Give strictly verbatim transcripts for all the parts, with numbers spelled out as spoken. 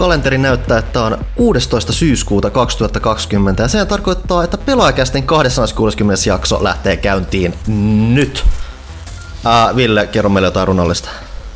kalenteri näyttää, että on kuudestoista syyskuuta kaksituhattakaksikymmentä ja se tarkoittaa, että Pelaajakästin kaksisataakuusikymmentä jakso lähtee käyntiin nyt. Äh, Ville, kerro meille jotain runollista.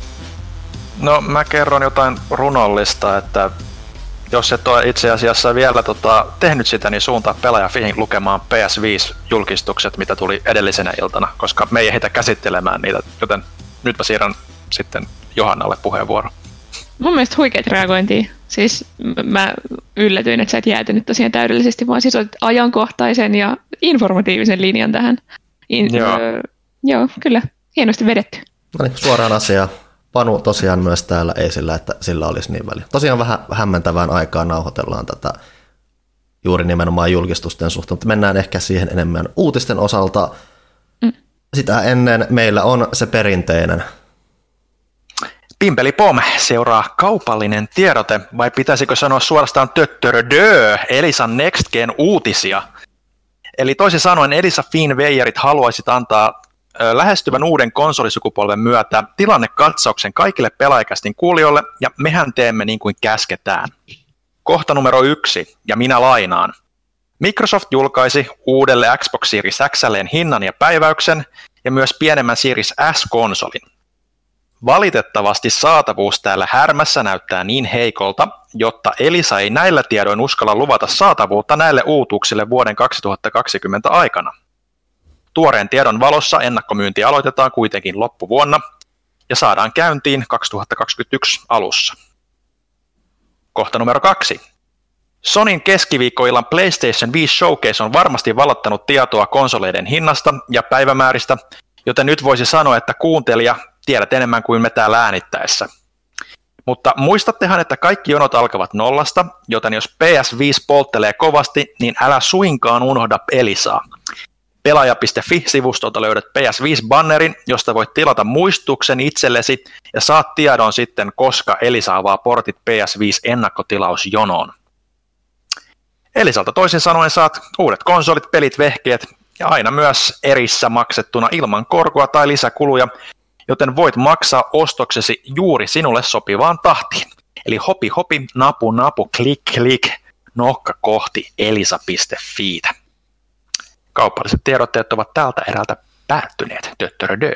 No mä kerron jotain runollista, että jos et ole itse asiassa vielä tota, tehnyt sitä, niin suuntaa Pelaajafihin lukemaan P S viisi-julkistukset, mitä tuli edellisenä iltana, koska me ei ehditä käsittelemään niitä, joten nyt mä siirrän sitten Johannalle puheenvuoro. Mun mielestä huikeat reagointia. Siis mä yllätyin, että sä et jäätynyt tosiaan täydellisesti, vaan siis olet ajankohtaisen ja informatiivisen linjan tähän. In, joo. Öö, joo, kyllä. Hienosti vedetty. No niin, suoraan asiaan. Panu tosiaan myös täällä, ei sillä, että sillä olisi niin väliä. Tosiaan vähän hämmentävään aikaan nauhoitellaan tätä juuri nimenomaan julkistusten suhteen, mutta mennään ehkä siihen enemmän uutisten osalta. Mm. Sitä ennen meillä on se perinteinen. Pimpeli pom, seuraa kaupallinen tiedote, vai pitäisikö sanoa suorastaan töttörödö, Elisan Next Gen uutisia. Eli toisin sanoen Elisa Finweijerit haluaisit antaa lähestyvän uuden konsolisukupolven myötä tilannekatsauksen kaikille Pelaajakästin kuulijoille, ja mehän teemme niin kuin käsketään. Kohta numero yksi, ja minä lainaan. Microsoft julkaisi uudelle Xbox Series X:lleen hinnan ja päiväyksen, ja myös pienemmän Series S-konsolin. Valitettavasti saatavuus täällä härmässä näyttää niin heikolta, jotta Elisa ei näillä tiedoin uskalla luvata saatavuutta näille uutuuksille vuoden kaksituhattakaksikymmentä aikana. Tuoreen tiedon valossa ennakkomyynti aloitetaan kuitenkin loppuvuonna ja saadaan käyntiin kaksituhattakaksikymmentäyksi alussa. Kohta numero kaksi. Sonyn keskiviikkoillan PlayStation viisi Showcase on varmasti valottanut tietoa konsoleiden hinnasta ja päivämääristä, joten nyt voisi sanoa, että kuuntelija tiedät enemmän kuin me täällä äänittäessä. Mutta muistattehan, että kaikki jonot alkavat nollasta, joten jos P S viisi polttelee kovasti, niin älä suinkaan unohda Elisaa. Pelaaja piste fi-sivustolta löydät P S viisi-bannerin, josta voit tilata muistutuksen itsellesi ja saat tiedon sitten, koska Elisa avaa portit P S viisi-ennakkotilausjonoon. Elisalta toisin sanoen saat uudet konsolit, pelit, vehkeet ja aina myös erissä maksettuna ilman korkoa tai lisäkuluja, joten voit maksaa ostoksesi juuri sinulle sopivaan tahtiin. Eli hopi hopi, napu napu, klik klik, nokka kohti elisa piste fiitä. Kaupalliset tiedotteet ovat tältä erältä päättyneet. Töttörödö.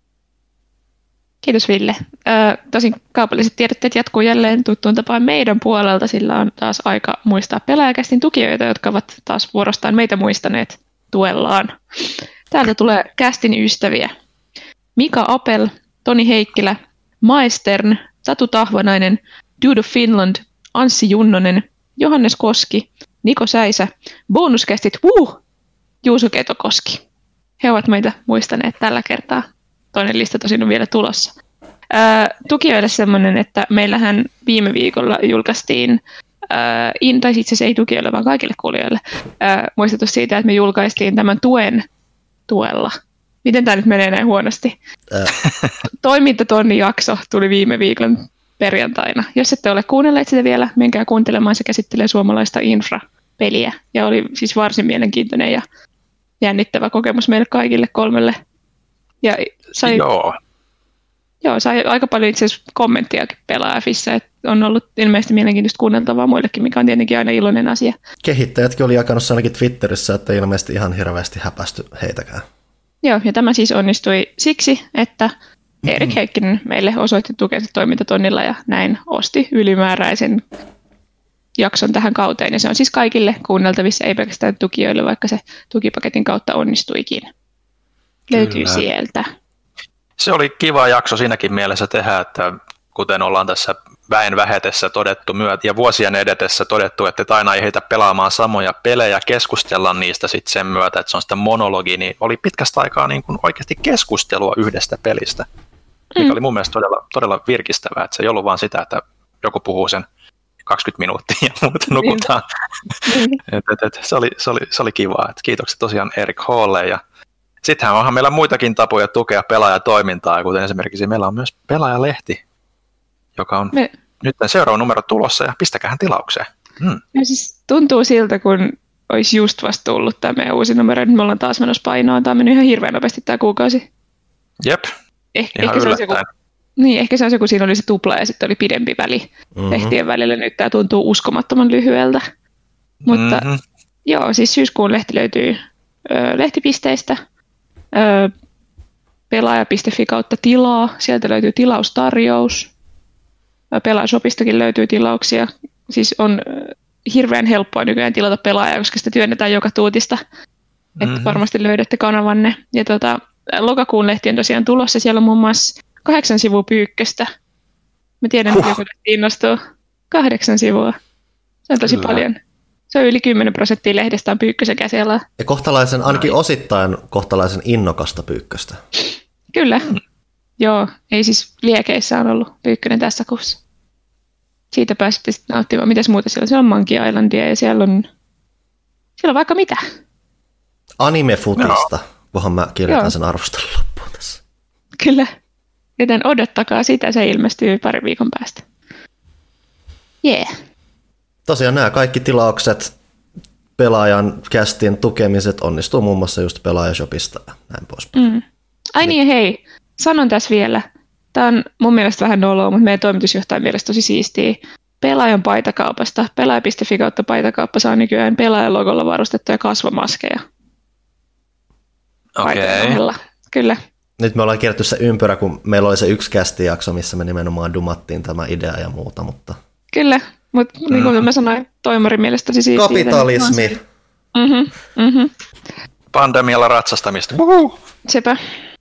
Kiitos Ville. Ö, tosin kaupalliset tiedotteet jatkuu jälleen tuttuun tapaan meidän puolelta, sillä on taas aika muistaa Pelaajakästin tukijoita, jotka ovat taas vuorostaan meitä muistaneet tuellaan. Täältä tulee kästin ystäviä. Mika Apel, Toni Heikkilä, Maestern, Tatu Tahvanainen, Dude of Finland, Anssi Junnonen, Johannes Koski, Niko Säisä, bonuskästit, wuu, Juuso Ketokoski. He ovat meitä muistaneet tällä kertaa. Toinen lista tosin on vielä tulossa. Ää, tukijoille semmoinen, että meillähän viime viikolla julkaistiin, ää, in, tai itse asiassa ei tukijoille, vaan kaikille kuulijoille, ää, muistutus siitä, että me julkaistiin tämän tuen tuella. Miten tämä nyt menee näin huonosti? Äh. Toimintatonni jakso tuli viime viikon perjantaina. Jos ette ole kuunnelleet sitä vielä, menkää kuuntelemaan. Se käsittelee suomalaista infra-peliä. Ja oli siis varsin mielenkiintoinen ja jännittävä kokemus meille kaikille kolmelle. Ja sai, joo. Joo, sai aika paljon itse asiassa kommenttiakin Pelaajafissä, että on ollut ilmeisesti mielenkiintoista kuunneltavaa muillekin, mikä on tietenkin aina iloinen asia. Kehittäjätkin oli jakanut ainakin Twitterissä, että ilmeisesti ihan hirveästi häpästy heitäkään. Joo, ja tämä siis onnistui siksi, että Erik Heikkinen meille osoitti tukensa toimintatonnilla ja näin osti ylimääräisen jakson tähän kauteen. Ja se on siis kaikille kuunneltavissa, ei pelkästään tukijoille, vaikka se tukipaketin kautta onnistuikin. Kyllä. Löytyy sieltä. Se oli kiva jakso siinäkin mielessä tehdä, että kuten ollaan tässä väen vähetessä todettu myöt ja vuosien edetessä todettu, että aina ei heitä pelaamaan samoja pelejä, keskustella niistä sitten sen myötä, että se on sitä monologi, niin oli pitkästä aikaa niin kuin oikeasti keskustelua yhdestä pelistä, mikä mm. oli mun mielestä todella, todella virkistävää, että se ei ollut vaan sitä, että joku puhuu sen kaksikymmentä minuuttia ja muuten nukutaan. Mm. et, et, et, se, oli, se, oli, se oli kivaa. Et kiitokset tosiaan Erik Hlle ja sittenhän onhan meillä muitakin tapoja tukea pelaajatoimintaa, kuten esimerkiksi meillä on myös Pelaajalehti, joka on Me... nyt seuraava numero tulossa ja pistäkähän tilaukseen. Hmm. Ja siis tuntuu siltä, kun olisi just vasta tullut tämä meidän uusi numero, nyt me ollaan taas menossa painoon. Tämä on mennyt ihan hirveän nopeasti tämä kuukausi. Jep, eh, ihan ehkä se olisi joku Niin, ehkä se on se, kun siinä oli se tupla ja sitten oli pidempi väli mm-hmm. lehtien välillä. Nyt tämä tuntuu uskomattoman lyhyeltä. Mutta mm-hmm. joo, siis syyskuun lehti löytyy ö, lehtipisteistä. Ö, pelaaja piste fi kautta tilaa. Sieltä löytyy tilaustarjous. Pelaajasopistakin löytyy tilauksia. Siis on hirveän helppoa nykyään tilata pelaajaa, koska sitä työnnetään joka tuutista. Mm-hmm. Että varmasti löydätte kanavanne. Ja tota, lokakuun lehti on tosiaan tulossa. Siellä on muun muassa kahdeksan sivua Pyykköstä. Mä tiedän, huh. että joku tästä innostuu. Kahdeksan sivua. Se on tosi Kyllä. paljon. Se on yli kymmenen prosenttia lehdestä on Pyykkösen käsillä. Ja kohtalaisen, ainakin osittain kohtalaisen innokasta Pyykköstä. Kyllä. Mm. Joo, ei siis liekeissä on ollut Pyykkönen tässä kuussa. Siitä pääsitte sitten nauttimaan. Mitäs muuta siellä on? Siellä on Monkey Islandia ja siellä on, siellä on vaikka mitä. Anime-futista, no. kunhan mä kirjoitan Joo. sen arvostelun loppuun tässä. Kyllä. Joten odottakaa sitä, se ilmestyy pari viikon päästä. Jee. Yeah. Tosiaan nämä kaikki tilaukset, pelaajan kästin tukemiset onnistuu muun muassa just Pelaajashopista ja näin poispäin. Mm. Ai niin, hei. Sanon tässä vielä. Tämä on mun mielestä vähän noloa, mutta meidän toimitusjohtajan mielestä tosi siistiä. Pelaajan paitakaupasta, pelaaja piste fi kautta paitakauppa saa nykyään pelaajan logolla varustettuja kasvomaskeja. Okei. Okay. Kyllä. Nyt me ollaan kierretty se ympyrä, kun meillä oli se yksi kästijakso, missä me nimenomaan dumattiin tämä idea ja muuta, mutta... Kyllä, mutta niin kuin mm. mä sanoin, toimarin mielestä tosi siistiä. Kapitalismi. Mm-hmm, mm-hmm. Pandemialla ratsastamista. Uhu. Sepä.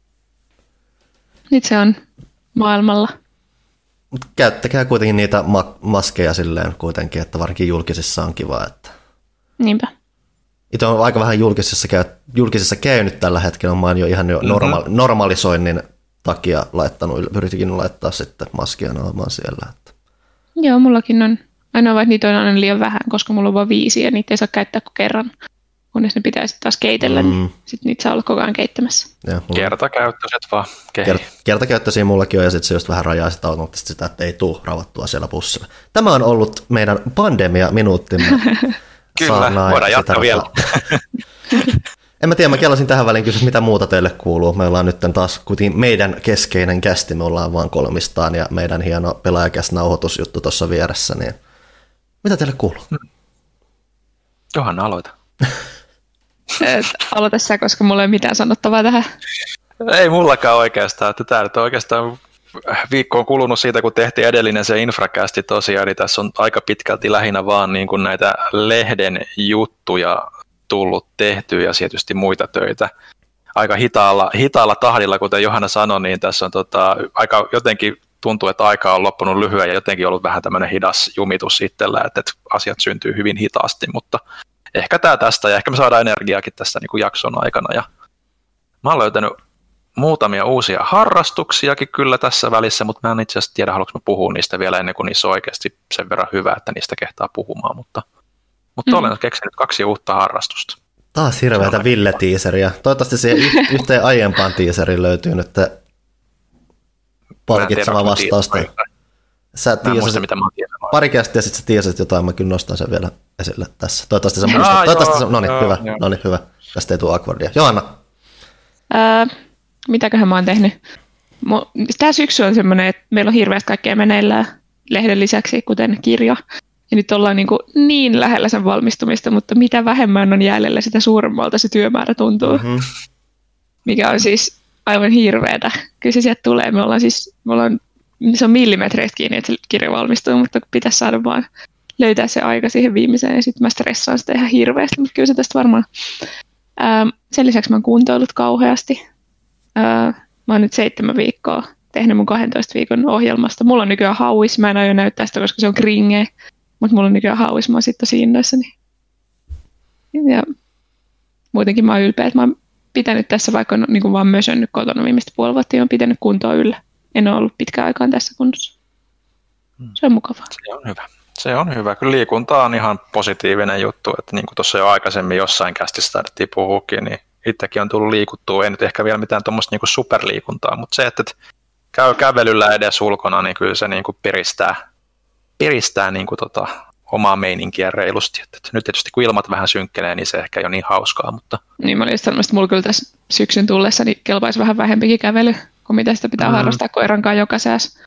Nyt se on maailmalla. Mut käyttäkää kuitenkin niitä ma- maskeja silleen kuitenkin, että varsinkin julkisissa on kiva. Että... Niinpä. Itse on aika vähän julkisissa, käy- julkisissa käynyt tällä hetkellä. Mä oon jo ihan jo norma- mm-hmm. normalisoinnin takia laittanut, yritinkin laittaa sitten maskia naamaan siellä. Että... Joo, mullakin on. Ainoa vaan, että niitä on aina liian vähän, koska mulla on vaan viisi ja niitä ei saa käyttää kuin kerran. Kunnes ne pitää sitten taas keitellä, mm. niin sitten niitä saa olla koko ajan keittämässä. Ja, kertakäyttöiset vaan. Kert- kertakäyttöisiä mullakin on, ja sitten se just vähän rajaa sitä automaattisesti sitä, että ei tule ravattua siellä bussilla. Tämä on ollut meidän pandemia-minuuttimme. Kyllä, voidaan jatkaa vielä. En mä tiedä, mä kelasin tähän väliin kysyä, mitä muuta teille kuuluu. Me ollaan nyt taas kuitenkin meidän keskeinen kästi, me ollaan vaan kolmistaan, ja meidän hieno pelaajakäs-nauhoitusjuttu tuossa vieressä, niin mitä teille kuuluu? Johanna, aloita. Aloita sä, koska mulla ei ole mitään sanottavaa tähän. Ei mullakaan oikeastaan. Että tämä nyt oikeastaan viikko on kulunut siitä, kun tehtiin edellinen se infrakästi tosiaan, niin tässä on aika pitkälti lähinnä vaan niin kuin näitä lehden juttuja tullut tehtyä ja tietysti muita töitä. Aika hitaalla, hitaalla tahdilla, kuten Johanna sanoi, niin tässä on tota, aika jotenkin tuntuu, että aika on loppunut lyhyen ja jotenkin ollut vähän tämmöinen hidas jumitus itsellä, että, että asiat syntyy hyvin hitaasti, mutta ehkä tämä tästä, ja ehkä me saadaan energiaakin tässä niin kuin jakson aikana. Ja mä oon löytänyt muutamia uusia harrastuksiakin kyllä tässä välissä, mutta mä en itse asiassa tiedä, haluanko mä puhua niistä vielä ennen kuin niissä on oikeasti sen verran hyvä, että niistä kehtaa puhumaan. Mutta, mutta mm. olen keksinyt kaksi uutta harrastusta. Taas hirveätä Ville-tiiseriä. Toivottavasti siihen yhteen aiempaan tiiseriin löytyy nyt palkitseva vastausta. Sä mä en muista, mitä mä oon tiedä. Pari kästiä, ja sitten sä tiesit jotain, mä kyllä nostan sen vielä esille tässä. Toivottavasti sä muistat. Toivottavasti sä... No niin, hyvä. No niin, hyvä. Tästä ei tule awkwardia. Johanna. Ää, mitäköhän mä oon tehnyt? Tämä syksy on semmoinen, että meillä on hirveästi kaikkea meneillään lehden lisäksi, kuten kirja. Ja nyt ollaan niin, kuin niin lähellä sen valmistumista, mutta mitä vähemmän on jäljellä, sitä suuremmalta se työmäärä tuntuu. Mm-hmm. Mikä on siis aivan hirveätä. Kyllä se sieltä tulee. Me ollaan siis, me ollaan, se on millimetreistä kiinni, että se kirja valmistuu, mutta pitäisi saada vaan löytää se aika siihen viimeiseen. Ja sitten mä stressaan sitä ihan hirveästi, mutta kyllä se tästä varmaan. Ää, sen lisäksi mä oon kuntoillut kauheasti. Ää, mä oon nyt seitsemän viikkoa tehnyt mun kahdentoista viikon ohjelmasta. Mulla on nykyään hauis. Mä en aio näyttää sitä, koska se on kringeä. Mutta mulla on nykyään hauis. Mä oon sitten tosi innoissani. Ja muutenkin mä oon ylpeä, että mä oon pitänyt tässä, vaikka on niin kuin vaan mösönnyt kotona viimeistä puoli vuotta, ja oon pitänyt kuntoa yllä. En ole ollut pitkään aikaan tässä kunnossa. Se on mukavaa. Se on hyvä. Se on hyvä. Kyllä liikunta on ihan positiivinen juttu, että niin kuin tuossa jo aikaisemmin jossain kästissä taidettiin puhukin, niin itsekin on tullut liikuttua. Ei nyt ehkä vielä mitään tuommoista niin kuin superliikuntaa, mutta se, että käy kävelyllä edes ulkona, niin kyllä se niin kuin piristää, piristää niin kuin tota omaa meininkiä reilusti. Että nyt tietysti kun ilmat vähän synkkenee, niin se ehkä ei ole niin hauskaa. Mutta... Niin mä olin just sanomassa, että mulla kyllä tässä syksyn tullessa niin kelpaisi vähän vähempikin kävely, kun mitä sitä pitää mm. harrastaa koirankaan joka sääs.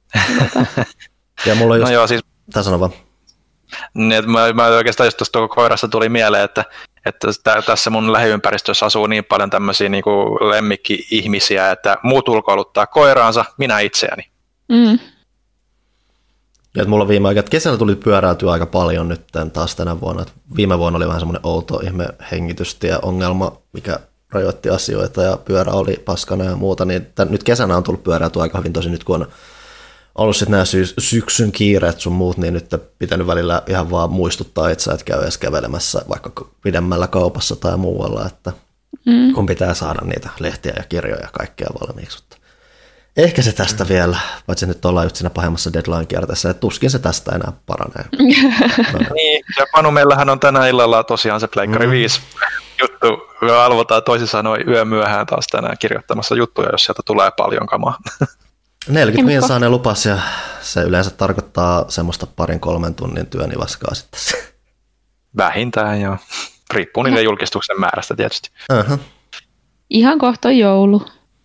Ja mulla on just... No joo, siis... Tää sano vaan. Niin, mä, mä oikeastaan just tuosta koirasta tuli mieleen, että, että tässä mun lähiympäristössä asuu niin paljon tämmöisiä niin kuin lemmikki-ihmisiä, että muut ulkoiluttaa koiraansa, minä itseäni. Mm. Ja että mulla on viime aikoina, että kesällä tuli pyöräytyä aika paljon nyt taas tänä vuonna. Että viime vuonna oli vähän semmoinen outo ihme hengitystie-ongelma, mikä rajoitti asioita ja pyörä oli paskana ja muuta. Niin tämän, nyt kesänä on tullut pyöräytyä aika hyvin, tosi nyt kun on ollut sitten nämä sy- syksyn kiireet sun muut, niin nyt pitänyt välillä ihan vaan muistuttaa itse, että käy edes kävelemässä vaikka pidemmällä kaupassa tai muualla, että mm. kun pitää saada niitä lehtiä ja kirjoja ja kaikkea valmiiksi. Ehkä se tästä mm. vielä, paitsi nyt ollaan just siinä pahemmassa deadline-kierteessä, että tuskin se tästä enää paranee. No. Niin, ja Panu, meillähän on tänä illalla tosiaan se Pleikkari mm. viisi juttu. Me alvotaan toisin sanoen yömyöhään taas tänään kirjoittamassa juttuja, jos sieltä tulee paljon kamaa. neljäkymmentä minsaa ne lupas ja se yleensä tarkoittaa semmoista parin kolmen tunnin työnivaskaa sitten. Vähintään joo. Riippuu niiden julkistuksen määrästä tietysti. Uh-huh. Ihan kohta joulu.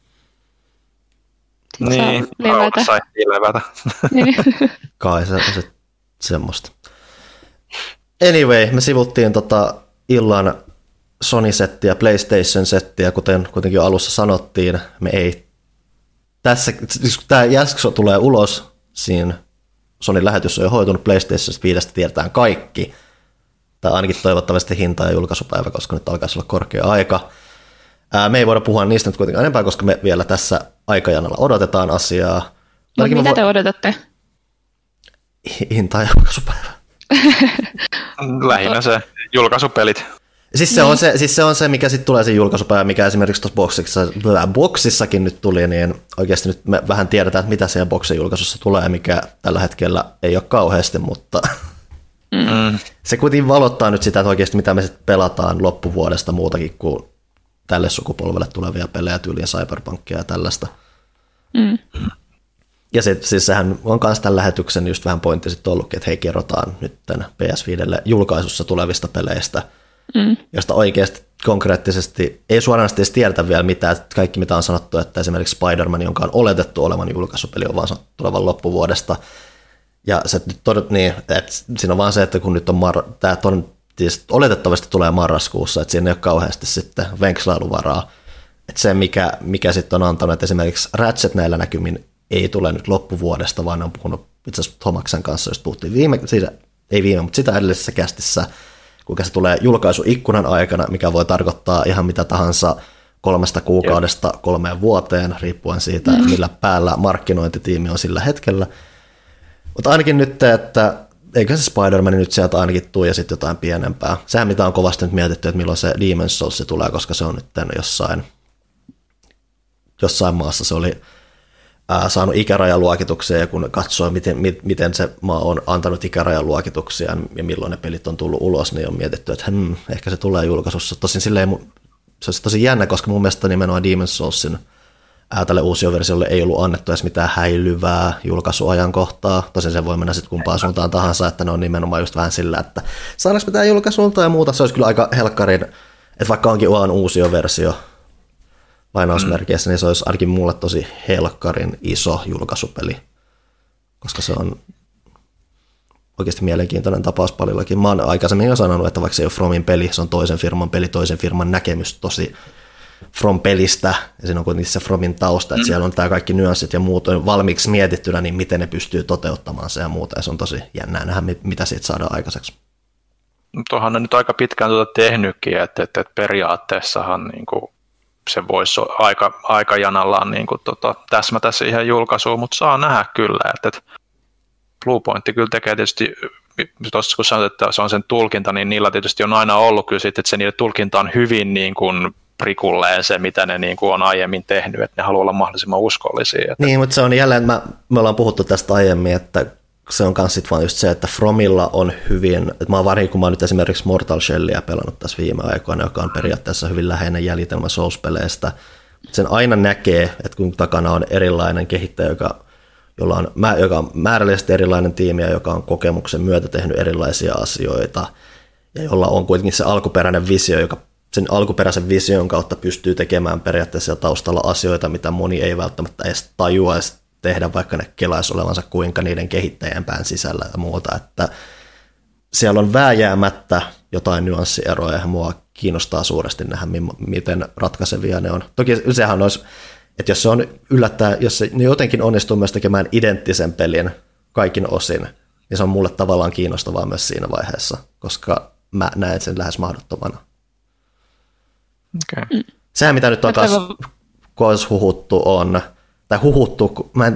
Sitten niin, levätä. Saitiin levätä. Kai se on se, semmoista. Anyway, me sivuttiin tota illan Sony-settiä, PlayStation-settiä, kuten kuitenkin jo alussa sanottiin, me ei tässä, siis kun tämä jakso tulee ulos, siinä Sonyn lähetys on jo hoitunut, PlayStation viidestä tiedetään kaikki, tai ainakin toivottavasti hinta ja julkaisupäivä, koska nyt alkaisi olla korkea aika. Ää, me ei voida puhua niistä nyt kuitenkaan enempää, koska me vielä tässä aikajanalla odotetaan asiaa. No, mitä vo- te odotatte? Hinta ja julkaisupäivä. Lähinnä se julkaisupelit. Siis se, on se, siis se on se, mikä sitten tulee siinä julkaisupäivä, mikä esimerkiksi tuossa boksissa, boksissakin nyt tuli, niin oikeasti nyt me vähän tiedetään, että mitä siellä boksin julkaisussa tulee, mikä tällä hetkellä ei ole kauheasti, mutta mm. se kuitenkin valottaa nyt sitä, että oikeasti mitä me sitten pelataan loppuvuodesta muutakin kuin tälle sukupolvelle tulevia pelejä, tyyliä Cyberpunkia ja tällaista. Mm. Ja sit, siis sehän on myös tämän lähetyksen just vähän pointti sitten ollutkin, että hei, kerrotaan nyt tämän P S viidelle julkaisussa tulevista peleistä, mm. josta oikeasti konkreettisesti ei suoranaisesti edes tiedetä vielä mitään, että kaikki mitä on sanottu, että esimerkiksi Spider-Man, jonka on oletettu olevan julkaisupeli, on vaan tulevan loppuvuodesta. Ja se nyt todet niin, että siinä on vaan se, että kun nyt on mar- tämä on, siis oletettavasti tulee marraskuussa, että siinä ei ole kauheasti sitten venkslailuvaraa. Että se, mikä, mikä sitten on antanut, että esimerkiksi Ratchet näillä näkymin ei tule nyt loppuvuodesta, vaan on puhunut itse asiassa Thomaksen kanssa, jos puhuttiin viime, siitä, ei viime, mutta sitä edellisessä kästissä, kuinka se tulee julkaisuikkunan aikana, mikä voi tarkoittaa ihan mitä tahansa kolmesta kuukaudesta kolmeen vuoteen, riippuen siitä, mm. millä päällä markkinointitiimi on sillä hetkellä. Mutta ainakin nyt, että eikö se Spider-Man nyt sieltä ainakin tule ja sitten jotain pienempää. Sehän mitä on kovasti nyt mietitty, että milloin se Demon's Souls tulee, koska se on nyt jossain, jossain maassa se oli ää, saanut ikärajaluokituksia, ja kun katsoo, miten, miten se maa on antanut ikärajaluokituksia ja milloin ne pelit on tullut ulos, niin on mietitty, että hmm, ehkä se tulee julkaisussa. Tosin silleen, se olisi tosi jännä, koska mun mielestä nimenomaan Demon's Soulsin ää, tälle uusioversiolle ei ollut annettu edes mitään häilyvää julkaisuajankohtaa. Tosin se voi mennä sitten kumpaan suuntaan tahansa, että ne on nimenomaan just vähän sillä, että saadaanko mitään julkaisulta ja muuta. Se olisi kyllä aika helkkarin, että vaikka onkin vaan uusioversio lainausmerkeissä, mm. niin se olisi ainakin mulle tosi helkkarin iso julkaisupeli, koska se on oikeasti mielenkiintoinen tapaus paljollakin. Mä oon aikaisemmin jo sanonut, että vaikka se ei ole Fromin peli, se on toisen firman peli, toisen firman näkemys tosi From-pelistä, ja siinä on kuitenkin se Fromin tausta, että mm. siellä on tämä kaikki nyanssit ja muut on valmiiksi mietittynä, niin miten ne pystyy toteuttamaan se ja muuta, ja se on tosi jännää nähdä, mitä siitä saadaan aikaiseksi. Tuohan on nyt aika pitkään tuota tehnytkin, että, että, että periaatteessahan niin kuin se voisi aika, aikajanallaan niin kuin, tota, täsmätä siihen julkaisuun, mutta saa nähdä kyllä, että, että Bluepoint kyllä tekee tietysti, tuossa kun sanoit, että se on sen tulkinta, niin niillä tietysti on aina ollut kyllä sitten, että se niiden tulkinta on hyvin niin kuin prikulleen se, mitä ne niin kuin on aiemmin tehnyt, että ne haluaa olla mahdollisimman uskollisia. Että... Niin, mutta se on jälleen, mä, me ollaan puhuttu tästä aiemmin, että se on myös sitten vaan just se, että Fromilla on hyvin, että mä oon varsinkin, kun mä oon nyt esimerkiksi Mortal Shellia pelannut tässä viime aikoina, joka on periaatteessa hyvin läheinen jäljitelmä Souls-peleistä, sen aina näkee, että kun takana on erilainen kehittäjä, joka, jolla on, joka on määrällisesti erilainen tiimi ja joka on kokemuksen myötä tehnyt erilaisia asioita ja jolla on kuitenkin se alkuperäinen visio, joka sen alkuperäisen vision kautta pystyy tekemään periaatteessa taustalla asioita, mitä moni ei välttämättä edes tajua edes tehdä, vaikka ne kelaisi olevansa kuinka niiden kehittäjän pään sisällä ja muuta, että siellä on vääjäämättä jotain nyanssieroja ja mua kiinnostaa suuresti nähdä, miten ratkaisevia ne on. Toki sehän olisi, että jos se on yllättää, jos se jotenkin onnistuu myös tekemään identtisen pelin kaikin osin, niin se on mulle tavallaan kiinnostavaa myös siinä vaiheessa, koska mä näen sen lähes mahdottomana. Okay. Mm. Sehän mitä nyt on taas, kun olisi huhuttu on, tai huhuttu, kun mä en,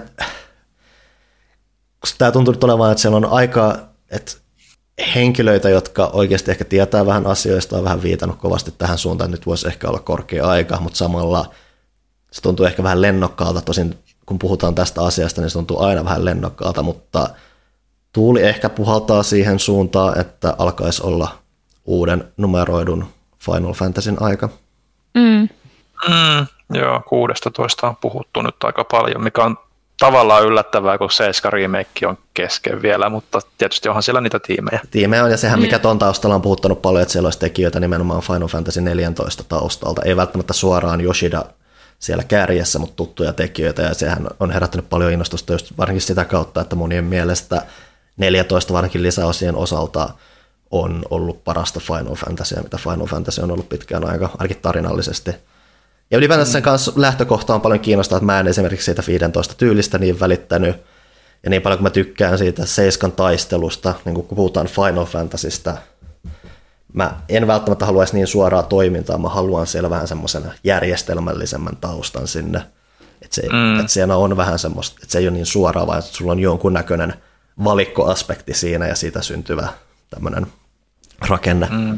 koska tämä tuntuu nyt olevan, että siellä on aika, että henkilöitä, jotka oikeasti ehkä tietää vähän asioista, on vähän viitannut kovasti tähän suuntaan, että nyt voisi ehkä olla korkea aika, mutta samalla se tuntuu ehkä vähän lennokkaalta, tosin kun puhutaan tästä asiasta, niin se tuntuu aina vähän lennokkaalta, mutta tuuli ehkä puhaltaa siihen suuntaan, että alkaisi olla uuden numeroidun Final Fantasyn aika. Mm. Mm, joo, kuusitoista on puhuttu nyt aika paljon, mikä on tavallaan yllättävää, kun seitsemän remake on kesken vielä, mutta tietysti onhan siellä niitä tiimejä. Tiimejä on, ja sehän mikä tuon taustalla on puhuttanut paljon, että siellä olisi tekijöitä nimenomaan Final Fantasy neljätoista taustalta. Ei välttämättä suoraan Yoshida siellä kärjessä, mutta tuttuja tekijöitä, ja sehän on herättänyt paljon innostusta just varsinkin sitä kautta, että monien mielestä neljätoista varsinkin lisäosien osalta on ollut parasta Final Fantasyä, mitä Final Fantasy on ollut pitkään aika, ainakin tarinallisesti. Ja ylipäätään sen kanssa lähtökohta on paljon kiinnostaa, että mä en esimerkiksi siitä viisitoista tyylistä niin välittänyt, ja niin paljon kun mä tykkään siitä seiskan taistelusta, niin kun puhutaan Final Fantasystä, mä en välttämättä haluaisi niin suoraa toimintaa, mä haluan siellä vähän semmoisen järjestelmällisemmän taustan sinne, että, se, mm. että siellä on vähän semmoista, että se ei ole niin suoraa, vaan että sulla on jonkunnäköinen valikkoaspekti siinä ja siitä syntyvä tämmöinen rakenne. Mm.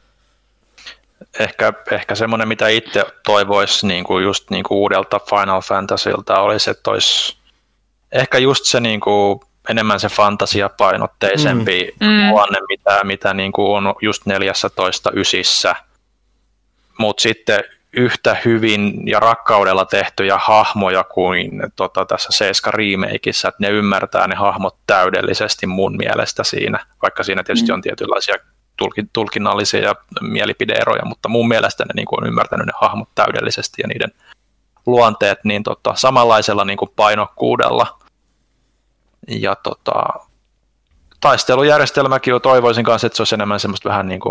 Ehkä, ehkä semmoinen, mitä itse toivoisi niin kuin just niin kuin uudelta Final Fantasylta olisi, että olisi ehkä just se niin kuin enemmän se fantasiapainotteisempi mm. luonne, mitä, mitä niin kuin on just neljätoista ysissä, mutta sitten yhtä hyvin ja rakkaudella tehtyjä hahmoja kuin tota, tässä seitsemän remakeissa, että ne ymmärtää ne hahmot täydellisesti mun mielestä siinä, vaikka siinä tietysti mm. on tietynlaisia tulkinnallisia ja mielipideeroja, mutta mun mielestä ne niin kuin on ymmärtänyt ne hahmot täydellisesti ja niiden luonteet niin tota, samanlaisella niin kuin painokkuudella. Ja tota, taistelujärjestelmäkin jo toivoisin kanssa, että se olisi enemmän semmoista vähän niin kuin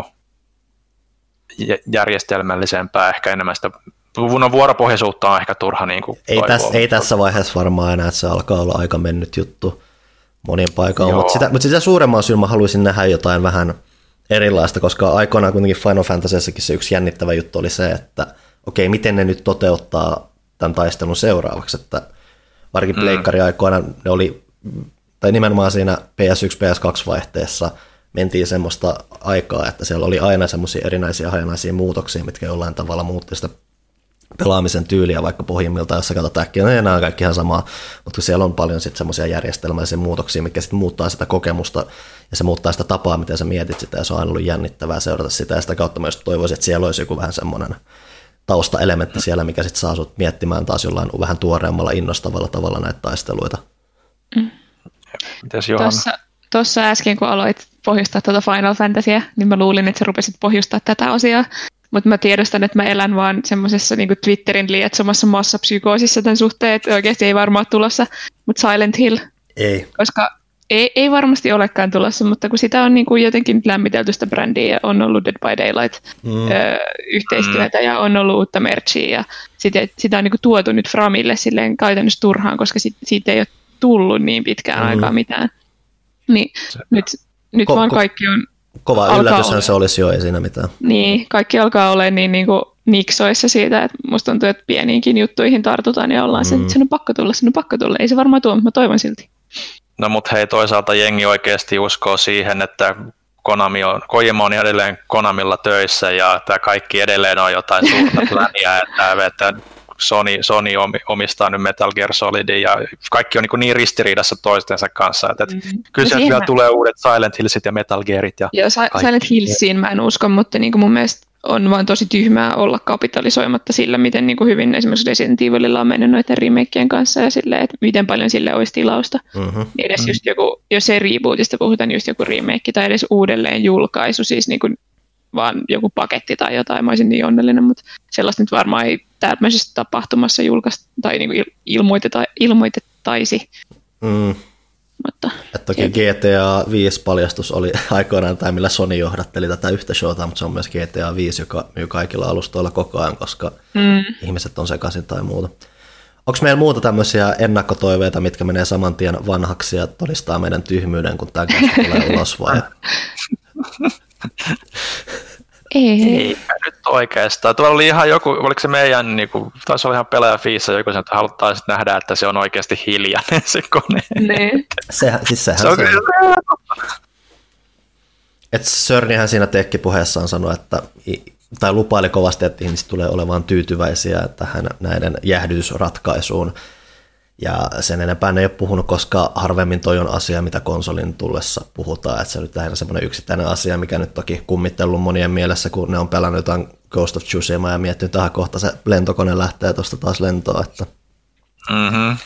järjestelmällisempää, ehkä enemmän sitä no, vuoropohjaisuutta on ehkä turha niin kuin ei, tässä, ei tässä vaiheessa varmaan enää, että se alkaa olla aika mennyt juttu monin paikoilla, mutta sitä, mutta sitä suuremman syyn mä haluaisin nähdä jotain vähän erilaista, koska aikoinaan kuitenkin Final Fantasyssakin se yksi jännittävä juttu oli se, että okei, miten ne nyt toteuttaa tämän taistelun seuraavaksi, että varsinkin pleikkariaikoina ne oli, tai nimenomaan siinä P S yksi P S kaksi vaihteessa mentiin semmoista aikaa, että siellä oli aina semmoisia erinäisiä hajanaisia muutoksia, mitkä jollain tavalla muutti sitä pelaamisen tyyliä, vaikka pohjimmiltaan, jos sä katsot äkkiä, no enää kaikki ihan samaa, mutta siellä on paljon sitten semmoisia järjestelmällisiä muutoksia, mitkä sitten muuttaa sitä kokemusta, ja se muuttaa sitä tapaa, miten sä mietit sitä, ja se on aina ollut jännittävää seurata sitä, ja sitä kautta myös toivoisin, että siellä olisi joku vähän semmoinen taustaelementti siellä, mikä sitten saa sut miettimään taas jollain vähän tuoreemmalla, innostavalla tavalla näitä taisteluita. Mm. Mites Johanna? Tuossa, tuossa äsken, kun aloit pohjustaa tuota Final Fantasyä, niin mä luulin, että sä rupesit pohjustaa tätä osiaa. Mutta mä tiedostan, että mä elän vaan semmoisessa niinku Twitterin lietsomassa massapsykoosissa tämän suhteen, että oikeasti ei varmaan ole tulossa, mutta Silent Hill. Ei. Koska ei, ei varmasti olekaan tulossa, mutta kun sitä on niinku jotenkin lämmitelty sitä brändiä ja on ollut Dead by Daylight mm. ö, yhteistyötä mm. ja on ollut uutta merchia ja sitä, sitä on niinku tuotu nyt Framille silleen käytännössä turhaan, koska sit, siitä ei ole tullut niin pitkään mm. aikaa mitään. Niin se. nyt, nyt ko- vaan kaikki on... Kova yllätyshän se olisi jo, ei siinä mitään. Niin, kaikki alkaa olla niin, niin kuin niksoissa siitä, että musta tuntuu, että pieniinkin juttuihin tartutaan ja ollaan mm. sen, että sen on pakko tulla, sen on pakko tulla. Ei se varmaan tuo, mutta mä toivon silti. No mutta hei, toisaalta jengi oikeasti uskoo siihen, että Konami on, Kojima on edelleen Konamilla töissä ja tämä kaikki edelleen on jotain suurta pläniä, että, että Sony, Sony omistaa nyt Metal Gear Solidin ja kaikki on niin, niin ristiriidassa toistensa kanssa, että mm-hmm. kyllä sieltä vielä tulee uudet Silent Hillsit ja Metal Gearit. Ja Joo, Silent Hillsiin mä en usko, mutta niin kuin mun mielestä on vaan tosi tyhmää olla kapitalisoimatta sillä, miten niin kuin hyvin esimerkiksi Resident Evilillä on mennyt noiden remakeen kanssa ja silleen, että miten paljon sille olisi tilausta. Mm-hmm. Edes mm-hmm. just joku, jos ei rebootista puhutaan, just joku remake tai edes uudelleen julkaisu, siis niin kuin vaan joku paketti tai jotain, mä olisin niin onnellinen, mutta sellaista nyt varmaan ei tämmöisessä tapahtumassa julkaista tai niin kuin ilmoiteta, ilmoitettaisi. Mm. Mutta, Et toki G T A viisi paljastus oli aikoinaan tämä, millä Sony johdatteli tätä yhtä showta, mutta se on myös G T A viisi, joka myy kaikilla alustoilla koko ajan, koska mm. ihmiset on sekaisin tai muuta. Onko meillä muuta tämmöisiä ennakkotoiveita, mitkä menee saman tien vanhaksi ja todistaa meidän tyhmyyden, kun tämä kästä tulee ulos vai? Ei. Ei nyt oikeastaan. Tuolla oli ihan joku, oliko se meidän, niin kuin, taisi olla ihan pelaajafiissa joku sen, että haluttaisiin nähdä, että se on oikeasti hiljainen se kone. Ne. Sehän, siis sehän se on. se Et Cernyhän siinä tekkipuheessaan sanoi, että, tai lupaili kovasti, että ihmiset tulee olemaan tyytyväisiä tähän näiden jäähdytysratkaisuun. Ja sen enempää ne ei ole puhunut, koska harvemmin toi on asia, mitä konsolin tullessa puhutaan. Että se on nyt lähinnä semmoinen yksittäinen asia, mikä nyt toki kummittellut monien mielessä, kun ne on pelannut jotain Ghost of Tsushima ja miettinyt, että kohta se lentokone lähtee tuosta taas lentoon. Että. Mm-hmm.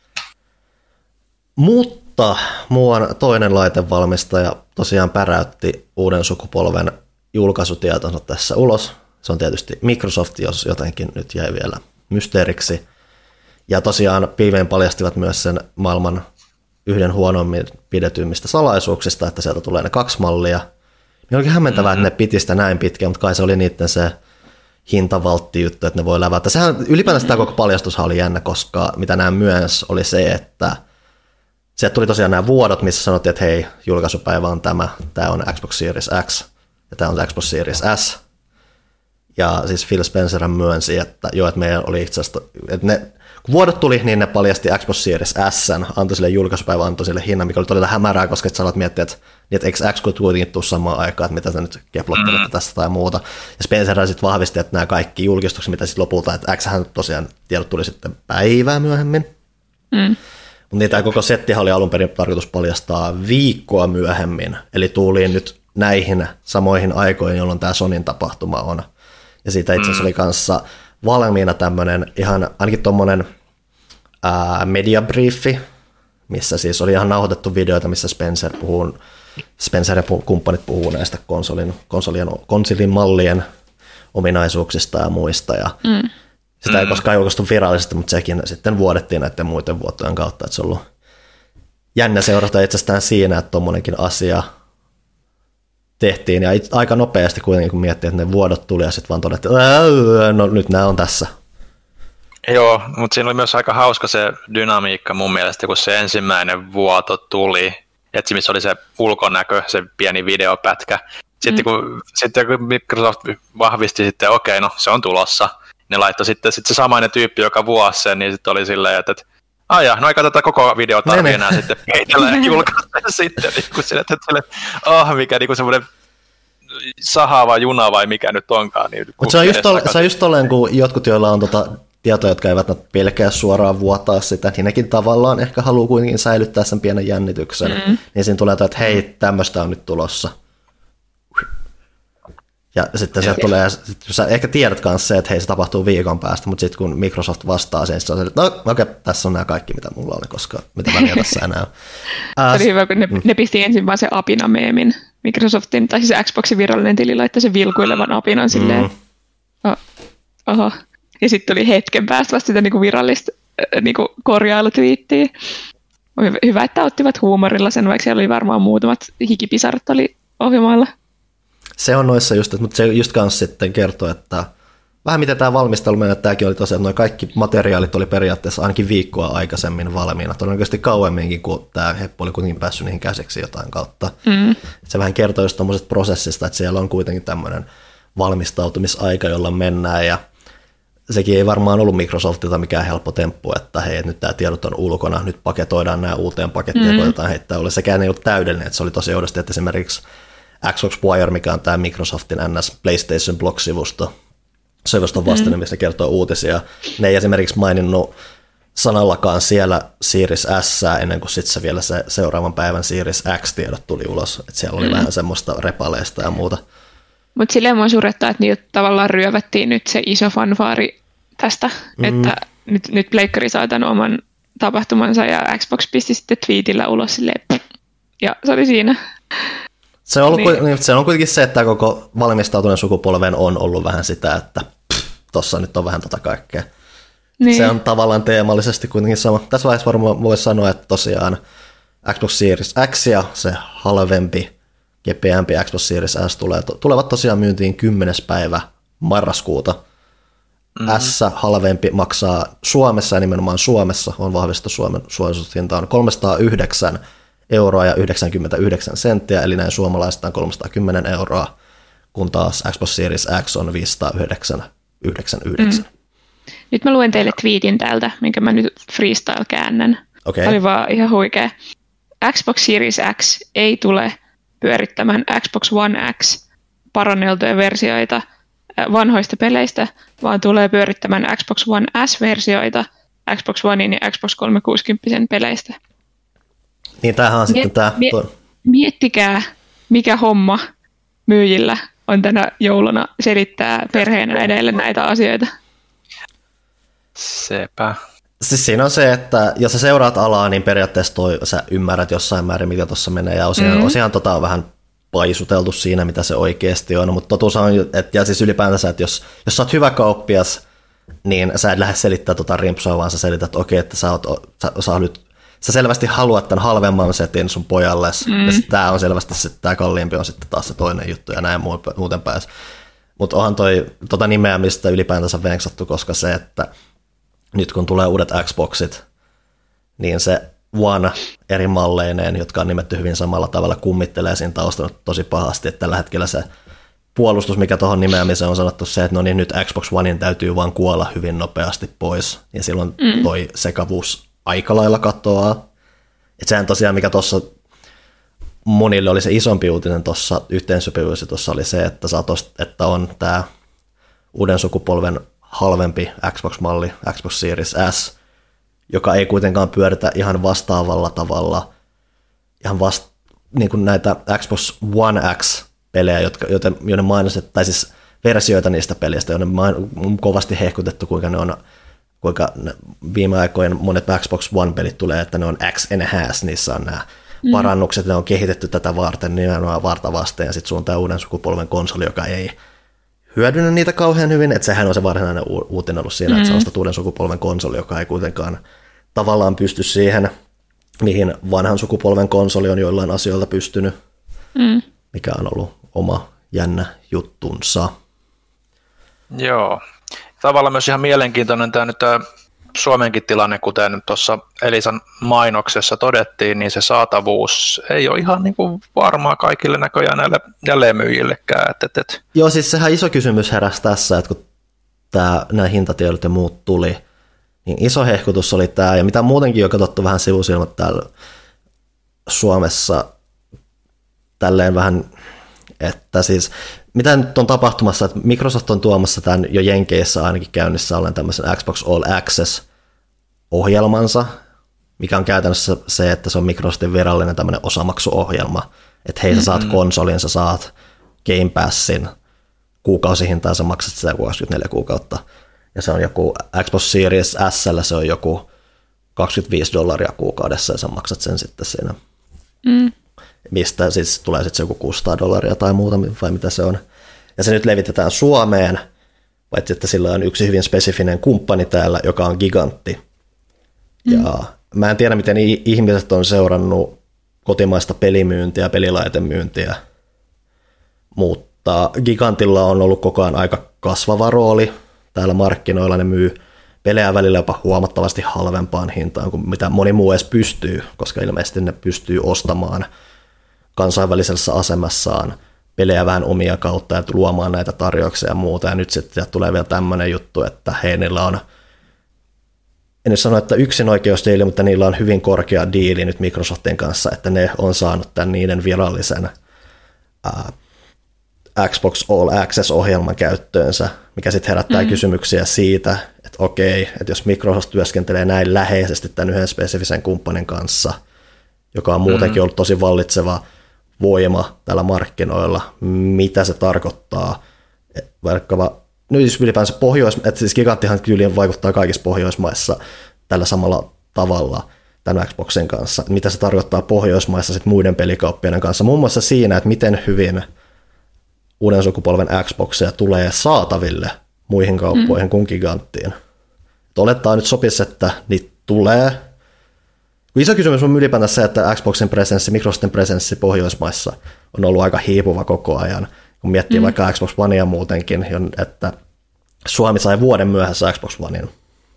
Mutta muuan toinen laitevalmistaja tosiaan päräytti uuden sukupolven julkaisutietonsa tässä ulos. Se on tietysti Microsoft, jos jotenkin nyt jäi vielä mysteeriksi. Ja tosiaan piiveen paljastivat myös sen maailman yhden huonommin pidetyimmistä salaisuuksista, että sieltä tulee ne kaksi mallia. Niin olikin hämmentävää, mm-hmm. että ne piti sitä näin pitkään, mutta kai se oli niiden se hintavaltti juttu, että ne voi lävätä. Sehän ylipäätään tämä koko paljastushan oli jännä, koska mitä nämä myös oli se, että sieltä tuli tosiaan nämä vuodot, missä sanottiin, että hei, julkaisupäivä on tämä, tämä on Xbox Series X ja tämä on Xbox Series S. Ja siis Phil Spencer myönsi, että joo, että meidän oli itse asiassa, että ne, kun vuodot tuli, niin ne paljasti Xbox Series S:n, antoi sille julkaisupäivä, antoi sille hinnan, mikä oli todella hämärää, koska et sä alat miettiä, että, että eikö X kuitenkin tule samaan aikaan, että mitä sä nyt keplottelette mm. tästä tai muuta. Ja Spencer sitten vahvisti, että nämä kaikki julkistukset, mitä sitten lopulta, että Xhän tosiaan tiedot tuli sitten päivää myöhemmin. Mm. Mutta niitä koko settihan oli alun perin tarkoitus paljastaa viikkoa myöhemmin, eli tuliin nyt näihin samoihin aikoihin, jolloin tämä Sonyn tapahtuma on. Ja siitä itse asiassa oli kanssa valmiina tämmöinen ihan ainakin tuommoinen mediabriefi, missä siis oli ihan nauhoitettu videoita, missä Spencer, puhuu, Spencer ja kumppanit puhuu näistä konsolin, konsolien, konsolin mallien ominaisuuksista ja muista. Ja mm. sitä ei koskaan julkaistu virallisesti, mutta sekin sitten vuodettiin näiden muiden vuotojen kautta, että se on ollut jännä seurata itsestään siinä, että tuommoinenkin asia tehtiin, ja aika nopeasti kuitenkin, kun miettii, että ne vuodot tuli, ja sitten vaan todettiin, että no nyt nämä on tässä. Joo, mutta siinä oli myös aika hauska se dynamiikka mun mielestä, kun se ensimmäinen vuoto tuli, että missä oli se ulkonäkö, se pieni videopätkä. Sitten, mm. kun, sitten kun Microsoft vahvisti sitten, okei, okay, no se on tulossa, ne laittoi sitten, sitten se samainen tyyppi joka vuosi sen, niin sitten oli silleen, että, että aijaa, no ei katsota koko video tarvii enää sitten keitellä ja julkaista sitten, niin kuin sille, että sille, oh, mikä niin kuin semmoinen sahaava juna vai mikä nyt onkaan. Niin mutta se on just, tol- se on just tolleen, kun jotkut, joilla on tota tietoja, jotka eivät pelkää suoraan vuotaa sitä, niin nekin tavallaan ehkä haluaa kuitenkin säilyttää sen pienen jännityksen, mm. niin siinä tulee, että hei, tämmöistä on nyt tulossa. Ja sitten se tulee, sä ehkä tiedät kanssa se, että hei, se tapahtuu viikon päästä, mutta sitten kun Microsoft vastaa sen, se on se, että no okei, okay, tässä on nämä kaikki, mitä mulla oli, koska mitä väliä tässä enää on. Se oli hyvä, kun ne, mm. ne pisti ensin vaan se apina-meemin Microsoftin, tai siis Xboxin virallinen tili laittoi sen vilkuilevan apinan silleen, mm. oh, oho. Ja sitten tuli hetken päästä vasta sitä niinku virallista niinku korjailutwiittiä. Hyvä, että ottivat huumorilla sen, vaikka siellä oli varmaan muutamat hikipisarat oli ohjelmalla. Se on noissa just, mutta se just kanssa sitten kertoo, että vähän miten tämä valmistelu meni, että tämäkin oli tosiaan, että nuo kaikki materiaalit oli periaatteessa ainakin viikkoa aikaisemmin valmiina, todennäköisesti kauemminkin, kun tämä heppu oli kuitenkin päässyt niihin käsiksi jotain kautta. Mm. Se vähän kertoo just tuommoisesta prosessista, että siellä on kuitenkin tämmöinen valmistautumisaika, jolla mennään, ja sekin ei varmaan ollut Microsoftilta mikään helppo temppu, että hei, nyt tämä tiedot on ulkona, nyt paketoidaan nämä uuteen pakettiin mm. ja koitetaan heittää ulos. Sekään ei ollut täydellinen, että se oli tosi oudosti, että esimerkiksi Xbox Wire, mikä on tämä Microsoftin N S PlayStation Blog-sivusto, sivuston vastine, mm. mistä kertoo uutisia. Ne ei esimerkiksi maininnut sanallakaan siellä Series S ennen kuin sitten se vielä se seuraavan päivän Series X-tiedot tuli ulos. Että siellä oli mm. vähän semmoista repaleista ja muuta. Mutta silleen mua surettaa, että niitä tavallaan ryövättiin nyt se iso fanfaari tästä, mm. että nyt, nyt Pleikkari saa tämän oman tapahtumansa ja Xbox pisti sitten tweetillä ulos silleen, ja se oli siinä. Se on, ollut, Niin. niin. se on kuitenkin se, että koko valmistautuneen sukupolven on ollut vähän sitä, että tuossa nyt on vähän tota kaikkea. Niin. Se on tavallaan teemallisesti kuitenkin sama. Tässä vaiheessa varmaan voisi sanoa, että tosiaan Xbox Series X ja se halvempi, kepeämpi Xbox Series S tulee, tulevat tosiaan myyntiin kymmenes päivä marraskuuta. Mm-hmm. S halvempi maksaa Suomessa ja nimenomaan Suomessa on vahvistettu Suomen suositushinta on kolmesataayhdeksän euroa ja yhdeksänkymmentäyhdeksän senttiä, eli näin suomalaistaan kolmesataakymmenen euroa, kun taas Xbox Series X on viisisataayhdeksänkymmentäyhdeksän. Mm. Nyt mä luen teille tweetin täältä, minkä mä nyt freestyle käännän. Okay. Oli vaan ihan huikea. Xbox Series X ei tule pyörittämään Xbox One X paranneltuja versioita vanhoista peleistä, vaan tulee pyörittämään Xbox One S-versioita Xbox Onein ja Xbox kolmesataakuusikymmentä peleistä. Niin tämähän on Miet, sitten tämä... Mie, miettikää, mikä homma myyjillä on tänä jouluna selittää perheenä edelle näitä asioita. Sepä. Siis siinä on se, että jos sä seuraat alaa, niin periaatteessa toi, sä ymmärrät jossain määrin, mitä tuossa menee, ja osiaan, mm-hmm. osiaan tota on vähän paisuteltu siinä, mitä se oikeasti on, mutta totuus on, että ja siis ylipäätänsä, että jos, jos sä oot hyvä kauppias, niin sä et lähde selittämään tota rimpsua, vaan sä selität, että okei, että sä, oot, sä, sä, nyt, sä selvästi haluat tämän halvemman setin sun pojalles, mm. ja sitten tää on selvästi, sitten tää kalliimpi on sitten taas se toinen juttu, ja näin muuten pääs. Mutta onhan toi tota nimeämistä ylipäätänsä venksattu, koska se, että nyt kun tulee uudet Xboxit, niin se One eri malleineen, jotka on nimetty hyvin samalla tavalla, kummittelee siinä taustalla tosi pahasti, että tällä hetkellä se puolustus, mikä tuohon nimeämiseen on sanottu se, että no niin nyt Xbox Onein täytyy vaan kuolla hyvin nopeasti pois, ja silloin mm. toi sekavuus aika lailla katoaa. Että sehän tosiaan, mikä tuossa monille oli se isompi uutinen tuossa yhteensopivuus, tuossa oli se, että, satost, että on tämä uuden sukupolven halvempi Xbox-malli, Xbox Series S, joka ei kuitenkaan pyöritä ihan vastaavalla tavalla ihan vasta, niin kuin näitä Xbox One X-pelejä, jotka, joten, joiden mainoset, tai siis versioita niistä pelistä, joiden on kovasti hehkutettu, kuinka ne on, kuinka ne viime aikoina monet Xbox One-pelit tulee, että ne on X-Enhance, niissä on nämä mm. parannukset, ne on kehitetty tätä varten, nimenomaan varta vasten, ja sitten sulla on tämä uuden sukupolven konsoli, joka ei hyödynnä niitä kauhean hyvin, että sehän on se varsinainen uutinen ollut siinä, mm. että se on sitä uuden sukupolven konsoli, joka ei kuitenkaan tavallaan pysty siihen, mihin vanhan sukupolven konsoli on joillain asioilla pystynyt, mm. mikä on ollut oma jännä juttunsa. Joo. Tavallaan myös ihan mielenkiintoinen tämä nyt tämä Suomenkin tilanne, kuten nyt tuossa Elisan mainoksessa todettiin, niin se saatavuus ei ole ihan niin kuin varmaa kaikille näköjään näille jälleenmyyjillekään. Et, et, et. Joo, siis sehän iso kysymys heräsi tässä, että kun tämä, nämä hintatiedot ja muut tuli, niin iso hehkutus oli tämä, ja mitä muutenkin on katsottu vähän sivusilmat täällä Suomessa, tälleen vähän, että siis mitä nyt on tapahtumassa, että Microsoft on tuomassa tämän jo Jenkeissä ainakin käynnissä ollen tämmöisen Xbox All Access-ohjelmansa, mikä on käytännössä se, että se on Microsoftin virallinen tämmöinen osamaksuohjelma, että hei, sä saat mm-hmm. konsolin, sä saat Game Passin, kuukausihintaan sä maksat sitä kaksikymmentäneljä kuukautta, ja se on joku Xbox Series S:llä se on joku kaksikymmentäviisi dollaria kuukaudessa, ja sä maksat sen sitten siinä. Mm. Mistä siis tulee sitten se joku kuusisataa dollaria tai muuta, vai mitä se on. Ja se nyt levitetään Suomeen, paitsi että sillä on yksi hyvin spesifinen kumppani täällä, joka on Gigantti. Mm. Ja mä en tiedä, miten ihmiset on seurannut kotimaista pelimyyntiä, pelilaitemyyntiä, mutta Gigantilla on ollut koko ajan aika kasvava rooli täällä markkinoilla. Ne myy pelejä välillä jopa huomattavasti halvempaan hintaan kuin mitä moni muu edes pystyy, koska ilmeisesti ne pystyy ostamaan kansainvälisessä asemassaan pelejä vähän omia kautta ja luomaan näitä tarjouksia ja muuta. Ja nyt sitten tulee vielä tämmöinen juttu, että hei, niillä on, en nyt sano, että yksin oikeusdiili, mutta niillä on hyvin korkea diili nyt Microsoftin kanssa, että ne on saanut tämän niiden virallisen ää, Xbox All Access-ohjelman käyttöönsä, mikä sitten herättää mm. kysymyksiä siitä, että okei, että jos Microsoft työskentelee näin läheisesti tämän yhden spesifisen kumppanin kanssa, joka on muutenkin mm. ollut tosi vallitseva voima tällä markkinoilla, mitä se tarkoittaa, vaikka nyt siis ylipäänsä Pohjois, että siis Giganttihan kyllä vaikuttaa kaikissa Pohjoismaissa tällä samalla tavalla, tämän Xboxin kanssa, mitä se tarkoittaa Pohjoismaissa sit muiden pelikauppien kanssa, muun muassa siinä, että miten hyvin uuden sukupolven Xboxia tulee saataville muihin kauppoihin mm. kuin Giganttiin. Et olettaa nyt sopisi, että niitä tulee. Iso kysymys on ylipäätään se, että Xboxin presenssi, Microsoftin presenssi Pohjoismaissa on ollut aika hiipuva koko ajan, kun miettii mm. vaikka Xbox Onea muutenkin, että Suomi sai vuoden myöhässä Xbox Onein.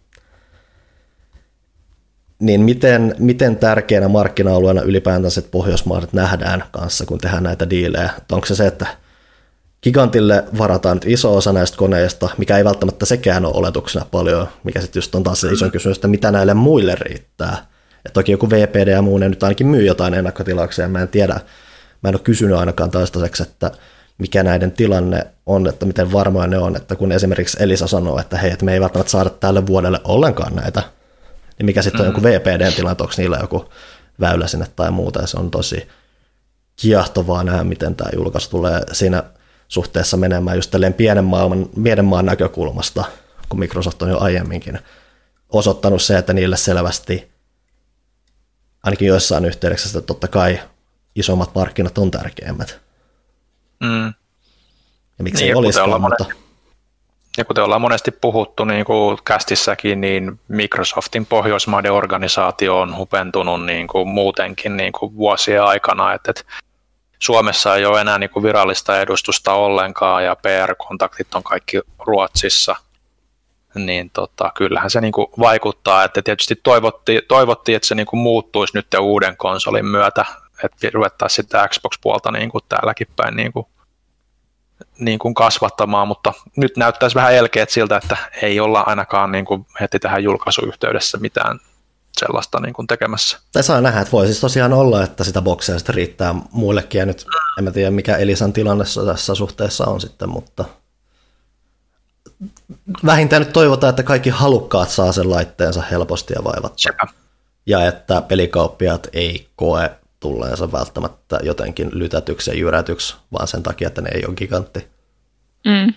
Niin miten, miten tärkeänä markkina-alueena ylipäätään se Pohjoismaaset nähdään kanssa, kun tehdään näitä diilejä? Onko se se, että Gigantille varataan nyt iso osa näistä koneista, mikä ei välttämättä sekään ole oletuksena paljon, mikä sitten just on taas se iso kysymys, että mitä näille muille riittää. Ja toki joku V P D ja muu, ne nyt ainakin myy jotain ennakkotilauksia, mä en tiedä, mä en ole kysynyt ainakaan toistaiseksi, että mikä näiden tilanne on, että miten varmoja ne on, että kun esimerkiksi Elisa sanoo, että hei, että me ei välttämättä saada tälle vuodelle ollenkaan näitä, niin mikä sitten on joku V P D-tilanne, onko niillä joku väylä sinne tai muuta, ja se on tosi kiehtovaa nähdä, miten tämä julkaisu tulee siinä suhteessa menemään just tälleen pienen, maailman, pienen maan näkökulmasta, kun Microsoft on jo aiemminkin osoittanut se, että niille selvästi, ainakin joissain yhteydessä, että totta kai isommat markkinat on tärkeimmät. Mm. Ja miksi niin, ei olisikaan, mutta... Ja kuten ollaan monesti puhuttu niin kuin kästissäkin, niin Microsoftin Pohjoismaiden organisaatio on hupentunut niin kuin muutenkin niin kuin vuosien aikana, että, että Suomessa ei ole enää niin kuin virallista edustusta ollenkaan ja P R-kontaktit on kaikki Ruotsissa, niin tota, kyllähän se niin kuin vaikuttaa, että tietysti toivottiin, toivottiin että se niin kuin muuttuisi nyt uuden konsolin myötä, että ruvettaisiin sitä Xbox-puolta niin kuin täälläkin päin niin kuin niin kuin kasvattamaan, mutta nyt näyttäisi vähän elkeät siltä, että ei olla ainakaan niin kuin heti tähän julkaisuyhteydessä mitään sellaista niin kuin tekemässä. Tai saa nähdä, että voi siis tosiaan olla, että sitä bokseja sitten riittää muillekin, ja nyt en mä tiedä, mikä Elisan tilanne tässä suhteessa on sitten, mutta vähintään nyt toivotaan, että kaikki halukkaat saa sen laitteensa helposti ja vaivatta. Sepä. Ja että pelikauppiaat ei koe tulleensa välttämättä jotenkin lytätyksi ja jyrätyksi, vaan sen takia, että ne ei ole gigantti. Mm.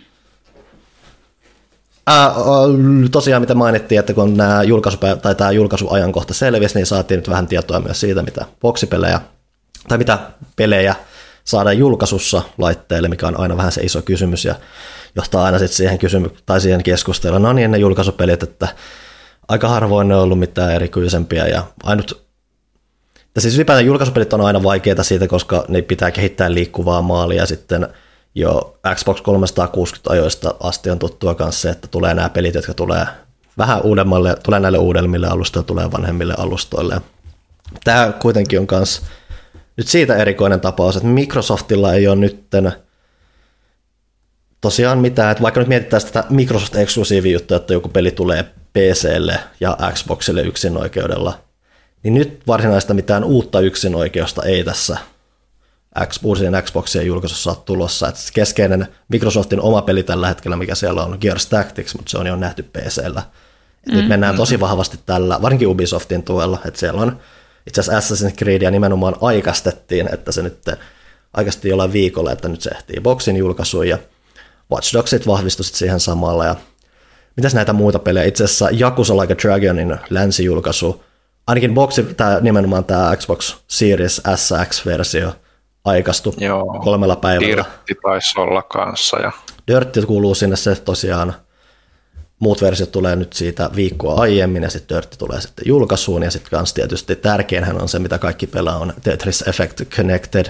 Äh, tosiaan, mitä mainittiin, että kun nämä julkaisupäivä, tai tämä julkaisuajankohta selvisi, niin saatiin nyt vähän tietoa myös siitä, mitä boksipelejä, tai mitä pelejä saadaan julkaisussa laitteille, mikä on aina vähän se iso kysymys, ja johtaa aina sitten siihen kysymy- tai siihen keskusteluun, no niin, ne julkaisupelit, että aika harvoin ne on ollut mitään erityisempiä, ja ainut ja siis ylipäätään julkaisupelit on aina vaikeita siitä, koska ne pitää kehittää liikkuvaa maalia, ja sitten jo Xbox kolmesataakuusikymmentä ajoista asti on tuttua kanssa se, että tulee nämä pelit, jotka tulee vähän uudemmalle, tulee näille uudemmille alustoille, tulee vanhemmille alustoille. Tämä kuitenkin on myös nyt siitä erikoinen tapaus, että Microsoftilla ei ole nytten tosiaan mitään, että vaikka nyt mietitään tätä Microsoft-eksklusiivijuttua, että joku peli tulee P C:lle ja Xboxille yksinoikeudella, niin nyt varsinaista mitään uutta yksinoikeusta ei tässä X, uusien Xboxien julkaisussa ole tulossa. Et keskeinen Microsoftin oma peli tällä hetkellä, mikä siellä on Gears Tactics, mutta se on jo nähty P C:llä. Mm. Nyt mennään tosi vahvasti tällä, varsinkin Ubisoftin tuella, että siellä on itse asiassa Assassin's Creedia nimenomaan aikaistettiin, että se nyt aikaistettiin jollain viikolla, että nyt se ehtii boxin julkaisuun, ja Watch Dogsit vahvistui siihen samalla. Ja mitäs näitä muita pelejä? Itse asiassa Yakuza Like a Dragonin länsijulkaisu, ainakin boxi, tää, nimenomaan tämä Xbox Series S X-versio aikaistui Joo, kolmella päivällä. Dirtti taisi olla kanssa. Ja... Dirtti kuuluu sinne, se tosiaan, muut versiot tulee nyt siitä viikkoa aiemmin, ja sitten Dirtti tulee sitten julkaisuun, ja sitten kans tietysti tärkeinhän on se, mitä kaikki pelaa, on Tetris Effect Connected.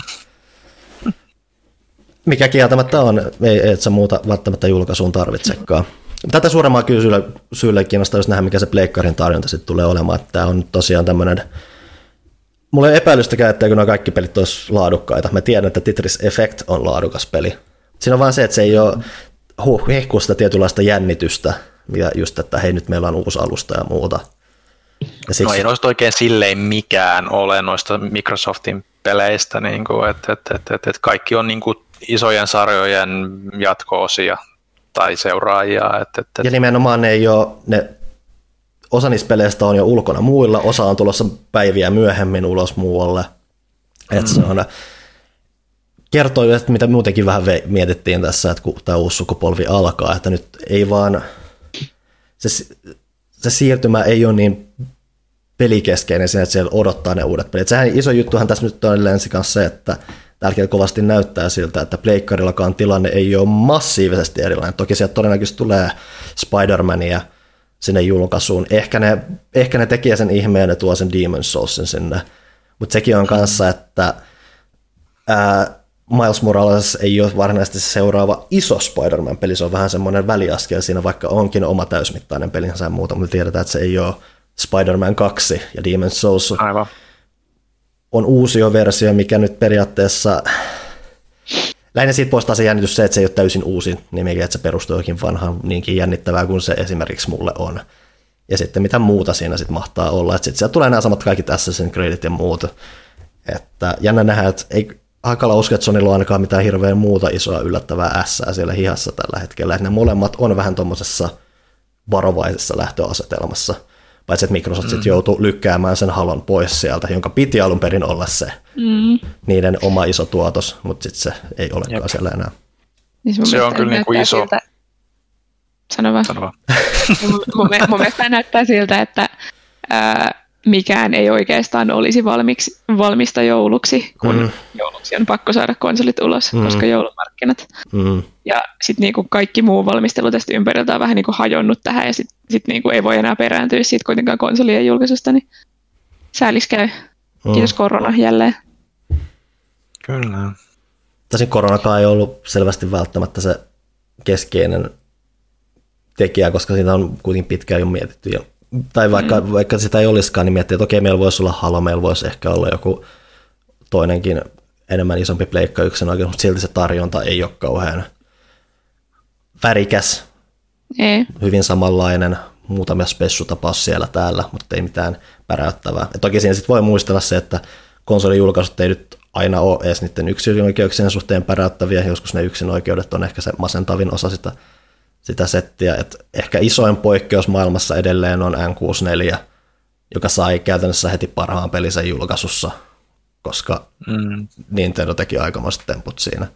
Mikä kieltämättä on, ei et sä muuta välttämättä julkaisuun tarvitsekaan. Tätä suuremmaa syyllä, syyllä kiinnostaa jos nähdä, mikä se pleikkarin tarjonta sitten tulee olemaan. Tämä on tosiaan tämmöinen, mulla ei ole epäilystäkään, että kun nämä kaikki pelit olisi laadukkaita. Mä tiedän, että Tetris Effect on laadukas peli. Siinä on vaan se, että se ei ole huh, hehkuu sitä tietynlaista jännitystä, ja just, että hei, nyt meillä on uusi alusta ja muuta. Ja siksi... No ei noista oikein silleen mikään ole noista Microsoftin peleistä, niin kuin, että, että, että, että, että kaikki on niin kuin isojen sarjojen jatko-osia tai seuraajia. Että, että, ja nimenomaan ne ei ole, ne, osa niistä peleistä on jo ulkona muilla, osa on tulossa päiviä myöhemmin ulos muualle. Mm. Että se on, kertoo, että mitä muutenkin vähän mietittiin tässä, että kun tämä uusi sukupolvi alkaa, että nyt ei vaan, se, se siirtymä ei ole niin pelikeskeinen siinä, että siellä odottaa ne uudet pelit. Sehän iso juttuhan tässä nyt on ensin kanssa se, että tälläkin kovasti näyttää siltä, että pleikkarillakaan tilanne ei ole massiivisesti erilainen. Toki sieltä todennäköisesti tulee Spider-Mania sinne julkaisuun. Ehkä ne, ehkä ne tekee sen ihmeen ja tuo sen Demon's Soulsin sinne. Mutta sekin on kanssa, että ää, Miles Morales ei ole varsinaisesti se seuraava iso Spider-Man-peli. Se on vähän semmoinen väliaskel siinä, vaikka onkin oma täysmittainen pelinsä ja muuta, mutta tiedetään, että se ei ole Spider-Man kaksi ja Demon's Souls Aivan. on uusi versio, mikä nyt periaatteessa lähinnä siitä poistaa se jännitys se, että se ei ole täysin uusi nimikin, että se perustuu jokin vanhaan niinkin jännittävää kuin se esimerkiksi mulle on. Ja sitten mitä muuta siinä sitten mahtaa olla, että sitten sieltä tulee nämä samat kaikki Assassin's Creedit ja muut. Että jännä nähdä, että ei hankala uskoa, että Sonylla on ainakaan mitään hirveän muuta isoa yllättävää ässää siellä hihassa tällä hetkellä. Että ne molemmat on vähän tuommoisessa varovaisessa lähtöasetelmassa. Paitsi että Microsoft mm. sitten joutui lykkäämään sen Halon pois sieltä, jonka piti alun perin olla se mm. niiden oma iso tuotos, mutta sitten se ei olekaan Jep. siellä enää. Niin se on kyllä niin kuin iso. Siltä... Sano vaan. Sano vaan. mun, mun, mun mielestä näyttää siltä, että ää, mikään ei oikeastaan olisi valmiiksi, valmista jouluksi, kun mm. jouluksi on pakko saada konsolit ulos, mm. koska joulumarkkinat. Mm. Ja sitten niinku kaikki muu valmistelu tästä ympäriltä on vähän niinku hajonnut tähän, ja sitten sit niinku ei voi enää perääntyä siitä kuitenkaan konsolien julkaisusta, niin säälis käy. Mm. Kiitos korona jälleen. Kyllä. Tosin koronakaan ei ollut selvästi välttämättä se keskeinen tekijä, koska siitä on kuitenkin pitkään jo mietitty. Ja, tai vaikka, mm. vaikka sitä ei olisikaan, niin miettii, että okei, meillä voisi olla Halo, meillä voisi ehkä olla joku toinenkin enemmän isompi pleikka yksin oikein, mutta silti se tarjonta ei ole kauhean värikäs. Ei. Hyvin samanlainen, muutamia spessutapaus siellä täällä, mutta ei mitään päräyttävää. Ja toki siinä sitten voi muistella se, että konsolijulkaisut ei nyt aina ole edes niiden yksinoikeuksien suhteen päräyttäviä, joskus ne yksinoikeudet on ehkä se masentavin osa sitä, sitä settiä. Et ehkä isoin poikkeus maailmassa edelleen on N kuusikymmentäneljä, joka sai käytännössä heti parhaan pelinsä julkaisussa, koska mm. Nintendo teki aikamoiset temput siinä.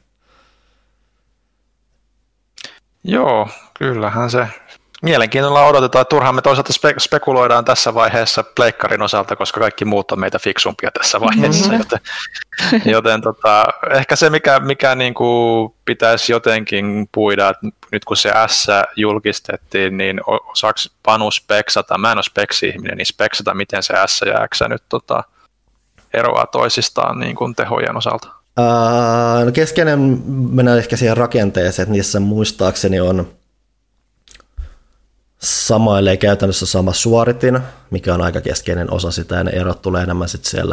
Joo, kyllähän se. Mielenkiinnolla odotetaan, turhaan me toisaalta spe- spekuloidaan tässä vaiheessa pleikkarin osalta, koska kaikki muut on meitä fiksumpia tässä vaiheessa, mm-hmm. joten, joten tota, ehkä se, mikä, mikä niin kuin pitäisi jotenkin puida, että nyt kun se S julkistettiin, niin osaako Panu speksata, mä en ole speksi-ihminen, niin speksata, miten se S ja X nyt tota, eroaa toisistaan niin kuin tehojen osalta? Uh, no keskeinen mennään ehkä siihen rakenteeseen, että niissä muistaakseni on samailee käytännössä sama suoritin, mikä on aika keskeinen osa sitä, ja ne erot tulee enemmän sitten siellä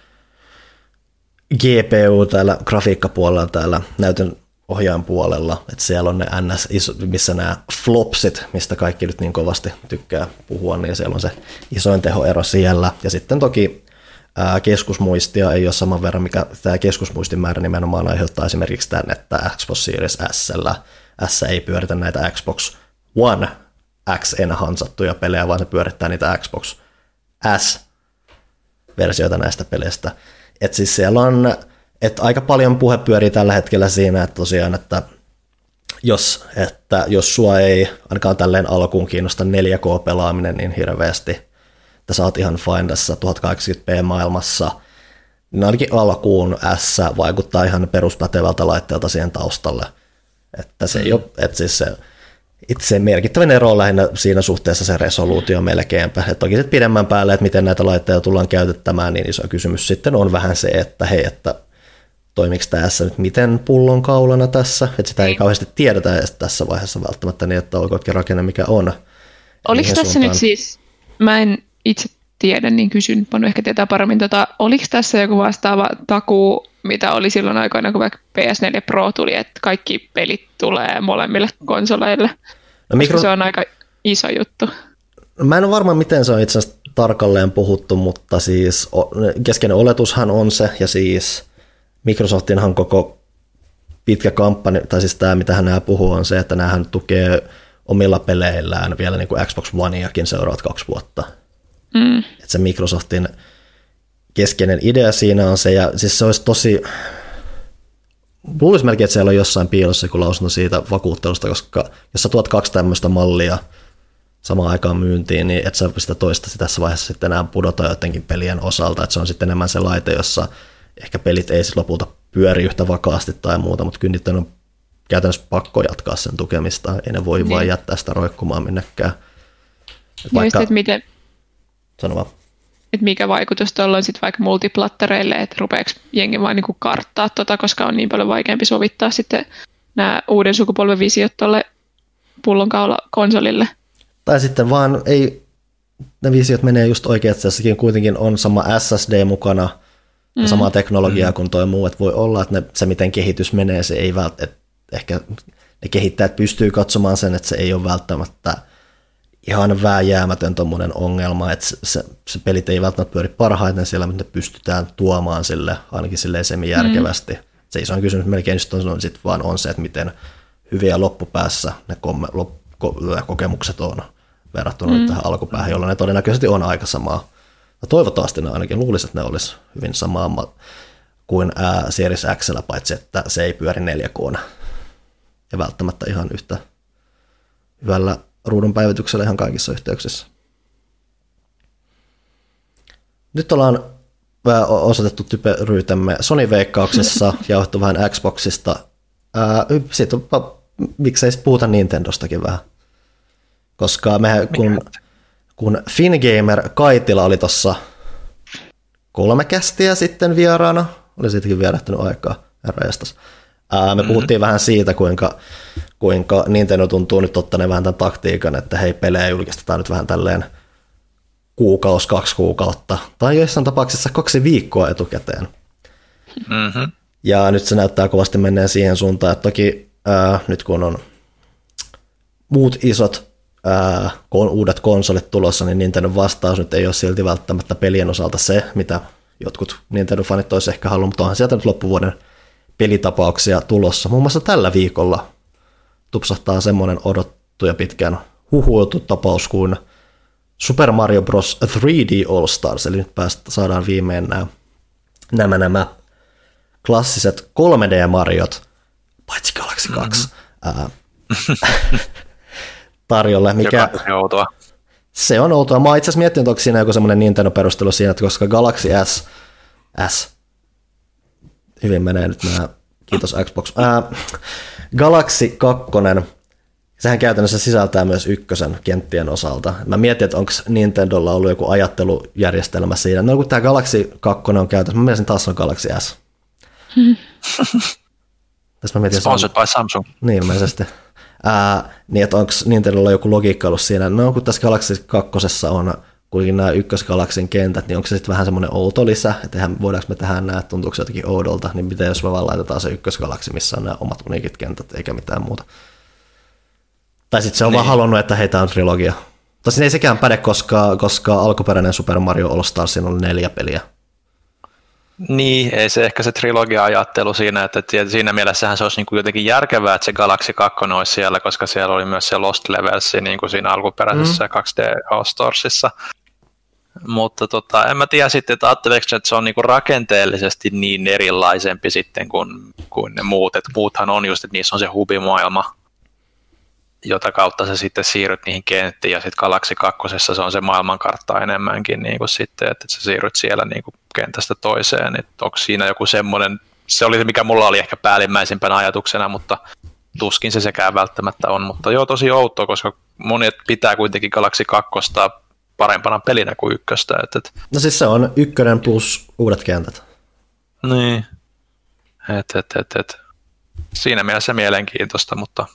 G P U täällä grafiikkapuolella, täällä näytön ohjaajan puolella, että siellä on ne N S, missä nämä flopsit, mistä kaikki nyt niin kovasti tykkää puhua, niin siellä on se isoin tehoero siellä, ja sitten toki ää, keskusmuistia ei ole saman verran, mikä tämä keskusmuistin määrä nimenomaan aiheuttaa esimerkiksi tämän, että Xbox Series S:llä S ei pyöritä näitä Xbox One X enhansattuja pelejä, vaan se pyörittää niitä Xbox S-versioita näistä peleistä. Et siis siellä on, että aika paljon puhe pyörii tällä hetkellä siinä, että tosiaan, että jos, että jos sua ei ainakaan tälleen alkuun kiinnosta neljä K-pelaaminen niin hirveästi, että sä oot ihan fine tässä tuhatkahdeksankymmentä p maailmassa, niin ainakin alkuun S vaikuttaa ihan peruspätevältä laitteelta siihen taustalle. Että se ei ole, että siis se itse merkittävän ero on lähinnä siinä suhteessa se resoluutio melkeinpä. Et toki sitten pidemmän päälle, että miten näitä laitteita tullaan käytettämään, niin iso kysymys sitten on vähän se, että hei, että toimiko tässä nyt miten pullonkaulana tässä, että sitä ei kauheasti tiedetä edes tässä vaiheessa välttämättä niin, että olkoonkin rakenne mikä on. Oliko tässä suuntaan nyt siis, mä en itse tiedä, niin kysyn, Panu ehkä tietää paremmin, tota, oliko tässä joku vastaava takuu, mitä oli silloin aikoina, kun vaikka P S neljä Pro tuli, että kaikki pelit tulee molemmille konsoleille, no, mikro... se on aika iso juttu. Mä en ole varma, miten se on itse asiassa tarkalleen puhuttu, mutta siis keskeinen oletushan on se, ja siis Microsoftinhan koko pitkä kampanja, tai siis tämä, mitä hän puhuu, on se, että näähän tukee omilla peleillään vielä niin kuin Xbox Oneiakin seuraavat kaksi vuotta. Mm. Että se Microsoftin keskeinen idea siinä on se, ja siis se olisi tosi, luulisin melkein, että siellä on jossain piilossa joku lausunto siitä vakuuttelusta, koska jos sä tuot kaksi tämmöistä mallia samaan aikaan myyntiin, niin et sä sitä toista tässä vaiheessa sitten enää pudota jotenkin pelien osalta, että se on sitten enemmän se laite, jossa ehkä pelit ei sitten lopulta pyöri yhtä vakaasti tai muuta, mutta kyllä niiden on käytännössä pakko jatkaa sen tukemista, ei ne voi niin. vaan jättää sitä roikkumaan minnekään. Et vaikka... Just, miten... Sano vaan. Että mikä vaikutus tuolla on sitten vaikka multiplattereille, että rupeeko jengi vaan niinku karttaa tota, koska on niin paljon vaikeampi sovittaa sitten nämä uuden sukupolven visiot tuolle pullonkaula-konsolille. Tai sitten vaan ei, ne visiot menee just oikein, että tässäkin kuitenkin on sama S S D mukana ja mm. samaa teknologiaa mm. kuin toi muu, että voi olla, että ne, se miten kehitys menee, se ei välttämättä, ehkä ne kehittäjät pystyy katsomaan sen, että se ei ole välttämättä ihan vääjäämätön tommoinen ongelma, että se, se, se pelit ei välttämättä pyöri parhaiten siellä, mutta ne pystytään tuomaan sille ainakin silleen semi-järkevästi. Mm. Se isoin kysymys melkein just on, sit vaan on se, että miten hyviä loppupäässä ne komme, lop, ko, kokemukset on verrattuna mm. tähän alkupäähän, jolloin ne todennäköisesti on aika samaa. Ja toivottavasti ne ainakin luulisi, että ne olisi hyvin samaa kuin ää, Series X:llä, paitsi että se ei pyöri neljä K:na. Ja välttämättä ihan yhtä hyvällä ruudun päivityksellä ihan kaikissa yhteyksissä. Nyt ollaan osoitettu typeryytemme Sony-veikkauksessa ja otettu vähän Xboxista. Ää, siitä on, miksei puhuta Nintendostakin vähän. Koska me, kun, kun Fingamer Kaitila oli tuossa kolme kästiä sitten vieraana, oli siitäkin vierähtänyt aikaa, herranjestas. Ää, me mm-hmm. puhuttiin vähän siitä, kuinka, kuinka Nintendo tuntuu nyt ottaneen vähän tämän taktiikan, että hei, pelejä julkistetaan nyt vähän tälleen kuukausi, kaksi kuukautta, tai joissain tapauksessa kaksi viikkoa etukäteen. Mm-hmm. Ja nyt se näyttää kovasti menneen siihen suuntaan, että toki ää, nyt kun on muut isot ää, kun uudet konsolit tulossa, niin Nintendo vastaus nyt ei ole silti välttämättä pelien osalta se, mitä jotkut Nintendo-fanit olisi ehkä halunnut, mutta onhan sieltä nyt loppuvuoden pelitapauksia tulossa. Muun muassa tällä viikolla tupsahtaa semmoinen odottu ja pitkään huhuiltu tapaus kuin Super Mario Bros. three D All Stars, eli nyt päästä, saadaan viimein nämä, nämä, nämä klassiset kolme D-mariot, paitsi Galaxy kaksi, mm-hmm. ää, tarjolle. Mikä, se on outoa. Mä oon itse asiassa miettinyt, onko siinä joku semmoinen Nintendo-perustelu siinä, että koska Galaxy S, S hyvin menee nyt nämä, kiitos Xbox, ää, Galaxy kaksi, sehän käytännössä sisältää myös ykkösen kenttien osalta. Mä mietin, että onko Nintendolla ollut joku ajattelujärjestelmä siinä. No kun tämä Galaxy kaksi on käytössä, mä mielestäni taas on Galaxy S. Hmm. Tässä mä mietin, Sponsored by Samsung. Niin ilmeisesti. Ää, niin, että onko Nintendolla joku logiikka ollut siinä. No kun tässä Galaxy kaksi on kuitenkin nämä ykkösgalaksin kentät, niin onko se sitten vähän semmoinen outo lisä, että eihän, voidaanko me tehdä nämä, tuntuuko se jotenkin oudolta, niin miten jos me vaan laitetaan se ykkösgalaksi, missä on nämä omat uniikit kentät, eikä mitään muuta. Tai sitten se on niin. vaan halunnut, että heitä on trilogia. Tosin ei sekään päde, koska, koska alkuperäinen Super Mario All Starsin oli neljä peliä. Niin, ei se ehkä se trilogia-ajattelu siinä, että siinä mielessähän se olisi niin kuin jotenkin järkevää, että se Galaxy kaksi olisi siellä, koska siellä oli myös se Lost Levels niin kuin siinä alkuperäisessä mm. kaksi D All Starsissa. Mutta tota, en mä tiedä sitten, että ajatteleeko, että se on niin kuin rakenteellisesti niin erilaisempi sitten kuin, kuin ne muut, että muuthan on just, että niissä on se hubimaailma, jota kautta sä sitten siirryt niihin kenttiin, ja sitten Galaxy kaksi se on se maailmankartta enemmänkin, niin kuin sitten, että sä siirryt siellä niin kuin kentästä toiseen, että onko siinä joku semmoinen, se oli se, mikä mulla oli ehkä päällimmäisimpänä ajatuksena, mutta tuskin se sekään välttämättä on, mutta joo, tosi outoa, koska monet pitää kuitenkin Galaxy kaksi parempana pelinä kuin ykköstä. Et, et. No siis se on ykkönen plus uudet kentät. Niin, et, et, et, et. Siinä mielessä mielenkiintoista, mutta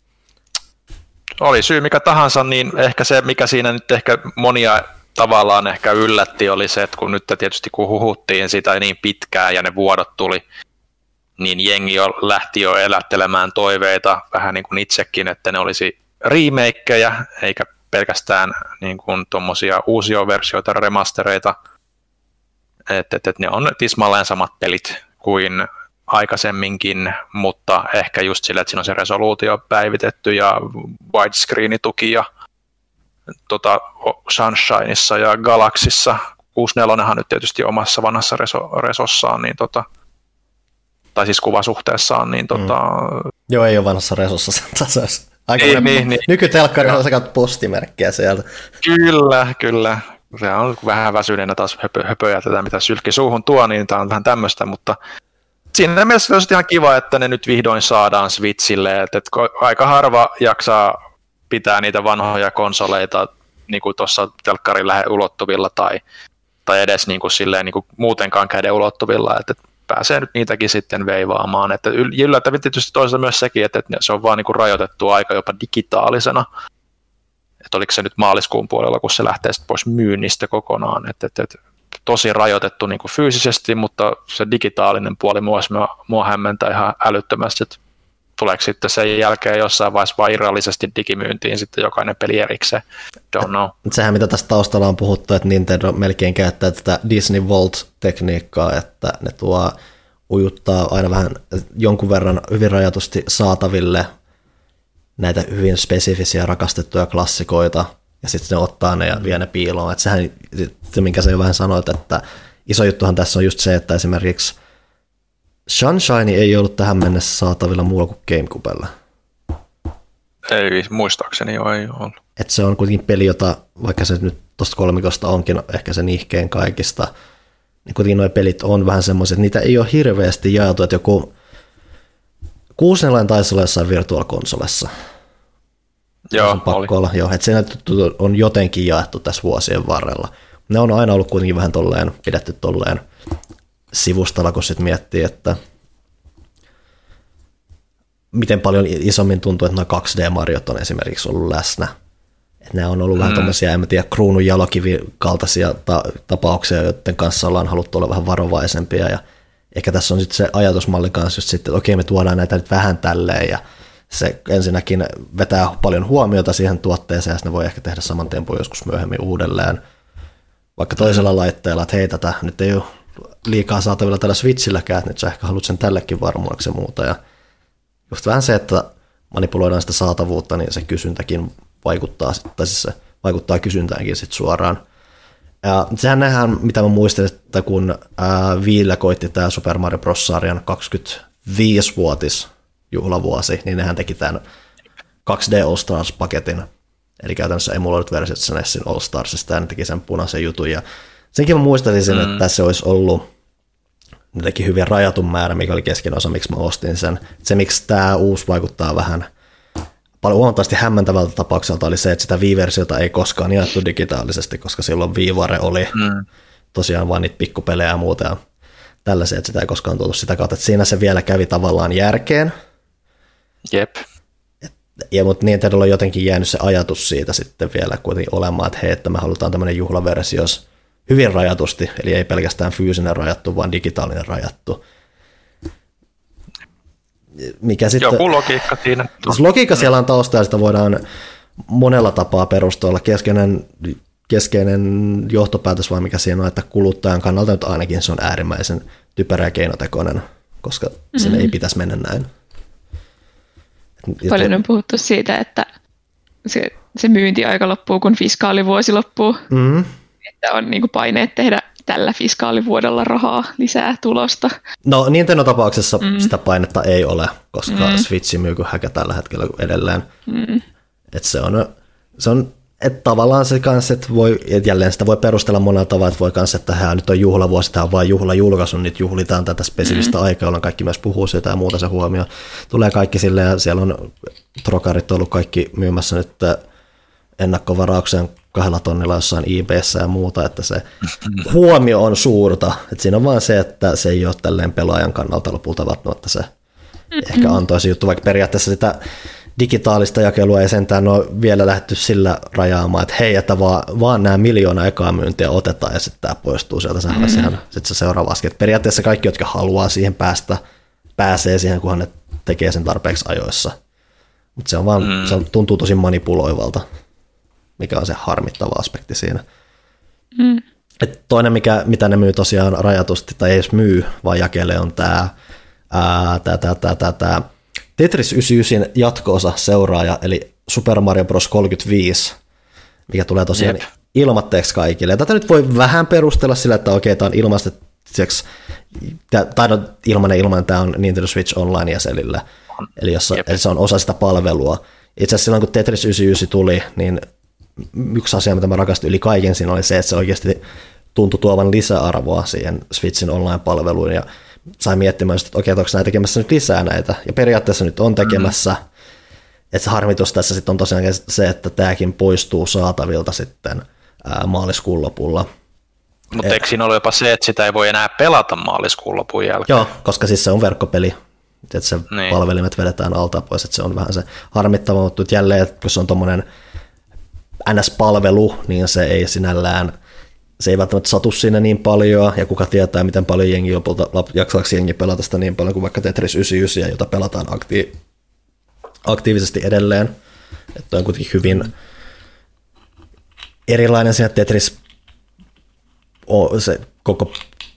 oli syy mikä tahansa, niin ehkä se, mikä siinä nyt ehkä monia tavallaan ehkä yllätti, oli se, että kun nyt tietysti kun huhuttiin sitä niin pitkään ja ne vuodot tuli, niin jengi jo lähti jo elättelemään toiveita vähän niin kuin itsekin, että ne olisi remakeja, eikä pelkästään niin kuin tuommoisia uusia versioita, remastereita, että et, et ne on tismalleen samat pelit kuin aikaisemminkin, mutta ehkä just sillä, että siinä on se resoluutio päivitetty ja widescreen-tuki ja tota, Sunshineissa ja Galaxissa. kuusikymmentäneljä nyt tietysti omassa vanhassa reso, resossaan, niin tota, tai siis kuvasuhteessaan. Niin tota, mm. Joo, ei ole vanhassa resossa sen tasoissa. Aika niin, niin, niin. Nykytelkkarilla sä käyt postimerkkejä sieltä. Kyllä, kyllä. Se on vähän väsyneenä taas höpö, höpöjä tätä, mitä sylkki suuhun tuo, niin tämä on vähän tämmöistä, mutta siinä mielessä olisi ihan kiva, että ne nyt vihdoin saadaan Switchille, että, että aika harva jaksaa pitää niitä vanhoja konsoleita niin kuin tuossa telkkarin lähe ulottuvilla tai, tai edes niin kuin silleen, niin kuin muutenkaan käden ulottuvilla, että pääsee nyt niitäkin sitten veivaamaan. Että yllättävän tietysti toisaalta myös sekin, että se on vaan niin kuin rajoitettu aika jopa digitaalisena. Että oliko se nyt maaliskuun puolella, kun se lähtee pois myynnistä kokonaan. Että, että, että tosi rajoitettu niin kuin fyysisesti, mutta se digitaalinen puoli mua, mua hämmentää ihan älyttömästi, että tuleeko sitten sen jälkeen jossain vaiheessa vaan irrallisesti digimyyntiin sitten jokainen peli erikseen. Don't know. Sehän mitä tässä taustalla on puhuttu, että Nintendo melkein käyttää tätä Disney Vault-tekniikkaa, että ne tuo ujuttaa aina vähän jonkun verran hyvin rajatusti saataville näitä hyvin spesifisiä rakastettuja klassikoita, ja sitten ne ottaa ne ja vie ne piiloon. Että sehän, se minkä sä jo vähän sanoit, että iso juttuhan tässä on just se, että esimerkiksi Sunshine ei ollut tähän mennessä saatavilla muulla kuin GameCubella. Ei, muistaakseni jo ei ollut. Et se on kuitenkin peli, jota, vaikka se nyt tuosta kolmikosta onkin ehkä se nihkeen kaikista, niin kuitenkin nuo pelit on vähän semmoiset, että niitä ei ole hirveästi jaeltu, että joku kuusi-neljä taisi olla jossain virtuaalikonsolessa. Joo, on pakko olla, joo, että se on jotenkin jaettu tässä vuosien varrella. Ne on aina ollut kuitenkin vähän tolleen, pidetty tolleen sivustalla, kun sitten miettii, että miten paljon isommin tuntuu, että nuo kaksi D-mariot on esimerkiksi ollut läsnä. Että nämä on ollut mm. vähän tämmöisiä, en mä tiedä, kruunun jalokivi-kaltaisia ta- tapauksia, joiden kanssa ollaan haluttu olla vähän varovaisempia. Ja ehkä tässä on sitten se ajatusmalli kanssa just sitten, että okei, me tuodaan näitä nyt vähän tälleen, ja se ensinnäkin vetää paljon huomiota siihen tuotteeseen, ja sitten ne voi ehkä tehdä saman tempun joskus myöhemmin uudelleen. Vaikka toisella mm. laitteella, että hei, tätä nyt ei ole liikaa saatavilla tällä Switchilläkään, että nyt sä ehkä haluat sen tällekin varmuudeksi ja muuta. Ja just vähän se, että manipuloidaan sitä saatavuutta, niin se kysyntäkin vaikuttaa, tai siis se vaikuttaa kysyntäänkin sitten suoraan. Ja sehän nähdään, mitä mä muistin, että kun Viillä koitti tämä Super Mario Bros-sarjan kaksikymmentäviisivuotis juhlavuosi, niin nehän teki tämän kaksi D All Stars-paketin, eli käytännössä emuloidut versiot sen Nessin All Starsista, ja ne teki sen punaisen jutun, ja senkin mä muistelisin, mm. että se olisi ollut ne teki hyvin rajatun määrä, mikä oli kesken osa, miksi mä ostin sen. Se, miksi tämä uusi vaikuttaa vähän paljon huomattavasti hämmentävältä tapaukselta, oli se, että sitä Wii-versiota ei koskaan jaettu digitaalisesti, koska silloin Wii-vare oli mm. tosiaan vain niitä pikkupelejä ja muuta, ja tällaisia, että sitä ei koskaan tullut sitä kautta, että siinä se vielä kävi tavallaan järkeen. Jep. Ja, mutta Nintendolla on jotenkin jäänyt se ajatus siitä sitten vielä kuitenkin olemaan, että hei, että me halutaan tämmöinen juhlaversio hyvin rajatusti, eli ei pelkästään fyysinen rajattu, vaan digitaalinen rajattu. Mikä sitten, joku logiikka siinä. Logiikka siellä on taustalla, sitä voidaan monella tapaa perustella. Keskeinen, keskeinen johtopäätös vaan mikä siinä on, että kuluttajan kannalta nyt ainakin se on äärimmäisen typerä ja keinotekoinen, koska mm-hmm. sen ei pitäisi mennä näin. Paljon on puhuttu siitä, että se, se myyntiaika loppuu, kun fiskaalivuosi loppuu. Mm-hmm. Että on niin kuin paineet tehdä tällä fiskaalivuodella rahaa lisää tulosta. No Nintendo tapauksessa mm. sitä painetta ei ole, koska mm. Switch myy kuin häkä tällä hetkellä edelleen. Mm. Että se on, se on että tavallaan se kanssa, että voi, että jälleen sitä voi perustella monella tavalla, että voi kanssa, että hän nyt on juhlavuosi, tämä on vain juhlajulkaisu, nyt juhlitaan tätä spesifistä mm. aikaa, jolloin kaikki myös puhuu siitä ja muuta se huomio. Tulee kaikki silleen, ja siellä on trokarit ollut kaikki myymässä nyt ennakkovarauksen kahdella tonnilla jossain eBayssä ja muuta, että se huomio on suurta. Että siinä on vaan se, että se ei ole tälleen pelaajan kannalta lopulta välttämättä se mm-hmm. ehkä antoisi juttu, vaikka periaatteessa sitä digitaalista jakelua ei sentään ole vielä lähdetty sillä rajaamaan, että hei, että vaan, vaan nämä miljoona ekaa myyntiä otetaan ja sitten tämä poistuu sieltä, sehän mm-hmm. ihan sitten se seuraava askel. Periaatteessa kaikki, jotka haluaa siihen päästä, pääsee siihen, kunhan ne tekee sen tarpeeksi ajoissa. Mutta se on vaan, mm. se tuntuu tosi manipuloivalta, mikä on se harmittava aspekti siinä. Mm. Et toinen, mikä, mitä ne myy tosiaan rajatusti, tai ei edes myy, vaan jakelee, on tämä tää, tää, tää, tää, tää Tetris yhdeksänkymmentäyhdeksän jatko-osa seuraaja, eli Super Mario Bros. kolmekymmentäviisi, mikä tulee tosiaan Jep. ilmatteeksi kaikille. Ja tätä nyt voi vähän perustella sillä, että okei, tämä on ilmaiseksi, tai no, ilmainen ilmainen, tämä on Nintendo Switch Online jäsenille, eli, jossa, eli se on osa sitä palvelua. Itse asiassa silloin, kun Tetris yhdeksänkymmentäyhdeksän tuli, niin yksi asia, mitä mä rakastin yli kaiken siinä oli se, että se oikeasti tuntui tuovan lisäarvoa siihen Switchin online-palveluun ja sai miettimään, että okei, onko näitä tekemässä nyt lisää näitä, ja periaatteessa nyt on tekemässä, mm-hmm. että se harmitus tässä sitten on tosiaan se, että tämäkin poistuu saatavilta sitten ää, maaliskuun lopulla. Mutta eikö siinä ole jopa se, että sitä ei voi enää pelata maaliskuun lopun jälkeen? Joo, koska siis se on verkkopeli, että se niin. palvelimet vedetään alta pois, että se on vähän se harmittava, mutta jälleen, että kun se on tuommoinen N S-palvelu, niin se ei sinällään, se ei välttämättä satu siinä niin paljon, ja kuka tietää, miten paljon jengi lopulta, jaksaako jengi pelata sitä niin paljon kuin vaikka Tetris yhdeksänkymmentäyhdeksän, jota pelataan akti- aktiivisesti edelleen. Että on kuitenkin hyvin erilainen siinä Tetris, se koko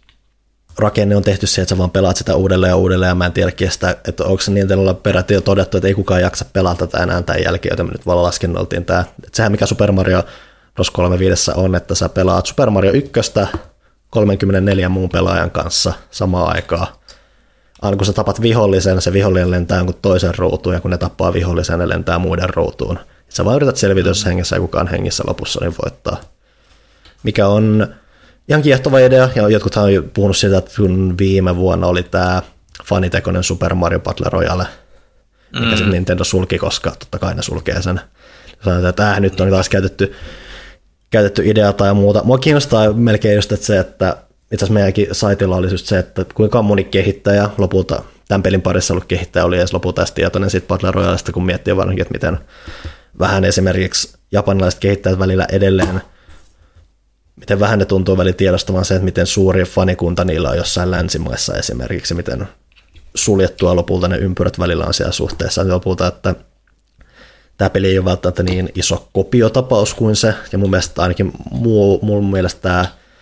rakenne on tehty siihen, että sä vaan pelaat sitä uudelleen ja uudelleen, ja mä en tiedä kestä, että onko se Nintendolla peräti jo todettu, että ei kukaan jaksa pelata tätä enää tämän jälkeen, joten me nyt vaan laskennoltiin tämä. Että sehän mikä Super Mario Bros. kolmekymmentäviisi on, että sä pelaat Super Mario yksi kolmekymmentäneljä muun pelaajan kanssa samaan aikaan. Aina kun sä tapat vihollisen, se vihollinen lentää jonkun toisen ruutuun, ja kun ne tappaa vihollisen, ne lentää muiden ruutuun. Sä vaan yrität selvitä, jos hengissä ja kukaan hengissä lopussa, niin voittaa. Mikä on ihan kiehtova idea, ja jotkuthan on puhunut siitä, että kun viime vuonna oli tämä fanitekoinen Super Mario Battle Royale, mikä mm. se Nintendo sulki, koska totta kai ne sulkee sen. Sanotaan, että äh, nyt on taas käytetty, käytetty idea tai muuta. Mua kiinnostaa melkein just että se, että itse asiassa meidänkin saitilla oli just se, että kuinka moni kehittäjä lopulta, tämän pelin parissa ollut kehittäjä oli edes lopulta edes tietoinen siitä Battle Royalesta, kun miettii varsinkin, että miten vähän esimerkiksi japanilaiset kehittäjät välillä edelleen, miten vähän ne tuntuu välillä tiedostamaan se, että miten suuri fanikunta niillä on jossain länsimaissa esimerkiksi, miten suljettua lopulta ne ympyrät välillä on siellä suhteessa, niin lopulta, että tämä peli ei ole välttämättä niin iso kopiotapaus kuin se, ja mun mielestä ainakin muu, mun mielestä tämä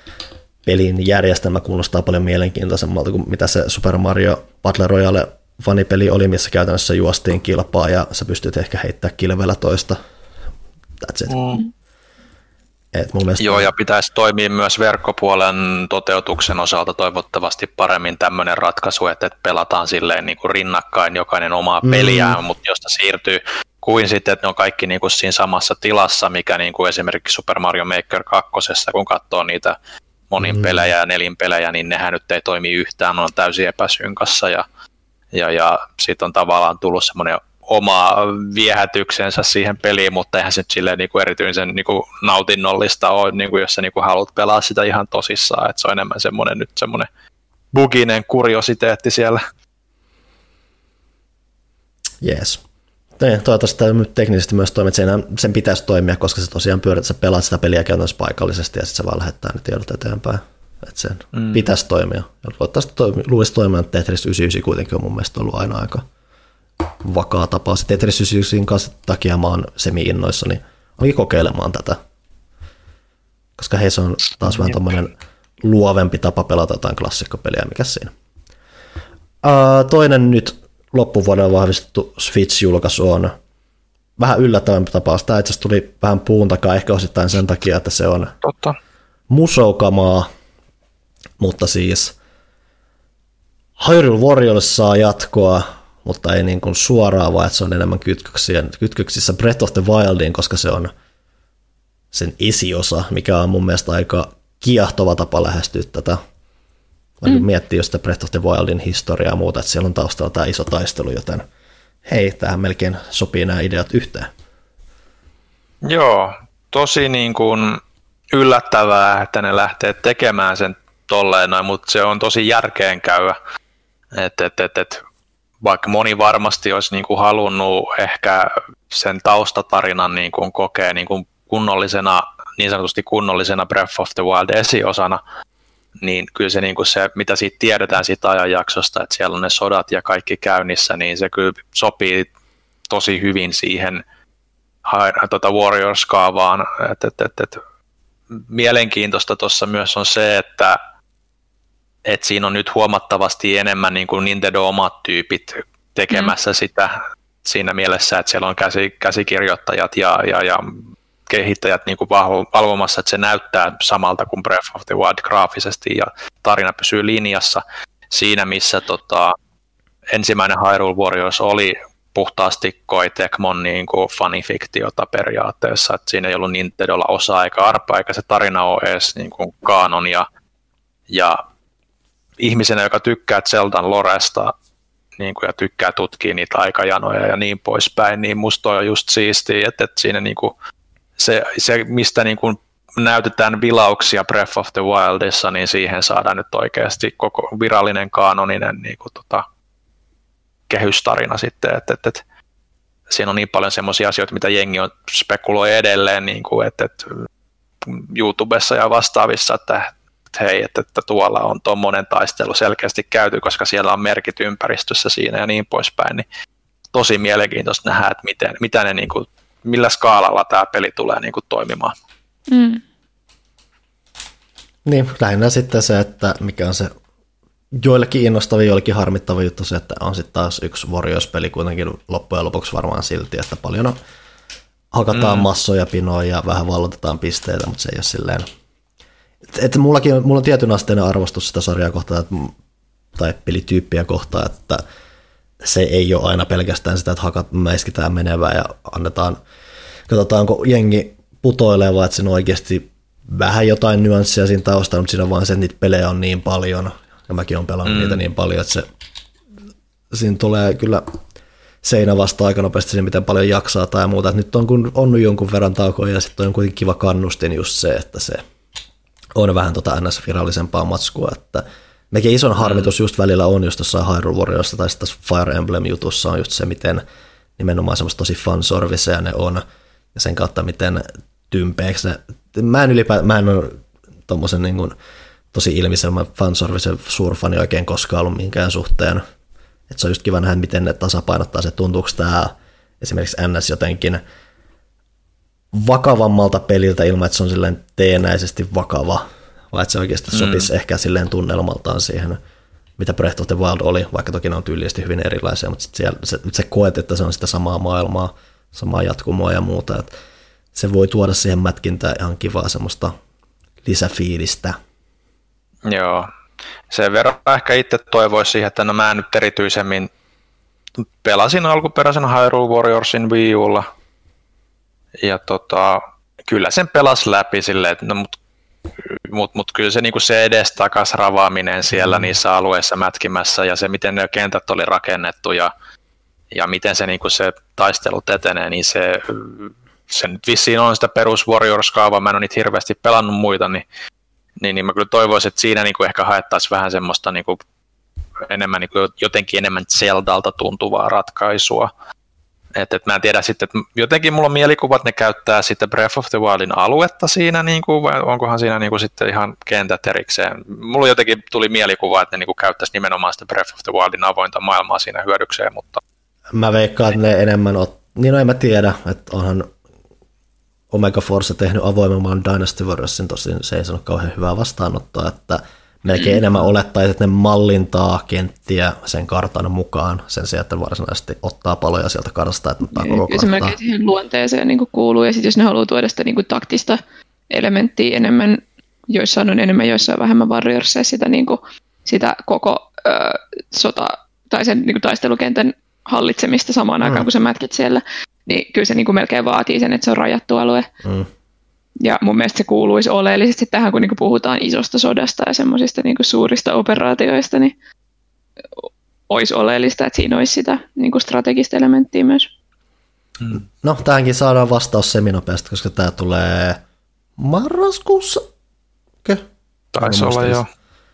pelin järjestelmä kuulostaa paljon mielenkiintoisemmalta kuin mitä se Super Mario Battle Royale fanipeli oli, missä käytännössä juostiin kilpaa, ja sä pystyt ehkä heittämään kilvellä toista. That's it. Mm. Et mun mielestä... Joo, ja pitäisi toimia myös verkkopuolen toteutuksen osalta toivottavasti paremmin tämmöinen ratkaisu, että pelataan silleen niin kuin rinnakkain jokainen omaa peliään, mm. mutta josta siirtyy kuin sitten, että ne on kaikki niin kuin siinä samassa tilassa, mikä niin kuin esimerkiksi Super Mario Maker kaksi, kun katsoo niitä monin mm. pelejä ja nelin pelejä, niin nehän nyt ei toimi yhtään, ne on täysin epäsynkassa, ja, ja, ja siitä on tavallaan tullut semmoinen oma viehätyksensä siihen peliin, mutta eihän se nyt silleen niin kuin erityisen niin kuin nautinnollista ole, niin kuin jos sä niin kuin haluat pelaa sitä ihan tosissaan, että se on enemmän semmoinen nyt semmoinen buginen kuriositeetti siellä. Jees. Toivottavasti tämä teknisesti myös toimii, että sen pitäisi toimia, koska se tosiaan pyörät, että sä pelaat sitä peliä käytännössä paikallisesti ja sitten sä vaan lähettää ne tiedot eteenpäin. Että sen mm. pitäisi toimia. Ja toivottavasti toimi, luulisi toimia, että Tetris yhdeksänkymmentäyhdeksän kuitenkin on mun mielestä ollut aina aika vakaa tapa. Se Tetris yhdeksänkymmentäyhdeksän kanssa takia mä oon semi-innoissani onkin kokeilemaan tätä. Koska hei, se on taas vähän tommoinen luovempi tapa pelata jotain klassikkopeliä, mikä siinä. Uh, toinen nyt loppuvuodella vahvistettu Switch-julkaisu on vähän yllättävämpi tapaus. Tämä itse asiassa tuli vähän puun takaa, ehkä osittain sen takia, että se on Totta. musoukamaa, mutta siis Hyrule Warriors saa jatkoa, mutta ei niin kuin suoraan, vaan että se on enemmän kytköksissä Breath of the Wildiin, koska se on sen esiosa, mikä on mun mielestä aika kiehtova tapa lähestyä tätä. Mm. Miettii just Breath of the Wildin historiaa ja muuta, että siellä on taustalla tämä iso taistelu, joten hei, tähän melkein sopii nämä ideat yhteen. Joo, tosi niin kuin yllättävää, että ne lähtee tekemään sen tolleen noin, mutta se on tosi järkeenkäyvä. Et, et, et, et, vaikka moni varmasti olisi niin kuin halunnut ehkä sen taustatarinan niin kuin kokea niin kuin kunnollisena, niin sanotusti kunnollisena Breath of the Wild esiosana, niin kyllä se, niin kuin se, mitä siitä tiedetään siitä ajanjaksosta, että siellä on ne sodat ja kaikki käynnissä, niin se kyllä sopii tosi hyvin siihen tuota Warriors-kaavaan. Et, et, et, et. Mielenkiintoista tuossa myös on se, että et siinä on nyt huomattavasti enemmän niin kuin Nintendo omat tyypit tekemässä mm. sitä siinä mielessä, että siellä on käsi, käsikirjoittajat ja, ja, ja kehittäjät niin kuin valvomassa, että se näyttää samalta kuin Breath of the Wild graafisesti ja tarina pysyy linjassa siinä, missä tota, ensimmäinen Hyrule Warriors oli puhtaasti Koei Tecmon niin kuin fanifiktiota periaatteessa, että siinä ei ollut Nintendolla osaa eikä arpaa, eikä se tarina ole edes niin kuin kaanonia. Ja ihmisenä, joka tykkää Zeldan loresta niin kuin, ja tykkää tutkia niitä aikajanoja ja niin poispäin, niin musta on just siistiä, että, että siinä niin kuin se, se, mistä niin kuin näytetään vilauksia Breath of the Wildissa, niin siihen saadaan nyt oikeasti koko virallinen kaanoninen niin kuin, tota, kehystarina sitten, että, että, että siinä on niin paljon semmoisia asioita, mitä jengi on spekuloi edelleen, niin kuin, että, että YouTubessa ja vastaavissa, että, että hei, että, että tuolla on tuommoinen taistelu selkeästi käyty, koska siellä on merkit ympäristössä siinä ja niin poispäin, niin tosi mielenkiintoista nähdä, että miten, mitä ne, niin kuin, millä skaalalla tämä peli tulee niin kuin, toimimaan. Mm. Niin, lähinnä sitten se, että mikä on se joillekin innostava, joillekin harmittava juttu se, että on sitten taas yksi Warriors-peli kuitenkin loppujen lopuksi varmaan silti, että paljon hakataan mm. massoja pinoja ja vähän vallotetaan pisteitä, mutta se ei ole silleen. Että mullakin on, mulla on tietyn asteinen arvostus sitä sarjaa kohtaan, että, tai pelityyppiä kohtaan, että se ei ole aina pelkästään sitä, että hakat mäiskitään menevää ja annetaan, katsotaanko jengi putoilee, vaan että siinä on oikeasti vähän jotain nyanssia siinä taustalla, mutta siinä on vaan se, että niitä pelejä on niin paljon, ja mäkin olen pelannut mm. niitä niin paljon, että se, siinä tulee kyllä seinä vasta aika nopeasti siihen, miten paljon jaksaa tai muuta. Että nyt on, kun on jonkun verran taukoja, ja sitten on kuitenkin kiva kannustin just se, että se on vähän tota N S-virallisempaa matskua, että mekin ison harmitus just välillä on just tuossa Hyrule Warriorissa tai tässä Fire Emblem-jutussa on just se, miten nimenomaan semmoista tosi fanserviceja ne on, ja sen kautta miten tympeeksi ne. Mä en ylipäätään, mä en ole tommosen niin kuin tosi ilmiselmä fanservice suurfani oikein koskaan ollut minkään suhteen. Että se on just kiva nähdä, miten ne tasapainottaa se, tuntuuko tämä esimerkiksi N S jotenkin vakavammalta peliltä ilman, että se on silleen teenäisesti vakava, vai että se oikeasti mm. sopisi ehkä silleen tunnelmaltaan siihen, mitä Breath of the Wild oli, vaikka toki ne on tyylisesti hyvin erilaisia, mutta sit siellä, se, se koet, että se on sitä samaa maailmaa, samaa jatkumoa ja muuta, että se voi tuoda siihen mätkintään ihan kivaa semmoista lisäfiilistä. Joo, sen verran ehkä itse toivoisin siihen, että no mä nyt erityisemmin pelasin alkuperäisen Hyrule Warriorsin Wii Ulla, ja tota, kyllä sen pelasi läpi silleen, että no mut, mut, mut kyllä se, niinku se edestakas ravaaminen siellä mm. niissä alueissa mätkimässä ja se, miten ne kentät oli rakennettu ja, ja miten se, niinku se taistelut etenee, niin se, se nyt vissiin on sitä perus Warriors-kaavaa, mä en ole niitä hirveästi pelannut muita, niin, niin, niin mä kyllä toivoisin, että siinä niinku ehkä haettaisiin vähän semmoista niinku enemmän, niinku jotenkin enemmän Zeldalta tuntuvaa ratkaisua. Et, et mä en tiedä sitten, että jotenkin mulla on mielikuva, että ne käyttää sitten Breath of the Wildin aluetta siinä, niin kuin, vai onkohan siinä niin kuin sitten ihan kentät erikseen. Mulla jotenkin tuli mielikuva, että ne niin kuin käyttäisi nimenomaan sitä Breath of the Wildin avointa maailmaa siinä hyödykseen, mutta... Mä veikkaan, että ne enemmän... Ot... Niin no en mä tiedä, että onhan Omega Force tehnyt avoimemman Dynasty Warriorsin, tosin se ei sano kauhean hyvää vastaanottoa, että melkein mm. enemmän olettaisiin, että ne mallintaa kenttiä sen kartan mukaan sen sijaan, että varsinaisesti ottaa paloja sieltä kartasta, että ottaa koko karttaa. Se melkein siihen luonteeseen niin kuuluu, ja sitten jos ne haluaa tuoda sitä niin taktista elementtiä enemmän, joissain on enemmän, joissain vähemmän Warriorsia, sitä, niin kuin, sitä koko ö, sota tai sen niin taistelukentän hallitsemista samaan mm. aikaan, kun sä mätkit siellä, niin kyllä se niin kuin melkein vaatii sen, että se on rajattu alue. Mm. Ja mun mielestä se kuuluisi oleellisesti tähän, kun niinku puhutaan isosta sodasta ja semmoisista niinku suurista operaatioista, niin olisi oleellista, että siinä olisi sitä niinku strategista elementtiä myös. No, tähänkin saadaan vastaus seminopeasti, koska tämä tulee marraskuussa. Okay. Taisi olla joo.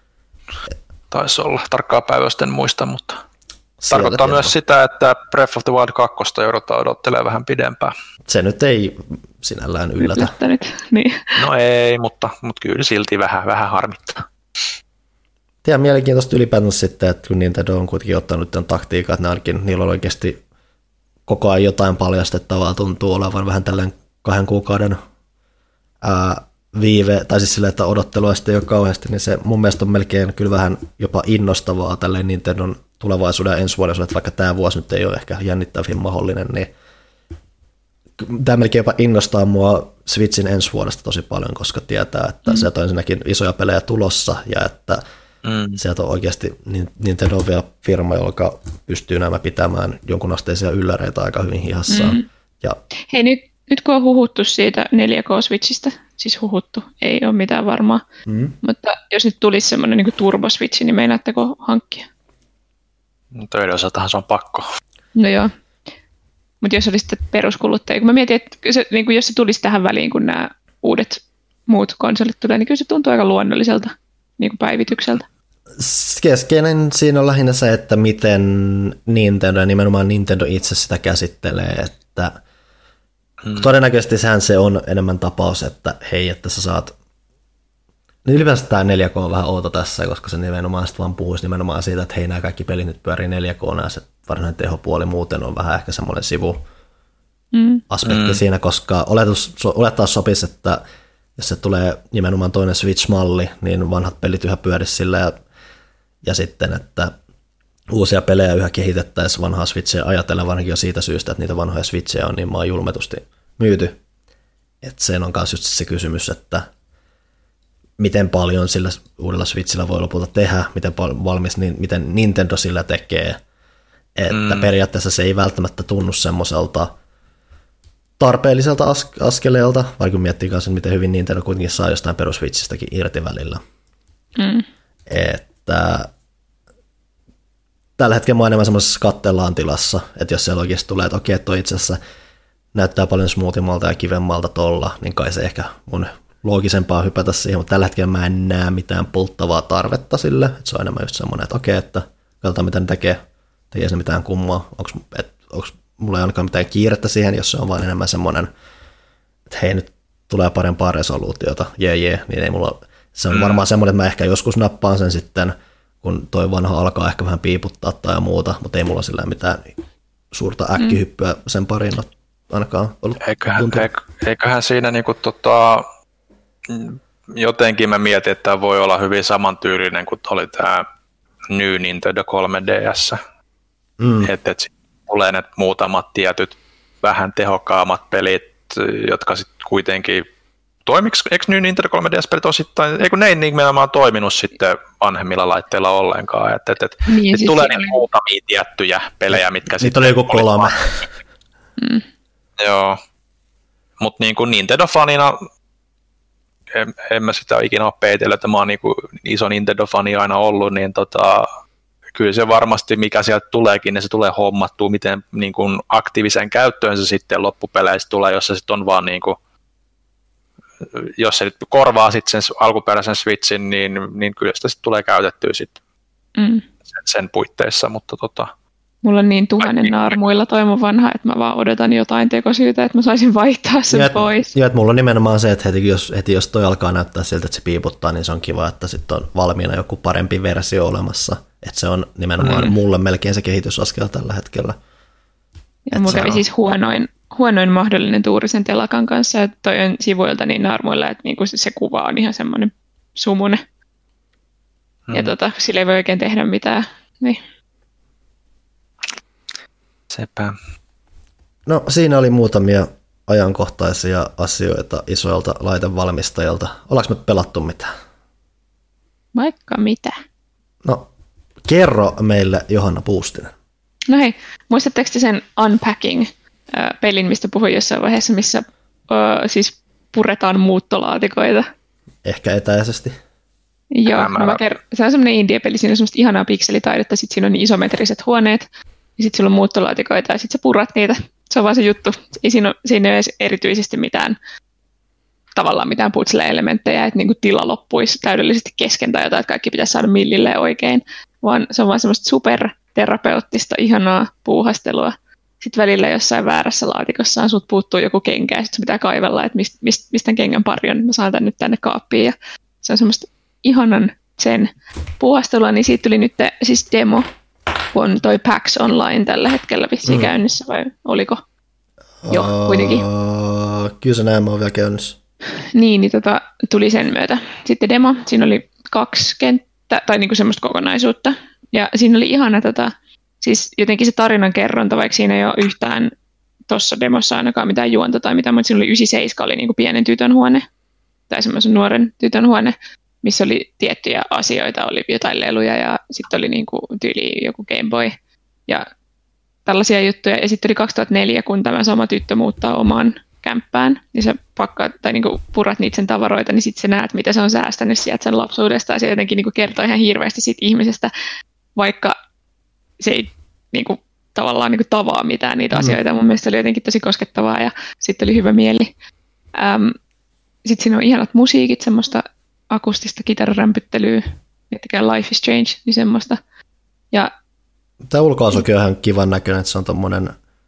Taisi olla. Tarkkaa päivästä en muista, mutta sieltä tarkoittaa tiedä. Myös sitä, että Breath of the Wild kaksi joudutaan odottelemaan vähän pidempään. Se nyt ei sinällään yllätä. Yllättänyt, niin. No ei, mutta, mutta kyllä silti vähän, vähän harmittaa. Tiedä mielenkiintoista ylipäätään sitten, että kun Nintendo on kuitenkin ottanut tämän taktiikan, että ne ainakin, niillä on oikeasti koko ajan jotain paljastettavaa, tuntuu olevan vähän tällainen kahden kuukauden ää, viive, tai siis silleen, että odottelua sitten ei ole kauheasti, niin se mun mielestä on melkein kyllä vähän jopa innostavaa tälleen Nintendon tulevaisuuden ja ensi vuoden, että vaikka tämä vuosi nyt ei ole ehkä jännittävin mahdollinen, niin tämä melkein jopa innostaa mua Switchin ensi vuodesta tosi paljon, koska tietää, että mm. sieltä on ensinnäkin isoja pelejä tulossa, ja että Mm. Sieltä on oikeasti Nintendo on vielä firma, joka pystyy nämä pitämään jonkun asteisia ylläreitä aika hyvin hihassaan. Mm. Ja hei, nyt, nyt kun on huhuttu siitä neljä K-Switchistä, siis huhuttu, ei ole mitään varmaa, mm. mutta jos nyt tulisi semmoinen niin turbo-switchi, niin meinaatteko hankkia? No töiden osaltahan se on pakko. No joo, mutta jos olisi peruskuluttaja, kun mä mietin, että se, niin kuin jos se tulisi tähän väliin, kun nämä uudet muut konsolit tulee, niin kyllä se tuntuu aika luonnolliselta niin kuin päivitykseltä. Keskeinen siinä on lähinnä se, että miten Nintendo ja nimenomaan Nintendo itse sitä käsittelee, että hmm. todennäköisesti sehän se on enemmän tapaus, että hei, että sä saat, niin ylipäänsä tämä neljä K on vähän outo tässä, koska se nimenomaan sitten vaan puhuisi nimenomaan siitä, että hei, nämä kaikki pelit nyt pyörii neljä K, ja se varsinainen tehopuoli muuten on vähän ehkä semmoinen sivuaspekti hmm. siinä, koska oletus, olettaa sopisi, että jos se tulee nimenomaan toinen Switch-malli, niin vanhat pelit yhä pyörisi sillä ja, ja sitten, että uusia pelejä yhä kehitettäisiin vanhaa Switchia ajatellen varsinkin jo siitä syystä, että niitä vanhoja Switchejä on niin maan julmetusti myyty. Että se on myös just se kysymys, että miten paljon sillä uudella Switchillä voi lopulta tehdä, miten valmis, niin miten Nintendo sillä tekee. Että mm. periaatteessa se ei välttämättä tunnu semmoiselta tarpeelliselta askeleelta, vaikka miettii kanssa, miten hyvin Nintendo kuitenkin saa jostain peruswitchistäkin irti välillä. Mm. Että tällä hetkellä mä oon enemmän semmoisessa kattellaan tilassa, että jos siellä oikeasti tulee, että okei, toi itse asiassa näyttää paljon smoothimmalta ja kivemmalta tolla, niin kai se ehkä mun loogisempaa hypätä siihen, mutta tällä hetkellä mä en näe mitään polttavaa tarvetta sille, että se on enemmän just semmoinen, että okei, että katsotaan mitä ne tekee, tekee se mitään kummaa, onko mulla ei ainakaan mitään kiirettä siihen, jos se on vaan enemmän semmoinen, että hei, nyt tulee parempaa resoluutiota, jee jee, niin ei mulla, se on varmaan semmoinen, että mä ehkä joskus nappaan sen sitten, kun toi vanha alkaa ehkä vähän piiputtaa tai muuta, mutta ei mulla sillä mitään suurta äkkihyppyä sen pariin ole ainakaan ollut. Eiköhän, eiköhän siinä niinku tota, jotenkin mä mietin, että tämä voi olla hyvin samantyylinen kuin oli tämä New Nintendo kolme D S, mm. että et tulee ne muutamat tietyt vähän tehokkaammat pelit, jotka sitten kuitenkin toimiks, eikö nyt Nintendo kolme D S-pelit osittain, eikö ne ei nimenomaan toiminut sitten vanhemmilla laitteilla ollenkaan, että et, et, niin, siis tulee niitä muutamia tiettyjä pelejä, mitkä sitten oli joku kolme. Mm. Joo, mutta niin kuin Nintendo-fanina en, en mä sitä ikinä ole peitellyt, että mä oon niin kuin iso Nintendo-fani aina ollut, niin tota, kyllä se varmasti, mikä sieltä tuleekin, niin se tulee hommattua, miten niin kuin aktiiviseen käyttöön se sitten loppupeleissä tulee, jos se sitten on vaan niin kuin, jos se nyt korvaa sitten sen alkuperäisen Switchin, niin, niin kyllä sitä sitten tulee käytettyä sitten mm. sen, sen puitteissa, mutta tota. Mulla on niin tuhannen naarmuilla toi mun vanha, että mä vaan odotan jotain tekosyytä, että mä saisin vaihtaa sen ja, pois. Joo, että mulla on nimenomaan se, että heti jos, heti jos toi alkaa näyttää siltä, että se piiputtaa, niin se on kiva, että sitten on valmiina joku parempi versio olemassa. Että se on nimenomaan mm. mulle melkein se kehitysaskel tällä hetkellä. Ja mulla kävi on siis huonoin, huonoin mahdollinen tuuri sen telakan kanssa, että toi on sivuilta niin naarmuilla, että niinku se, se kuva on ihan semmoinen sumune. Mm. Ja tota, sillä ei voi oikein tehdä mitään. Niin. Sepä. No siinä oli muutamia ajankohtaisia asioita isoilta laitevalmistajilta. Ollaanko me pelattu mitään? Vaikka mitä. No kerro meille Johanna Puustinen. No hei, muistatteko te sen Unpacking-pelin, mistä puhuin jossain vaiheessa, missä äh, siis puretaan muuttolaatikoita? Ehkä etäisesti. Joo, no mä ker- se on semmoinen indie-peli, siinä on semmoista ihanaa pikselitaidetta, sitten siinä on niin isometriset huoneet, ja sitten sulla on muuttolaatikoita, ja sitten sä purat niitä. Se on vaan se juttu. Ei siinä, ole, siinä ei ole erityisesti mitään, tavallaan mitään putsle-elementtejä, että niinku tila loppuisi täydellisesti kesken tai jotain, että kaikki pitäisi saada millilleen oikein, vaan se on vaan semmoista superterapeuttista, ihanaa puuhastelua. Sitten välillä jossain väärässä laatikossaan sut puuttuu joku kenkä, ja sitten pitää kaivella, että mist, mist, mistä kengän pari on, mä saan tän nyt tänne kaappiin. Ja se on semmoista ihanan sen puuhastelua, niin siitä tuli nyt siis demo, kun on toi PAX Online tällä hetkellä vissiin mm. käynnissä, vai oliko? Joo, kuitenkin. Uh, kyllä se näin, mä oon vielä käynnissä. Niin, niin tota, tuli sen myötä. Sitten demo, siinä oli kaksi kenttä, tai niinku semmoista kokonaisuutta. Ja siinä oli ihana, tota, siis jotenkin se tarinan kerronta, vaikka siinä ei ole yhtään tuossa demossa ainakaan mitään juonta tai mitään, mutta siinä oli yhdeksänkymmentäseitsemän oli niinku pienen tytön huone, tai semmoisen nuoren tytön huone. missä oli tiettyjä asioita, oli jotain leluja ja sitten oli niin kuin tyyli joku Game Boy ja tällaisia juttuja. Ja sitten oli kaksituhattaneljä, kun tämä sama tyttö muuttaa omaan kämppään, niin sä pakkaat tai niin kuin purat niitä sen tavaroita, niin sitten sä näet, mitä se on säästänyt sieltä sen lapsuudesta, ja se jotenkin niin kuin kertoo ihan hirveästi siitä ihmisestä, vaikka se ei niin kuin, tavallaan niin kuin tavaa mitään niitä mm. asioita. Mun mielestä se oli jotenkin tosi koskettavaa, ja sitten oli hyvä mieli. Ähm, sitten siinä on ihanat musiikit, semmoista akustista kitararämpyttelyä, miettikää Life is Strange, niin semmoista. Ja tämä ulkoasukin on ihan kivan näköinen, että se on tommonen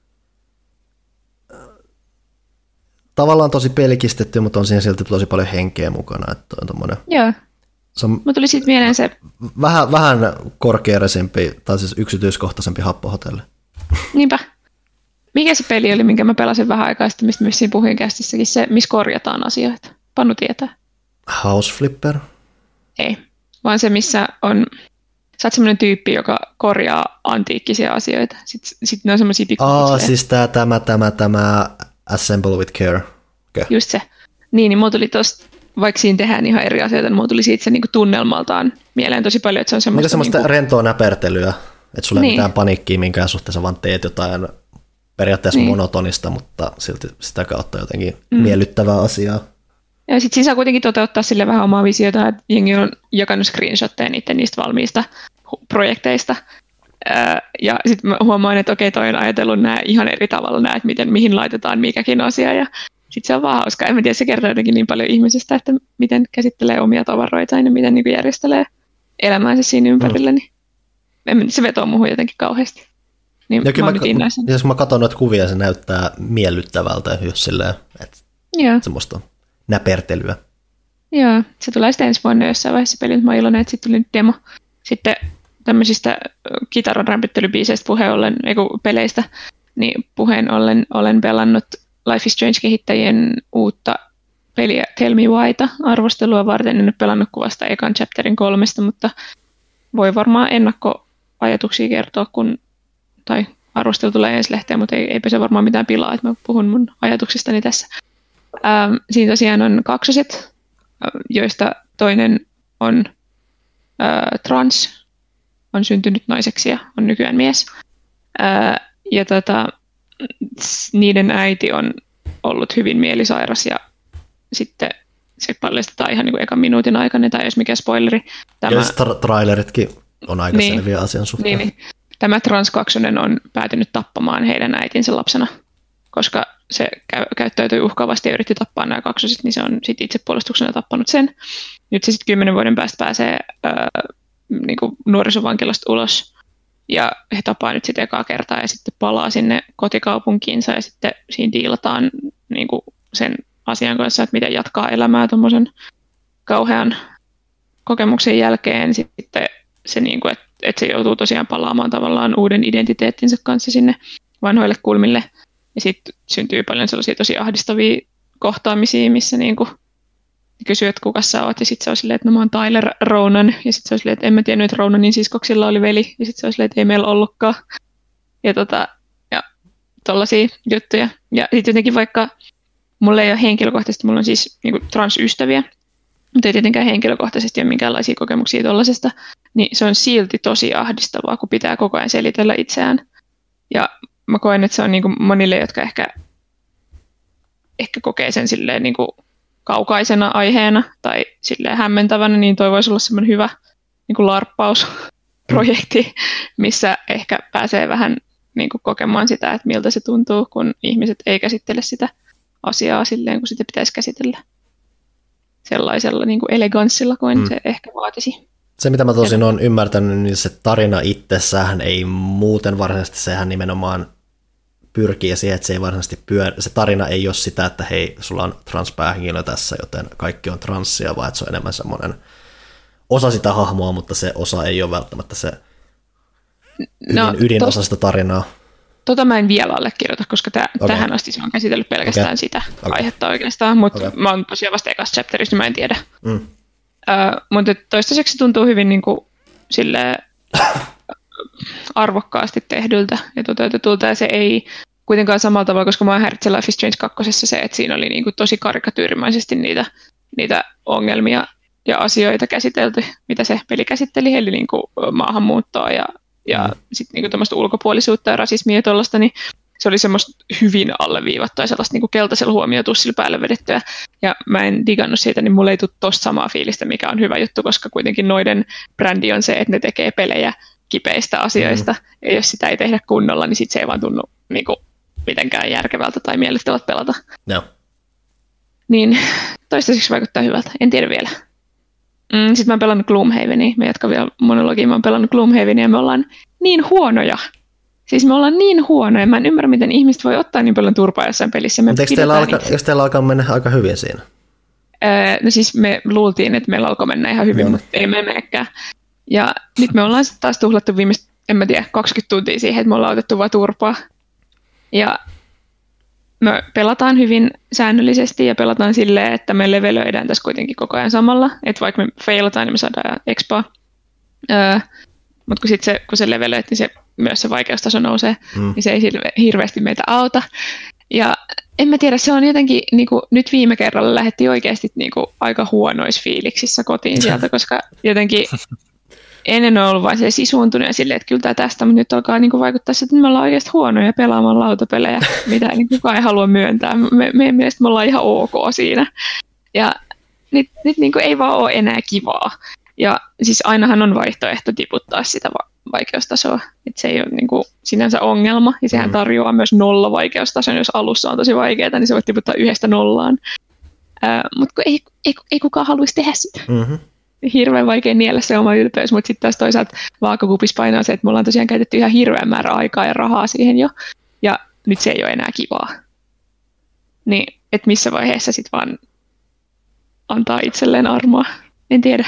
tavallaan tosi pelkistetty, mutta on siinä silti tosi paljon henkeä mukana. Että on tommonen, joo. Se on Mut tuli siitä mieleen se vähän, vähän korkearesempi, tai siis yksityiskohtaisempi happohotelli. Niinpä. Mikä se peli oli, minkä mä pelasin vähän aikaa sitten, mistä myös siinä puhuinkästissäkin, se, missä korjataan asioita? Panu tietää. House Flipper? Ei, vaan se, missä on, sä oot semmoinen tyyppi, joka korjaa antiikkisia asioita. Sitten, sitten ne on semmoisia pikkupikselejä. Aa, siis tää, tämä, tämä, tämä Assemble with Care. Okay. Just se. Niin, niin mulla tuli tosta, vaikka siinä tehdään ihan eri asioita, niin mulla tuli siitä se niinku tunnelmaltaan mieleen tosi paljon, että se on semmoista. Mikä semmoista niinku rentoa näpertelyä, että sulla ei niin. mitään paniikkiä minkään suhteessa, vaan teet jotain periaatteessa niin. monotonista, mutta silti sitä kautta jotenkin mm. miellyttävää asiaa. Ja sitten siinä saa kuitenkin toteuttaa sille vähän omaa visiota, että jengi on jakanut screenshotteja niiden niistä valmiista projekteista. Ja sitten mä huomaan, että okei, toi on ajatellut nämä ihan eri tavalla, nämä, että miten, mihin laitetaan mikäkin asia. Ja sitten se on vaan hauskaa. En mä tiedä, se kertoo jotenkin niin paljon ihmisestä, että miten käsittelee omia tavaroita ja miten niin järjestelee elämäänsä siinä ympärillä. Mm. Niin se vetoo muuhun jotenkin kauheasti. Niin mä, mä, jos mä katson noita kuvia, se näyttää miellyttävältä, jos silleen, että semmoista näpertelyä. Joo, se tulee sitten ensi vuonna jossain vaiheessa peli, mutta mä oon iloinen, että sitten tuli nyt demo. Sitten tämmöisistä kitaran rämpyttelybiiseistä puheen ollen, ei kun peleistä, niin puheen ollen olen pelannut Life is Strange-kehittäjien uutta peliä Tell Me Whyta arvostelua varten. En ole pelannut kuvasta ekan chapterin kolmesta, mutta voi varmaan ennakkoajatuksia kertoa, kun, tai arvostelu tulee ensi lehteen, mutta ei, eipä se varmaan mitään pilaa, että mä puhun mun ajatuksistani tässä. Ähm, siinä tosiaan on kaksoset, joista toinen on äh, trans, on syntynyt naiseksi ja on nykyään mies. Äh, ja tota, niiden äiti on ollut hyvin mielisairas ja sitten se paljastetaan ihan niin kuin ekan minuutin aikana, tai jos mikä spoileri. Tämä, ja tra- traileritkin on aika niin, selviä asian suhteen. Niin, niin. Tämä transkaksonen on päätynyt tappamaan heidän äitinsä lapsena, koska se käy, käyttäytyi uhkaavasti ja yritti tappaa nämä kaksoset, niin se on sitten itsepuolustuksena tappanut sen. Nyt se sitten kymmenen vuoden päästä pääsee ää, niin kuin nuorisovankilasta ulos, ja he tapaa nyt sitten ekaa kertaa ja sitten palaa sinne kotikaupunkiinsa, ja sitten siinä diilataan niin kuin sen asian kanssa, että miten jatkaa elämää tuommoisen kauhean kokemuksen jälkeen. Sitten se, niin kuin, että, että se joutuu tosiaan palaamaan tavallaan uuden identiteettinsä kanssa sinne vanhoille kulmille. Ja sitten syntyy paljon sellaisia tosi ahdistavia kohtaamisia, missä niinku kysyy, että kuka sä oot. Ja sitten se on silleen, että no mä oon Tyler Ronan. Ja sitten se on silleen, että en mä tiennyt, että Ronanin siskoksilla oli veli. Ja sitten se on silleen, että ei meillä ollutkaan. Ja tota, ja tollaisia juttuja. Ja sitten jotenkin vaikka mulla ei ole henkilökohtaisesti, mulla on siis niinku transystäviä, mutta ei tietenkään henkilökohtaisesti ole minkäänlaisia kokemuksia tollasesta, niin se on silti tosi ahdistavaa, kun pitää koko ajan selitellä itseään. Ja mä koen, että se on niin kuin monille, jotka ehkä, ehkä kokee sen silleen niin kuin kaukaisena aiheena tai silleen hämmentävänä, niin toi voisi olla semmoinen hyvä niin kuin larppausprojekti, missä ehkä pääsee vähän niin kuin kokemaan sitä, että miltä se tuntuu, kun ihmiset ei käsittele sitä asiaa silleen, kun sitä pitäisi käsitellä sellaisella niin kuin eleganssilla, kuin mm. se ehkä vaatisi. Se, mitä mä tosin olen ymmärtänyt, niin se tarina itsessään ei muuten varsinaisesti, sehän nimenomaan pyrkii siihen, että se ei varsinaisesti pyör, se tarina ei ole sitä, että hei, sulla on transpäähenkilö tässä, joten kaikki on transsia, vaan että se on enemmän semmoinen osa sitä hahmoa, mutta se osa ei ole välttämättä se ydin, no, ydinosa tos, sitä tarinaa. Tota mä en vielä allekirjoita, koska tää, okay. tähän asti se on käsitellyt pelkästään okay. sitä okay. aihetta oikeastaan, mutta okay. mä oon tosiaan vasta ekassa chapterissa, niin mä en tiedä. Mm. Uh, mutta toistaiseksi tuntuu hyvin niin kuin, silleen, arvokkaasti tehdyltä ja toteutetulta, ja se ei kuitenkaan samalla tavalla, koska mä häiritse Life is Strange kakkosessa se, että siinä oli niin kuin, tosi karikatyyrimäisesti niitä, niitä ongelmia ja asioita käsitelty, mitä se peli käsitteli, eli niin kuin maahanmuuttoa ja, ja mm. sitten niin tämmöistä ulkopuolisuutta ja rasismia ja tuollaista, niin se oli semmoista hyvin alleviivattua ja sellaista niin kuin keltaisella huomiotussilla päälle vedettyä. Ja mä en digannut siitä, niin mulle ei tule tosta samaa fiilistä, mikä on hyvä juttu, koska kuitenkin noiden brändi on se, että ne tekee pelejä kipeistä asioista. Mm. Ja jos sitä ei tehdä kunnolla, niin sit se ei vaan tunnu niin kuin mitenkään järkevältä tai miellyttävältä pelata. No. Niin toistaiseksi vaikuttaa hyvältä. En tiedä vielä. Mm, sitten mä oon pelannut Gloomhavenia. Mä jatkan vielä monologiin. Mä oon pelannut Gloomhavenia ja me ollaan niin huonoja. Siis me ollaan niin huonoja. Mä en ymmärrä, miten ihmiset voi ottaa niin paljon turpaa jossain pelissä. Mutta eikö teillä, alka, eikö teillä alkaa mennä aika hyvin siinä? Öö, no siis me luultiin, että meillä alkoi mennä ihan hyvin, no. Mutta ei me menekään. Ja nyt me ollaan taas tuhlattu viimeistä, en mä tiedä, kaksikymmentä tuntia siihen, että me ollaan otettu vaan turpaa. Ja me pelataan hyvin säännöllisesti ja pelataan silleen, että me levelöidään tässä kuitenkin koko ajan samalla. Että vaikka me feilataan, niin me saadaan expaa. Öö, mutta kun, sit se, kun se levelöit, niin se, myös se vaikeustaso nousee, mm. niin se ei hirveästi meitä auta. Ja en mä tiedä, se on jotenkin, niin kuin, nyt viime kerralla lähdettiin oikeasti niin kuin, aika huonoissa fiiliksissä kotiin sieltä, koska jotenkin ennen on ollut vain se sisuuntunut ja silleen, että kyllä tämä tästä, mutta nyt alkaa niin kuin, vaikuttaa että me ollaan oikeasti huonoja pelaamaan lautapelejä, mitä niin kukaan ei halua myöntää. Me, meidän mielestä me ollaan ihan ok siinä. Ja nyt, nyt niin kuin, ei vaan ole enää kivaa. Ja siis ainahan on vaihtoehto tiputtaa sitä va- vaikeustasoa, että se ei ole niin kuin, sinänsä ongelma, ja sehän tarjoaa mm. myös nolla vaikeustason, jos alussa on tosi vaikeaa, niin se voi tiputtaa yhdestä nollaan. Äh, mutta ei, ei, ei kukaan haluaisi tehdä sitä. Mm-hmm. Hirveän vaikea niellä se oma ylpeys, mutta sitten taas toisaalta vaakakupissa painaa se, että me ollaan tosiaan käytetty ihan hirveän määrä aikaa ja rahaa siihen jo, ja nyt se ei ole enää kivaa. Niin, että missä vaiheessa sitten vaan antaa itselleen armoa, en tiedä.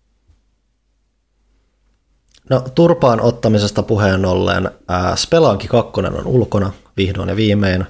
No turpaan ottamisesta puheen ollen, ää, Spelunky kaksi on ulkona vihdoin ja viimein.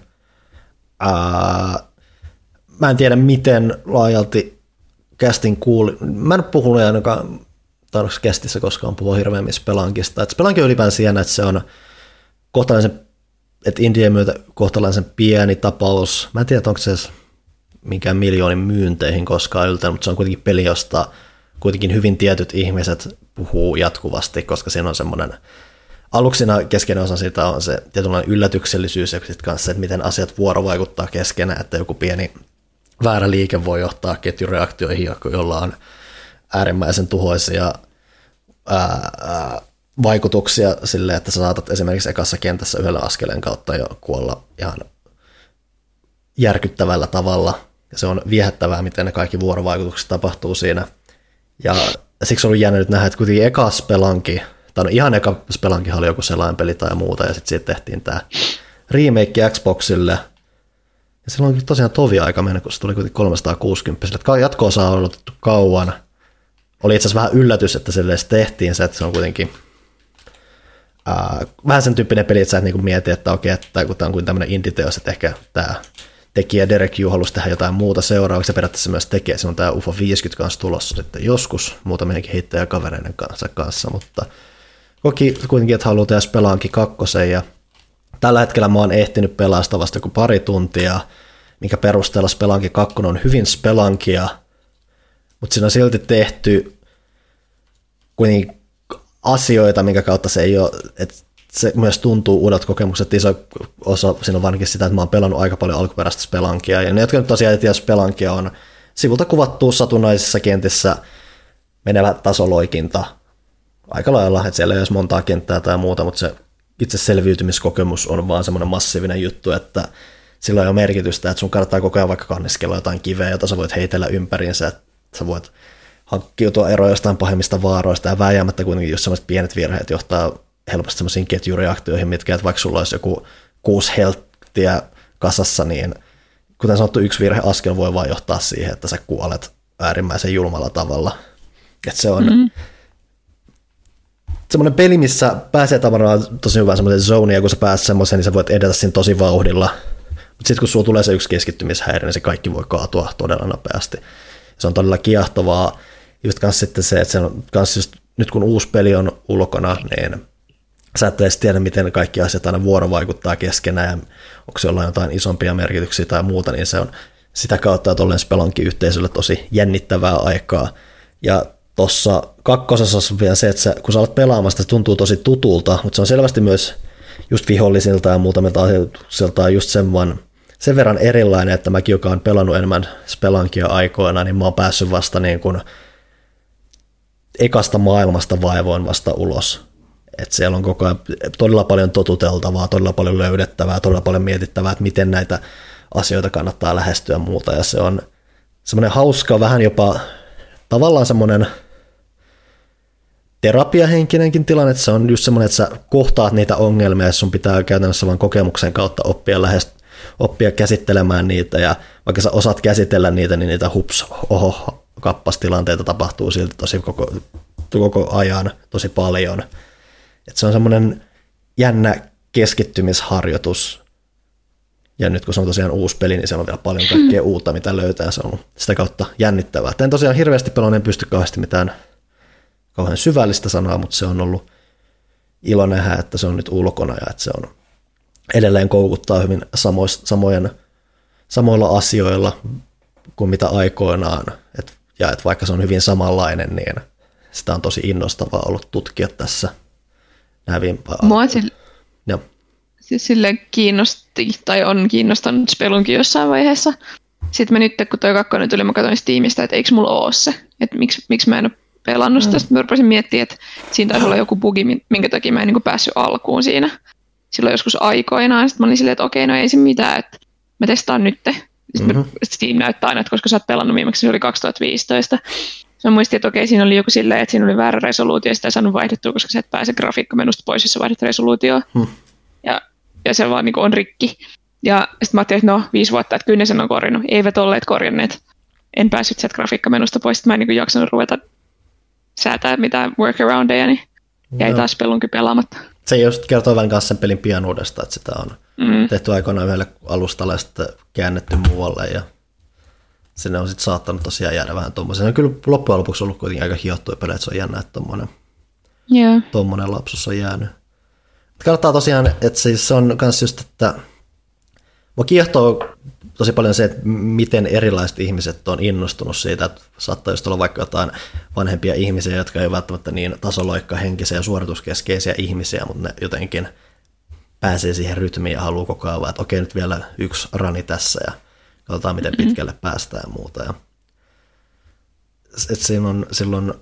Ää, mä en tiedä miten laajalti kästin kuuli, mä en puhunut ainakaan tarvitse kästissä koskaan puhua hirveämmin Spelunkista. Spelunky on ylipäänsä siinä, että se on kohtalaisen, että Indien myötä kohtalaisen pieni tapaus. Mä en tiedä, onko se minkään miljoonin myynteihin koskaan yltänyt, mutta se on kuitenkin peli, josta kuitenkin hyvin tietyt ihmiset puhuu jatkuvasti, koska siinä on semmoinen, aluksina keskeinen osa siitä on se tietynlainen yllätyksellisyys ja sitten kanssa se, että miten asiat vuorovaikuttaa keskenään, että joku pieni väärä liike voi johtaa ketjureaktioihin, jolla on äärimmäisen tuhoisia ää, ää, vaikutuksia sille, että sä saatat esimerkiksi ekassa kentässä yhdellä askeleen kautta jo kuolla ihan järkyttävällä tavalla. Ja se on viehättävää, miten ne kaikki vuorovaikutukset tapahtuu siinä. Ja siksi on ollut jännä nyt nähdä, että kuitenkin eka Spelunky, tai no ihan eka Spelunky oli joku selainpeli tai muuta, ja sitten siitä tehtiin tämä remake Xboxille. Ja silloin on tosiaan tovi aika mennä, kun se tuli kuitenkin kolmesataakuusikymmentä. Sillä jatko-osaa on ollut kauan. Oli itse asiassa vähän yllätys, että sille edes tehtiin se, että se on kuitenkin ää, vähän sen tyyppinen peli, että sä et niinku mieti, että okei, että kun tämä on kuin tämmöinen indie-teos, että ehkä tämä tekijä Derek Yu halusi tehdä jotain muuta seuraavaksi, ja periaatteessa myös tekee. Se on tämä U F O viisikymmentä kanssa tulossa sitten joskus muutamienkin heittäjäkavereiden kanssa, kanssa, mutta koki kuitenkin, että haluaa tehdä Spelunky kakkosen, ja tällä hetkellä mä oon ehtinyt pelaa sitä vasta joku pari tuntia, minkä perusteella Spelunky kaksi on hyvin Spelunkia, mutta siinä on silti tehty kuitenkin asioita, minkä kautta se ei ole, että se myös tuntuu uudelta kokemukset. Iso osa siinä on varsinkin sitä, että mä oon pelannut aika paljon alkuperäistä Spelunkia, ja ne, jotka nyt tosiaan ei tiedä, Spelunkia on sivulta kuvattu satunnaisissa kentissä menevä tasoloikinta aika lailla, että siellä ei olisi montaa kenttää tai muuta, mutta se itse selviytymiskokemus on vaan semmoinen massiivinen juttu, että sillä on jo merkitystä, että sun kannattaa koko ajan vaikka kanneskella jotain kiveä, jota sä voit heitellä ympäriinsä, että sä voit hankkiutua eroa jostain pahimmista vaaroista, ja vääjäämättä kuitenkin jos sellaiset pienet virheet johtaa helposti semmoisiin ketjureaktioihin, mitkä, että vaikka sulla olisi joku kuusi helttiä kasassa, niin kuten sanottu, yksi virheaskel voi vaan johtaa siihen, että sä kuolet äärimmäisen julmalla tavalla. Että se on mm-hmm. semmoinen peli, missä pääsee tavallaan tosi hyvään semmoisen zoneen, ja kun sä pääset semmoiseen, niin sä voit edetä siinä tosi vauhdilla. Mutta sitten kun sulla tulee se yksi keskittymishäiriö, niin se kaikki voi kaatua todella nopeasti. Se on todella kiehtovaa. Just kans sitten se, että se on kans just, nyt kun uusi peli on ulkona, niin sä et edes tiedä, miten kaikki asiat aina vuorovaikuttaa keskenään, ja onko se jollain jotain isompia merkityksiä tai muuta, niin se on sitä kautta, että ollen Spelunky-yhteisölle tosi jännittävää aikaa. Ja tuossa kakkosessa on vielä se, että sä, kun sä olet pelaamassa, se tuntuu tosi tutulta, mutta se on selvästi myös just vihollisilta ja muutamilta asioilta just sen, vaan, sen verran erilainen, että mäkin, joka on pelannut enemmän Spelankia aikoina, niin mä oon päässyt vasta niin kuin ekasta maailmasta vaivoin vasta ulos. Että siellä on koko ajan todella paljon totuteltavaa, todella paljon löydettävää, todella paljon mietittävää, että miten näitä asioita kannattaa lähestyä muuta. Ja se on semmoinen hauska, vähän jopa tavallaan semmoinen terapiahenkinenkin tilanne, että se on just semmoinen, että sä kohtaat niitä ongelmia, ja sun pitää käytännössä vain kokemuksen kautta oppia, lähest, oppia käsittelemään niitä, ja vaikka sä osaat käsitellä niitä, niin niitä hups, oho, kappastilanteita tapahtuu silti tosi koko, koko ajan tosi paljon. Että se on semmoinen jännä keskittymisharjoitus, ja nyt kun se on tosiaan uusi peli, niin se on vielä paljon kaikkea uutta, mitä löytää, se on sitä kautta jännittävää. En tosiaan hirveästi pelannut, en pysty kauheasti mitään kauhean syvällistä sanaa, mutta se on ollut ilo nähdä, että se on nyt ulkona ja että se on edelleen koukuttaa hyvin samois, samojen, samoilla asioilla kuin mitä aikoinaan. Et, ja että vaikka se on hyvin samanlainen, niin sitä on tosi innostavaa ollut tutkia tässä. Mua sille, siis silleen kiinnosti, tai on kiinnostanut Spelunkin jossain vaiheessa. Sitten mä nyt, kun toi kakkonen tuli, mä katsoin Steamista, että eikö mulla ole se, että miksi, miksi mä en ole pelannut sitä. Sitten mä rupesin miettimään, että siinä taisi olla joku bugi, minkä takia mä en niin kuin päässyt alkuun siinä silloin joskus aikoinaan. Sitten mä olin silleen, että okei, no ei se mitään, että mä testaan nyt. Sitten mm-hmm. Steam näyttää aina, että koska sä oot pelannut viimeksi, se oli kaksituhattaviisitoista. Mä muistin, että okei, siinä oli joku silleen, että siinä oli väärä resoluutio, ja sitä ei saanut vaihdettua, koska sä et pääse grafiikkomenusta pois, jos sä vaihdat resoluutioon. Hmm. Ja, ja se vaan niin kuin on rikki. Ja sitten mä ajattelin, että no, viisi vuotta, että kyllä ne sen on korjannut. Eivät olleet korjanneet. En päässyt sieltä grafiikkomenusta pois, että mä en niin kuin jaksanut ruveta säätää mitään workaroundeja, niin jäi no. taas pelunkin pelaamatta. Se just kertoo vähän kanssa sen pelin pianuudesta, että sitä on mm. tehty aikoinaan yhdelle alustalle ja sitten käännetty muualle, ja sinne on sitten saattanut tosiaan jäädä vähän tuommoisen. Se on kyllä loppujen lopuksi ollut kuitenkin aika hiottuja pelejä, että se on jännä, että tuommoinen yeah. lapsus on jäänyt. Kannattaa tosiaan, että siis se on myös just, että mua kiehtoo tosi paljon se, että miten erilaiset ihmiset on innostunut siitä, että saattaa just olla vaikka jotain vanhempia ihmisiä, jotka ei ole välttämättä niin tasoloikkahenkisiä ja suorituskeskeisiä ihmisiä, mutta ne jotenkin pääsee siihen rytmiin ja haluaa koko ajan, että okei, nyt vielä yksi rani tässä ja katsotaan, miten pitkälle mm-hmm. päästään ja muuta. Ja että silloin, silloin,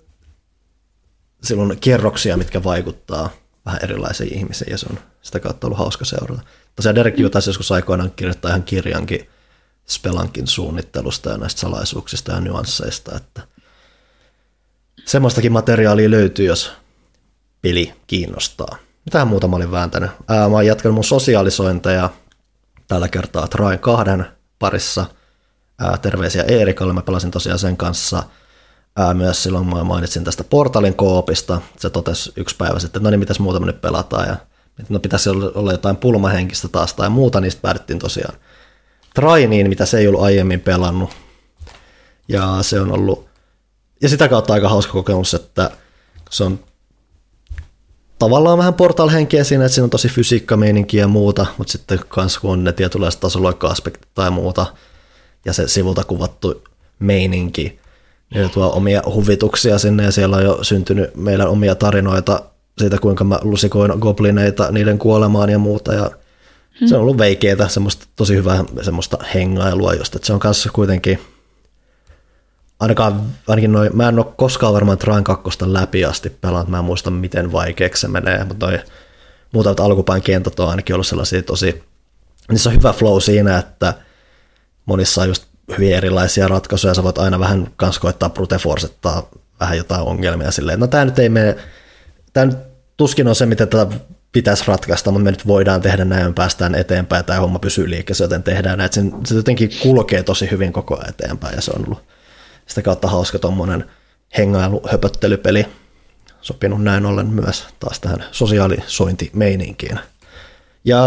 silloin kierroksia, mitkä vaikuttaa vähän erilaisiin ihmisiin, ja se on sitä kautta ollut hauska seurata. Tosiaan Derek jo taisi joskus aikoinaan kirjoittaa ihan kirjankin Spelankin suunnittelusta ja näistä salaisuuksista ja nyansseista, että semmoistakin materiaalia löytyy, jos peli kiinnostaa. Mitähän muuta mä olin vääntänyt? Ää, mä oon jatkanut mun sosiaalisointeja tällä kertaa Train kahden parissa. Ää, terveisiä Eerikalle, mä pelasin tosiaan sen kanssa. Ää, myös silloin mä mainitsin tästä Portalin koopista. Se totesi yksi päivä sitten, että no niin, mitäs muuta me nyt pelataan. Ja no pitäisi olla jotain pulmahenkistä taas tai muuta, niistä päädyttiin tosiaan Trainiin, mitä se ei ollut aiemmin pelannut. Ja se on ollut, ja sitä kautta aika hauska kokemus, että se on tavallaan vähän Portal-henkiä siinä, että siinä on tosi fysiikkameininkiä ja muuta, mutta sitten kans kun on ne tietynlaiset tasoloikka-aspektit tai muuta, ja se sivulta kuvattu meininki, niin tuo omia huvituksia sinne, ja siellä on jo syntynyt meidän omia tarinoita siitä, kuinka mä lusikoin goblineita, niiden kuolemaan ja muuta, ja hmm. se on ollut veikeetä, semmoista tosi hyvää semmoista hengailua just, että se on kanssa kuitenkin, ainakaan, ainakin noin, mä en ole koskaan varmaan Train kakkosta läpi asti pelannut, mä en muista miten vaikeaksi se menee, mutta noi muutamat alkupäin kentät on ainakin ollut sellaisia tosi, niissä on hyvä flow siinä, että monissa on just hyvin erilaisia ratkaisuja, sä voit aina vähän kans koittaa brute forcettaa vähän jotain ongelmia silleen, no tää nyt ei mene, tää nyt tuskin on se, mitä tätä pitäisi ratkaista, mutta me nyt voidaan tehdä näin, me päästään eteenpäin, tämä homma pysyy liikkeessä, joten tehdään näin, että se jotenkin kulkee tosi hyvin koko ajan eteenpäin, ja se on ollut sitä kautta hauska tuommoinen hengailu, höpöttelypeli, sopinut näin ollen myös taas tähän sosiaalisointimeininkiin. Ja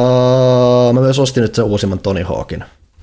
mä myös ostin nyt sen uusimman Tony Hawkin.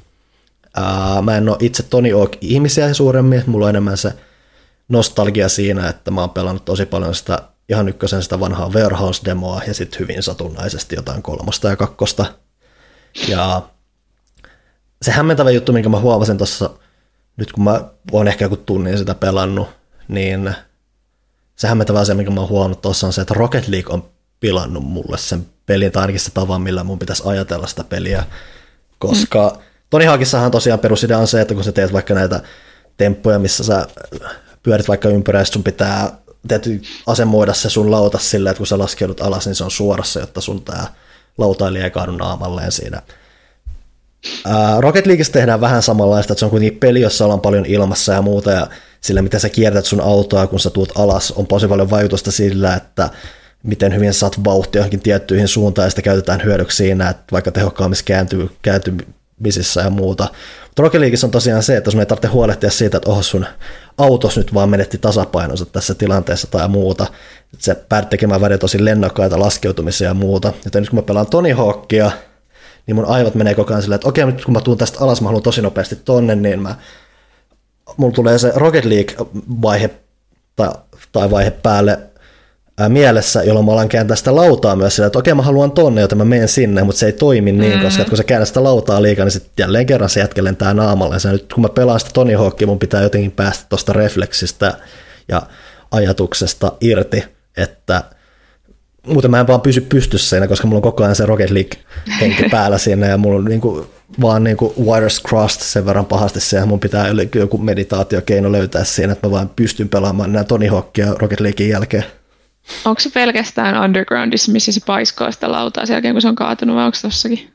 Ää, mä en ole itse Tony Hawk-ihmisiä suuremmin, mulla on enemmän se nostalgia siinä, että mä oon pelannut tosi paljon sitä ihan ykkösen sitä vanhaa Warehouse-demoa ja sitten hyvin satunnaisesti jotain kolmosta ja kakkosta. Ja se hämmentävä juttu, minkä mä huomasin tuossa nyt kun mä oon ehkä joku tunnin sitä pelannut, niin se hämmentävä asia, mikä mä oon huomannut tuossa on se, että Rocket League on pilannut mulle sen pelin, tai ainakin se tavan, millä mun pitäisi ajatella sitä peliä, koska mm. Tony Hawkissahan tosiaan perusidea on se, että kun sä teet vaikka näitä temppuja, missä sä pyörit vaikka ympyrää, sun pitää täytyy asemoida se sun lautas silleen, että kun sä laskeudut alas, niin se on suorassa, jotta sun tää lautailija ei kaadu naamalleen siinä. Ää, Rocket Leagueissa tehdään vähän samanlaista, että se on kuitenkin peli, jossa ollaan paljon ilmassa ja muuta, ja sillä miten sä kiertät sun autoa, kun sä tuut alas, on tosi paljon vaikutusta sillä, että miten hyvin saat vauhtia johonkin tiettyihin suuntaan, ja sitä käytetään hyödyksi siinä, että vaikka tehokkaammissa kääntyy, kääntymisissä ja muuta. Mutta Rocket Leagueissa on tosiaan se, että sun ei tarvitse huolehtia siitä, että oho, sun autos nyt vaan menetti tasapainonsa tässä tilanteessa tai muuta. Se päädyt tekemään välillä tosi lennokkaita laskeutumisia ja muuta. Joten nyt kun mä pelaan Tony Hawkia, niin mun aivot menee koko ajan silleen, että okei, nyt kun mä tuun tästä alas, mä haluan tosi nopeasti tonne, niin mä, mulla tulee se Rocket League-vaihe tai, tai vaihe päälle ää, mielessä, jolloin mä alan kääntää sitä lautaa myös sillä, että okei, mä haluan tonne, joten mä menen sinne, mutta se ei toimi niin, mm-hmm. koska kun sä käännät sitä lautaa liikaa, niin sitten jälleen kerran se jätkä lentää naamalle. Ja nyt kun mä pelaan sitä Tony Hawkia, mun pitää jotenkin päästä tuosta refleksistä ja ajatuksesta irti, että muuten mä en vaan pysy pystyssä siinä, koska mulla on koko ajan se Rocket League-henki päällä siinä, ja mulla on niinku, vaan niinku wires crossed sen verran pahasti se, ja mun pitää joku meditaatiokeino löytää siinä, että mä vaan pystyn pelaamaan nämä Tony Hawkia Rocket Leaguein jälkeen. Onko se pelkästään Undergroundissa, missä se paiskoo sitä lautaa sen jälkeen, kun se on kaatunut, vai onko tossakin?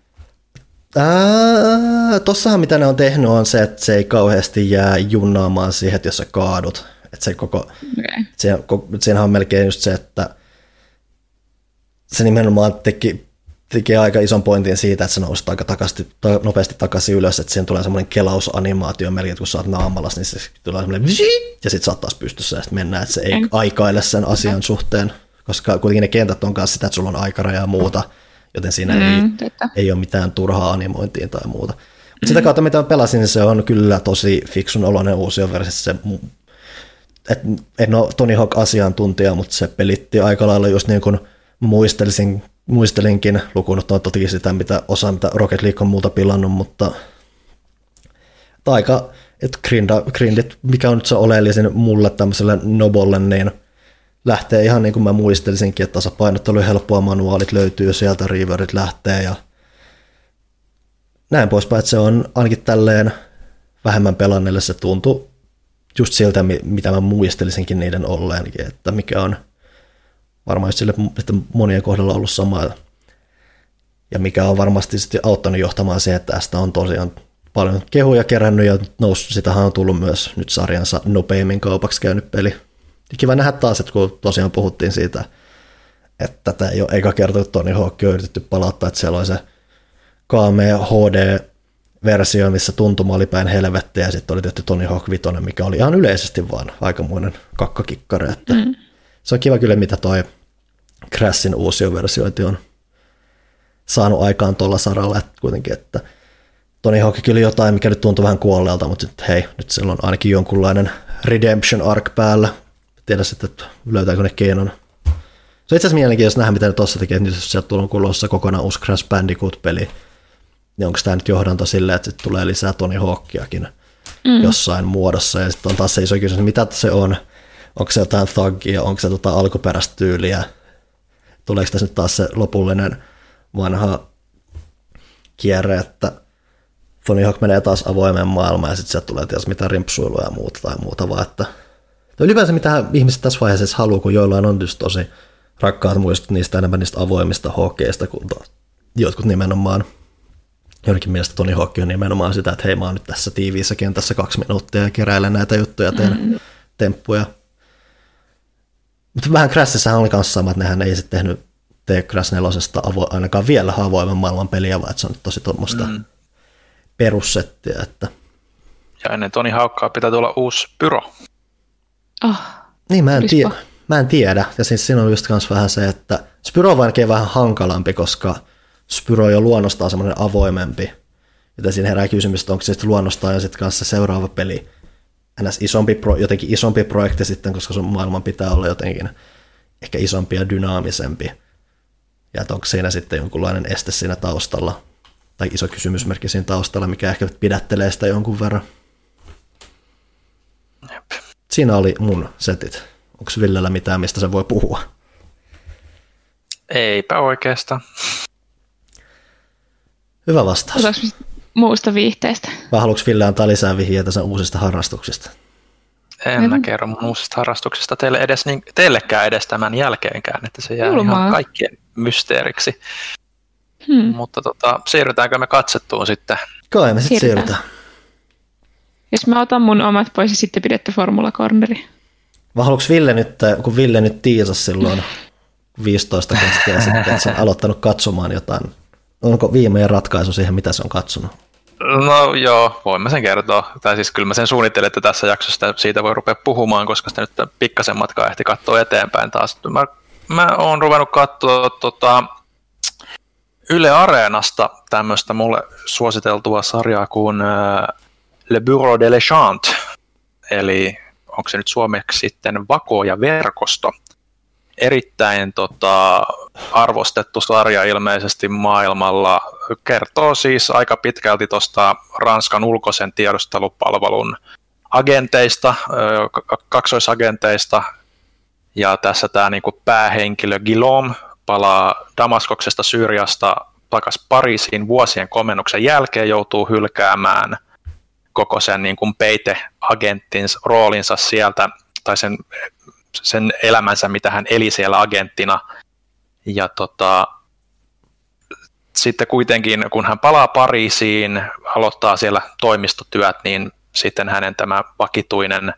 Ää, tossahan mitä ne on tehnyt on se, että se ei kauheasti jää junnaamaan siihen, että jos sä kaadut. Että se koko, okay. se, siinähän on melkein just se, että se nimenomaan teki, teki aika ison pointin siitä, että sä nousit aika takasti, ta, nopeasti takaisin ylös, että siihen tulee semmoinen kelausanimaatio melkein, että kun sä oot naamallas, niin se tulee semmoinen ja sit sä oot taas pystyssä ja sitten mennään, että se ei en. aikaile sen asian suhteen, koska kuitenkin ne kentät on kanssa sitä, että sulla on aikaraja ja muuta, joten siinä mm, ei, ei ole mitään turhaa animointia tai muuta. Mutta mm. sitä kautta, mitä mä pelasin, niin se on kyllä tosi fiksun oloinen uusi versio. Se, et, en ole Tony Hawk-asiantuntija, mutta se pelitti aika lailla just niin kuin muistelisin, muistelinkin, lukuun ottaen toki sitä, mitä osa, mitä Rocket League on muuta pilannut, mutta aika, että grinda, grindit, mikä on nyt se oleellisin mulle tämmöiselle nobolle, niin lähtee ihan niin kuin mä muistelisinkin, että tasapainottelu helppoa, manuaalit löytyy sieltä, riverit lähtee ja näin poispäin, että se on ainakin tälleen vähemmän pelanneille se tuntui just siltä, mitä mä muistelisinkin niiden olleenkin, että mikä on varmaan sille, että monien kohdalla ollut sama. Ja mikä on varmasti sitten auttanut johtamaan siihen, että tästä on tosiaan paljon kehuja kerännyt ja noussut, sitähän on tullut myös nyt sarjansa nopeimmin kaupaksi käynyt peli. Kiva nähdä taas, että kun tosiaan puhuttiin siitä, että tätä ei ole eka kerta, kun Tony Hawk on yritetty palauttaa, että siellä oli se kaamea H D-versio, missä tuntuma oli päin helvettiä ja sitten oli tehty Tony Hawk viisi, mikä oli ihan yleisesti vaan aikamoinen kakkakikkare, että mm. se on kiva kyllä, mitä toi Crashin uusioversiointi on saanut aikaan tuolla saralla, että kuitenkin, että Tony Hawk kyllä jotain, mikä nyt tuntuu vähän kuolleelta, mutta nyt, hei, nyt siellä on ainakin jonkunlainen redemption arc päällä. Tiedä sitten, että löytääkö ne keinon. Se on itse asiassa mielenkiintoista nähdä, mitä ne tuossa tekee, että jos sieltä tulee kuulossa kokonaan uusi Crash Bandicoot-peli, niin onko tämä nyt johdanto silleen, että sitten tulee lisää Tony Hawkiakin mm. jossain muodossa, ja sitten on taas se iso kysymys, mitä se on. Onko se jotain thugia, onko se tota alkuperäistä tyyliä, tuleeko tässä nyt taas se lopullinen vanha kierre, että Tony Hawk menee taas avoimeen maailmaan ja sitten sieltä tulee tietysti mitään rimpsuilua ja muuta tai muuta, vaan että ylipäänsä mitä ihmiset tässä vaiheessa haluaa, kun joillain on just tosi rakkaat muistut niistä enemmän niistä avoimista hokeista, kun jotkut nimenomaan, jonnekin mielestä Tony Hawk on nimenomaan sitä, että hei mä oon nyt tässä tiiviissä kentässä kaksi minuuttia ja keräilen näitä juttuja, teen mm. temppuja. Mutta vähän Crashissahan oli kanssa sama, että nehän ei sitten tehnyt tee Crash nelosesta avo, ainakaan vielä avoimen maailman peliä, vaan että se on tosi tuommoista mm. perussettiä. Että ja ennen Tony Hawkkaa pitää tulla uusi Pyro. Oh, niin, mä en, tie- mä en tiedä. Ja siis siinä on just kans vähän se, että Spyro on vainkin vähän hankalampi, koska Spyro on jo luonnostaan semmoinen avoimempi. Joten siinä herää kysymys, että onko se sitten luonnostaan ja sitten kanssa seuraava peli ns. Isompi pro, jotenkin isompi projekti sitten, koska sun maailman pitää olla jotenkin ehkä isompi ja dynaamisempi. Ja onko siinä sitten jonkunlainen este siinä taustalla, tai iso kysymysmerkki siinä taustalla, mikä ehkä pidättelee sitä jonkun verran. Siinä oli mun setit. Onko Villellä mitään, mistä se voi puhua? Eipä oikeastaan. Hyvä vastaus. Osaanko muusta viihteestä? Vai haluatko Ville antaa lisää vihjeitä sen uusista harrastuksista? En mm. mä kerro mun uusista harrastuksista teille edes, niin, teillekään edes tämän jälkeenkään, että se jää Julmaa. ihan kaikkien mysteeriksi. Hmm. Mutta tota, siirrytäänkö me katsettuun sitten? Kai me sitten siirrytään. Jos mä otan mun omat pois ja sitten pidetty Formula Corneri. Vai haluatko Ville nyt, kun Ville nyt tiisasi silloin viisitoista keskeä sitten, että sä on aloittanut katsomaan jotain. Onko viimeinen ratkaisu siihen, mitä se on katsonut? No joo, voin mä sen kertoa. Tai siis kyllä mä sen suunnittelin, että tässä jaksossa siitä voi rupea puhumaan, koska sitä nyt pikkasen matkaa ehti katsoa eteenpäin taas. Mä, mä oon ruvennut katsoa tota, Yle Areenasta tämmöistä mulle suositeltua sarjaa kuin äh, Le Bureau de Lechant, eli onko se nyt suomeksi sitten Vako ja verkosto. Erittäin tota, arvostettu sarja ilmeisesti maailmalla. Kertoo siis aika pitkälti tuosta Ranskan ulkoisen tiedustelupalvelun agenteista, kaksoisagenteista. Ja tässä tämä niinku päähenkilö Guillaume palaa Damaskoksesta Syyriasta takaisin Pariisiin vuosien komennuksen jälkeen, joutuu hylkäämään koko sen niinku peiteagentin roolinsa sieltä, tai sen sen elämänsä, mitä hän eli siellä agenttina. Ja tota, sitten kuitenkin, kun hän palaa Pariisiin, aloittaa siellä toimistotyöt, niin sitten hänen tämä vakituinen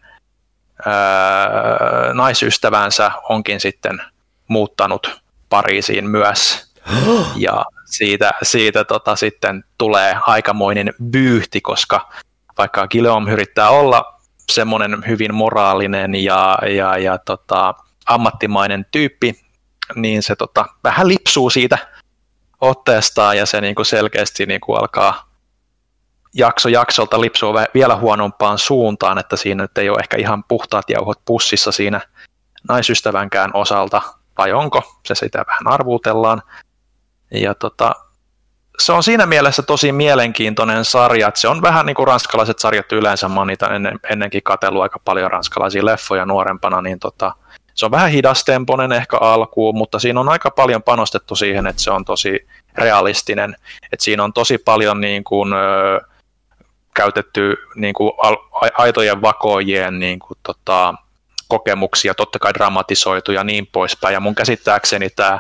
ää, naisystävänsä onkin sitten muuttanut Pariisiin myös. Ja siitä, siitä tota, sitten tulee aikamoinen vyyhti, koska vaikka Guillaume yrittää olla semmoinen hyvin moraalinen ja, ja, ja tota, ammattimainen tyyppi, niin se tota, vähän lipsuu siitä otteestaan ja se niinku selkeästi niinku alkaa jakso jaksolta lipsua vielä huonompaan suuntaan, että siinä nyt ei ole ehkä ihan puhtaat jauhot pussissa siinä naisystävänkään osalta, vai onko, se sitä vähän arvuutellaan. Ja tota, se on siinä mielessä tosi mielenkiintoinen sarja, että se on vähän niin kuin ranskalaiset sarjat yleensä, mä oon niitä ennen, ennenkin katsellut aika paljon ranskalaisia leffoja nuorempana, niin tota, se on vähän hidastempoinen ehkä alkuun, mutta siinä on aika paljon panostettu siihen, että se on tosi realistinen, että siinä on tosi paljon niin kuin, ö, käytetty niin kuin aitojen vakoojien niin kuin, tota, kokemuksia, totta kai dramatisoitu ja niin poispäin, ja mun käsittääkseni tämä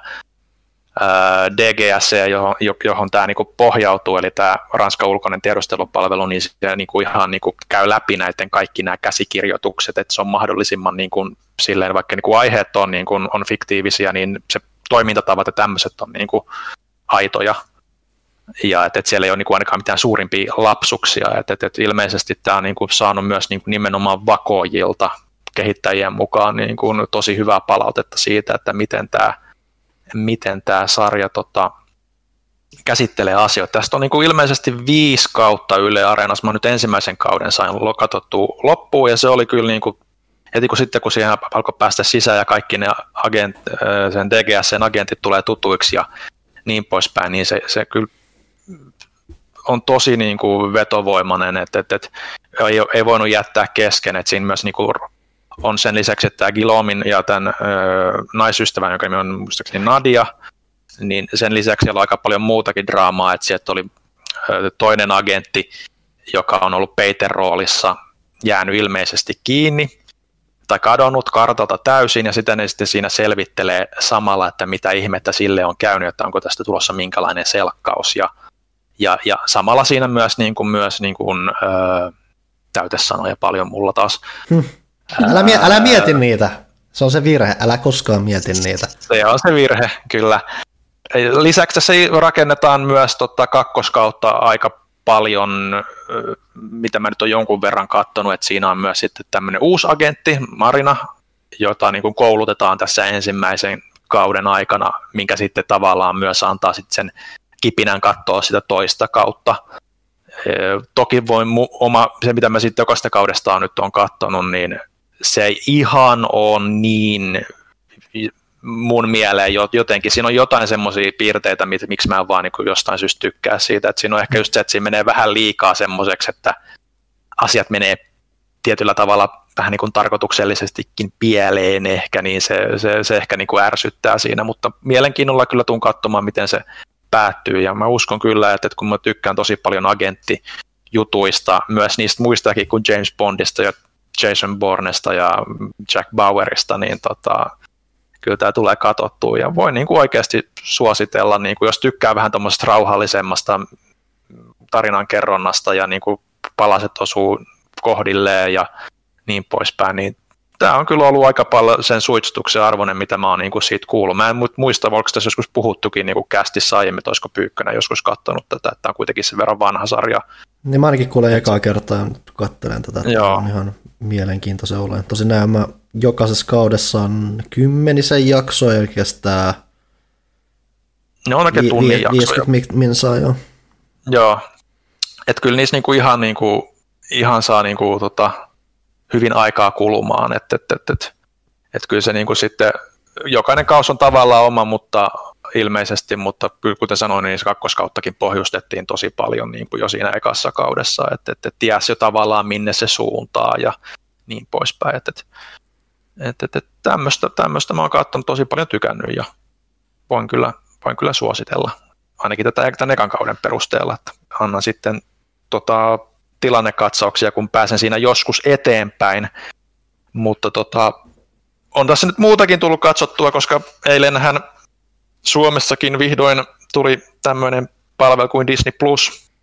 D G S, johon, johon tämä niinku pohjautuu, eli tämä Ranskan ulkoinen tiedustelupalvelu, niin se niinku ihan niinku käy läpi näiden kaikki nämä käsikirjoitukset, että se on mahdollisimman niinku, silleen, vaikka niinku aiheet on, niinku, on fiktiivisiä, niin se toimintatavat ja tämmöiset on niinku aitoja, ja että et siellä ei ole niinku ainakaan mitään suurimpia lapsuksia, että et, et ilmeisesti tämä on niinku saanut myös niinku nimenomaan vakoojilta kehittäjien mukaan niinku tosi hyvää palautetta siitä, että miten tämä miten tämä sarja tota, käsittelee asioita. Tästä on niin kuin ilmeisesti viisi kautta Yle Areenassa. Mä nyt ensimmäisen kauden sain katsottua loppuun, ja se oli kyllä niin kuin, heti kun sitten kun siihen alkoi päästä sisään ja kaikki ne agent, sen D G S:n agentit tulee tutuiksi ja niin poispäin, niin se, se kyllä on tosi niin kuin vetovoimainen, että, että, että ei, ei voinut jättää kesken, että siinä myös niin kuin on sen lisäksi, että tämä Guillaumin ja tämän ö, naisystävän, joka nimi on muistaakseni Nadia, niin sen lisäksi siellä on aika paljon muutakin draamaa, että sieltä oli ö, toinen agentti, joka on ollut peiteroolissa, jäänyt ilmeisesti kiinni tai kadonnut kartalta täysin, ja sitten ne sitten siinä selvittelee samalla, että mitä ihmettä sille on käynyt, että onko tästä tulossa minkälainen selkkaus, ja, ja, ja samalla siinä myös, niin kuin, myös niin kuin, ö, täytesanoja paljon mulla taas. Hmm. Älä, mie- älä mieti niitä. Se on se virhe. Älä koskaan mieti niitä. Se on se virhe, kyllä. Lisäksi tässä rakennetaan myös tota kakkoskautta aika paljon, mitä mä nyt olen jonkun verran katsonut, että siinä on myös sitten tämmöinen uusi agentti, Marina, jota niin kuin koulutetaan tässä ensimmäisen kauden aikana, minkä sitten tavallaan myös antaa sitten sen kipinän katsoa sitä toista kautta. Toki voin mu- oma, se mitä mä sitten jokaista kaudesta nyt on katsonut, niin se ei ihan ole niin mun mieleen jotenkin. Siinä on jotain semmoisia piirteitä, miksi mä en vaan niin jostain syystä tykkää siitä. Että siinä on ehkä just se, että siinä menee vähän liikaa semmoiseksi, että asiat menee tietyllä tavalla vähän niin kuin tarkoituksellisestikin pieleen ehkä, niin se, se, se ehkä niin kuin ärsyttää siinä, mutta mielenkiinnolla kyllä tuun katsomaan, miten se päättyy, ja mä uskon kyllä, että, että kun mä tykkään tosi paljon agenttijutuista, myös niistä muistakin kuin James Bondista ja Jason Bournesta ja Jack Bauerista, niin tota, kyllä tämä tulee katsottua, ja voi niin kuin oikeasti suositella, niin kuin jos tykkää vähän tuommoisesta rauhallisemmasta tarinankerronnasta, ja niin kuin palaset osuu kohdilleen, ja niin poispäin, niin tämä on kyllä ollut aika paljon sen suitsutuksen arvoinen, mitä mä oon niin kuin siitä kuullut. Mä en muista, oliko tässä joskus puhuttukin niin kuin kästissä aiemmin, että olisiko Pyykkönen joskus katsonut tätä, että tämä on kuitenkin sen verran vanha sarja. Niin mä ainakin kuulen ekaa kertaa, kun katselen tätä, että on ihan mielenkiintoisen olen. Tosin näin mä jokaisessa kaudessa on kymmenisen jaksoa, ja kestää ne on oikein tunnin vi- jaksoja. viisikymmentä minsaa, joo. Joo, että kyllä niissä niinku ihan, niinku, ihan saa niinku, tota, hyvin aikaa kulumaan, että et, et, et, et kyllä se niinku sitten, jokainen kausi on tavallaan oma, mutta ilmeisesti, mutta kuten sanoin, niin se kakkoskauttakin pohjustettiin tosi paljon niin kuin jo siinä ekassa kaudessa, että et, et tiesi jo tavallaan minne se suuntaa ja niin poispäin, että et, et, et, et tämmöistä, tämmöistä mä oon katsonut tosi paljon tykännyt ja voin kyllä, voin kyllä suositella, ainakin tätä tämän ekan kauden perusteella, että annan sitten tota, tilannekatsauksia, kun pääsen siinä joskus eteenpäin, mutta tota, on tässä nyt muutakin tullut katsottua, koska eilenhän Suomessakin vihdoin tuli tämmöinen palvelu kuin Disney Plus,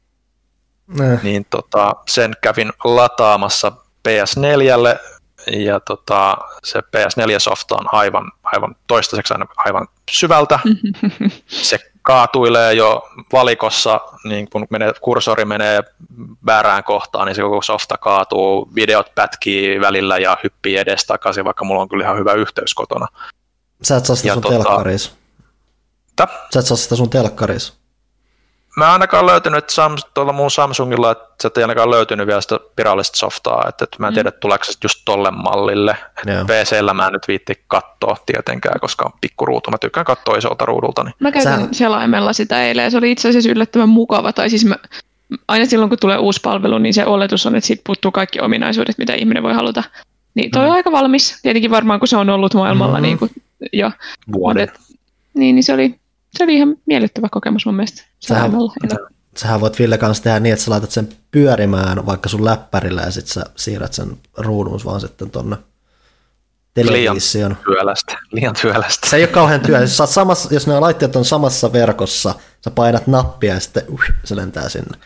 äh. niin tota, sen kävin lataamassa P S neljälle, ja tota, se P S neljä-softa on aivan, aivan toistaiseksi aivan syvältä. Se kaatuilee jo valikossa, niin kun menee, kursori menee väärään kohtaan, niin se koko softa kaatuu, videot pätkii välillä ja hyppii edestakaisin, vaikka mulla on kyllä ihan hyvä yhteys kotona. Sä et saa sitä sun tota, telkkarissa. Tä? Sä et saa sitä sun telkkarissa. Mä en ainakaan löytynyt Sam- tuolla mun Samsungilla, että sä ei ainakaan löytynyt vielä sitä virallista softaa, että, että mä en tiedä, mm. tuleeko se just tolle mallille. P C:llä mä en nyt viitti katsoa tietenkään, koska on pikkuruutu. Mä tykkään katsoa isolta ruudulta. Niin. Mä käytin Sä... selaimella sitä eilen ja se oli itse asiassa yllättävän mukava. Tai siis mä, aina silloin, kun tulee uusi palvelu, niin se oletus on, että siitä puuttuu kaikki ominaisuudet, mitä ihminen voi haluta. Niin toi mm. on aika valmis. Tietenkin varmaan, kun se on ollut maailmalla mm. niin kuin jo vuoden. Niin, niin se oli... Se oli ihan miellyttävä kokemus mun mielestä. Sähän, sähän voit Ville kanssa tehdä niin, että sä laitat sen pyörimään vaikka sun läppärillä ja sitten sä siirrät sen ruudun vaan sitten tonne televisioon. Liian työlästä. Liian työlästä. Se ei ole kauhean työ. Jos, samassa, jos ne laitteet on samassa verkossa, sä painat nappia ja sitten uh, se lentää sinne.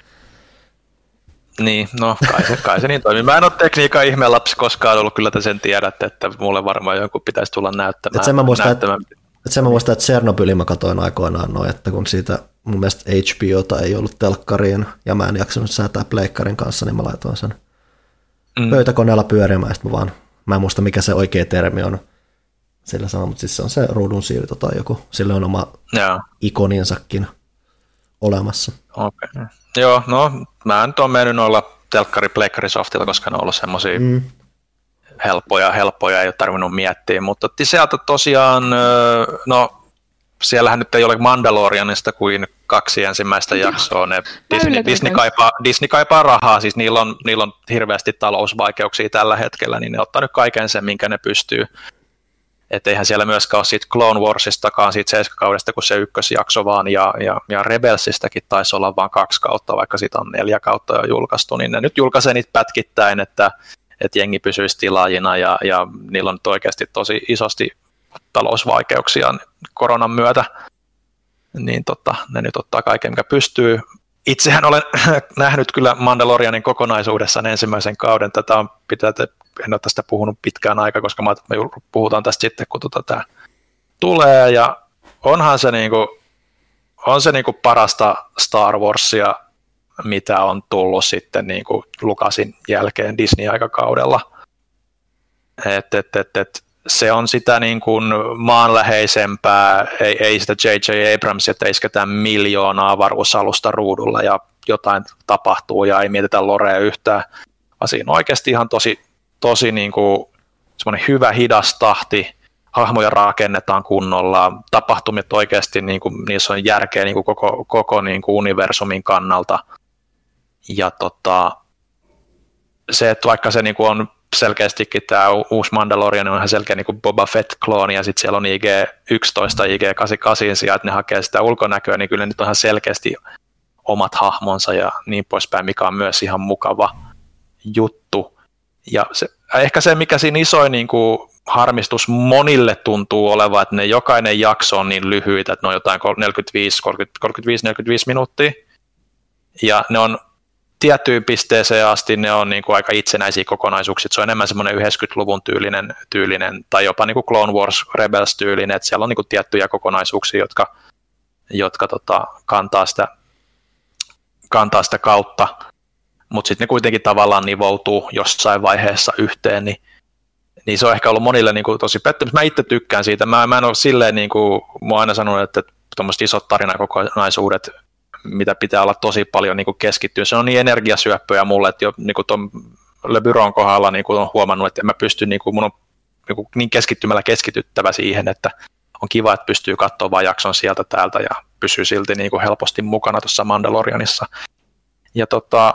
Niin, no kai se, kai se niin toimii. Mä en ole tekniikan ihmeen lapsi koskaan ollut, kyllä te sen tiedätte, että mulle varmaan joku pitäisi tulla näyttämään. Et sen mä muistan, että Et sen mä muistan, että Tsernobylin mä katsoin aikoinaan noin, että kun siitä mun mielestä H B Ota ei ollut telkkariin ja mä en jaksanut säätää pleikkarin kanssa, niin mä laitoin sen mm. pöytäkoneella pyörimään ja sitten mä vaan, mä en muista mikä se oikea termi on sillä sama, mutta siis se on se ruudun siirto tai joku, sillä on oma yeah. ikoninsakin olemassa. Okei. Okay. Joo, no mä nyt oon mennyt noilla telkkari pleikkarisoftilla, koska ne on ollut semmosia mm. helppoja, helppoja, ei ole tarvinnut miettiä, mutta sieltä tosiaan, no siellähän nyt ei ole Mandalorianista kuin kaksi ensimmäistä jaksoa, ne Disney, Disney, kaipaa, Disney kaipaa rahaa, siis niillä on, niillä on hirveästi talousvaikeuksia tällä hetkellä, niin ne ottaa nyt kaiken sen, minkä ne pystyy. Että eihän siellä myöskään ole siitä Clone Warsistakaan, siitä seiskakaudesta, kun se ykkösjakso vaan, ja, ja, ja Rebelsistäkin taisi olla vain kaksi kautta, vaikka siitä on neljä kautta jo julkaistu, niin ne nyt julkaisee niitä pätkittäin, että että jengi pysyisi tilaajina ja, ja niillä on nyt oikeasti tosi isosti talousvaikeuksia koronan myötä, niin tota, ne nyt ottaa kaiken, mikä pystyy. Itsehän olen nähnyt kyllä Mandalorianin kokonaisuudessaan ensimmäisen kauden. Tätä on, pitää, en ole tästä puhunut pitkään aikaa, koska me puhutaan tästä sitten, kun tota tämä tulee. Ja onhan se, niinku, on se niinku parasta Star Warsia, mitä on tullut sitten niin kuin Lucasin jälkeen Disney-aikakaudella. Et, et, et, et, se on sitä niin kuin maanläheisempää, ei, ei sitä J J Abrams, että ei ketään miljoonaa avaruusalusta ruudulla ja jotain tapahtuu ja ei mietitä lorea yhtään, vaan siinä on oikeasti ihan tosi, tosi niin kuin semmoinen hyvä hidas tahti, hahmoja rakennetaan kunnolla, tapahtumit oikeasti, niin kuin, niissä on järkeä niin kuin koko, koko niin kuin universumin kannalta. Ja tota, se, että vaikka se niin kuin on selkeästikin tämä uusi Mandalorian on ihan selkeä niin kuin Boba Fett-klooni, ja sitten siellä on I G yksitoista, I G kahdeksankymmentäkahdeksan sijaan, että ne hakee sitä ulkonäköä, niin kyllä nyt on ihan selkeästi omat hahmonsa ja niin poispäin, mikä on myös ihan mukava juttu. Ja se, ehkä se, mikä siinä isoin niin kuin harmistus monille tuntuu olevan, että ne jokainen jakso on niin lyhyitä, että ne on jotain neljäkymmentäviisi neljäkymmentäviisi minuuttia, ja ne on tiettyyn pisteeseen asti ne on niin kuin aika itsenäisiä kokonaisuuksia. Se on enemmän semmoinen yhdeksänkymmentäluvun tyylinen, tyylinen tai jopa niin kuin Clone Wars Rebels tyylinen, että siellä on niin kuin tiettyjä kokonaisuuksia, jotka, jotka tota, kantaa, sitä, kantaa sitä kautta, mutta sitten ne kuitenkin tavallaan nivoutuu jossain vaiheessa yhteen, niin, niin se on ehkä ollut monille niin kuin tosi pettymys. Mä itse tykkään siitä. Mä, mä en ole silleen, niin kuin, mä oon aina sanonut, että tuommoiset isot tarinakokonaisuudet, mitä pitää olla tosi paljon niin kuin keskittyä. Se on niin energiasyöppöjä mulle, että jo niin kuin tuon Le Bureau'n kohdalla niin kuin on huomannut, että mä pystyn, niin kuin mun on niin, kuin niin keskittymällä keskityttävä siihen, että on kiva, että pystyy katsoa vain jakson sieltä täältä ja pysyy silti niin kuin helposti mukana tuossa Mandalorianissa. Ja tota,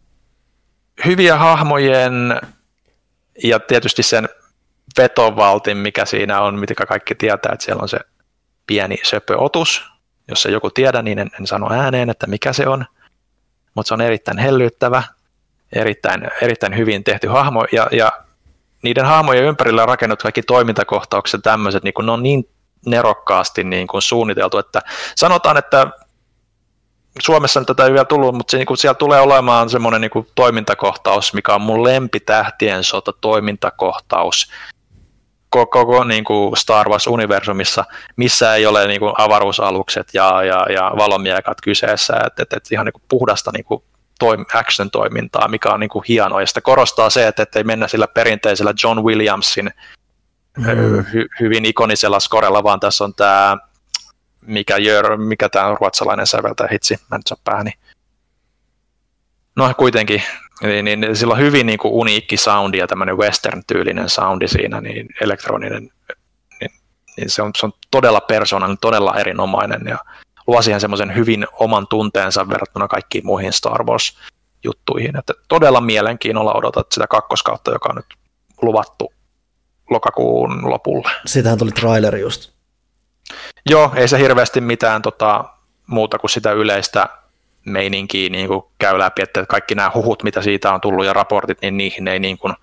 hyviä hahmojen ja tietysti sen vetovaltin, mikä siinä on, mitä kaikki tietää, että siellä on se pieni söpöotus. Jos ei joku tiedä, niin en, en sano ääneen, että mikä se on, mutta se on erittäin hellyttävä, erittäin, erittäin hyvin tehty hahmo, ja, ja niiden hahmojen ympärillä on rakennettu kaikki toimintakohtaukset tämmöiset, niin ne on niin nerokkaasti niin kuin suunniteltu, että sanotaan, että Suomessa tätä ei vielä tullut, mutta se, niin kuin siellä tulee olemaan semmoinen niin kuin toimintakohtaus, mikä on mun lempitähtien sota toimintakohtaus, koko niin kuin Star Wars-universumissa, missä ei ole niin kuin avaruusalukset ja, ja, ja valomiekat kyseessä, että et, et ihan niin kuin puhdasta niin kuin toim, action-toimintaa, mikä on niin kuin hienoa, ja sitä korostaa se, että ei mennä sillä perinteisellä John Williamsin mm. hy, hyvin ikonisella skorella, vaan tässä on tämä, mikä, Jör, mikä tämä ruotsalainen säveltäjä, hitsi, mä nyt saa pääni. No kuitenkin, niin, niin sillä on hyvin niin kuin uniikki soundi ja tämmöinen western-tyylinen soundi siinä, niin elektroninen, niin, niin se, on, se on todella persoonallinen, todella erinomainen ja luo siihen semmoisen hyvin oman tunteensa verrattuna kaikkiin muihin Star Wars-juttuihin, että todella mielenkiinnolla odotat sitä kakkoskautta, joka on nyt luvattu lokakuun lopulle. Siitähän tuli traileri just. Joo, ei se hirveästi mitään tota, muuta kuin sitä yleistä meininkiä niin kuin käy läpi, että kaikki nämä huhut, mitä siitä on tullut ja raportit, niin niihin ei niin kuin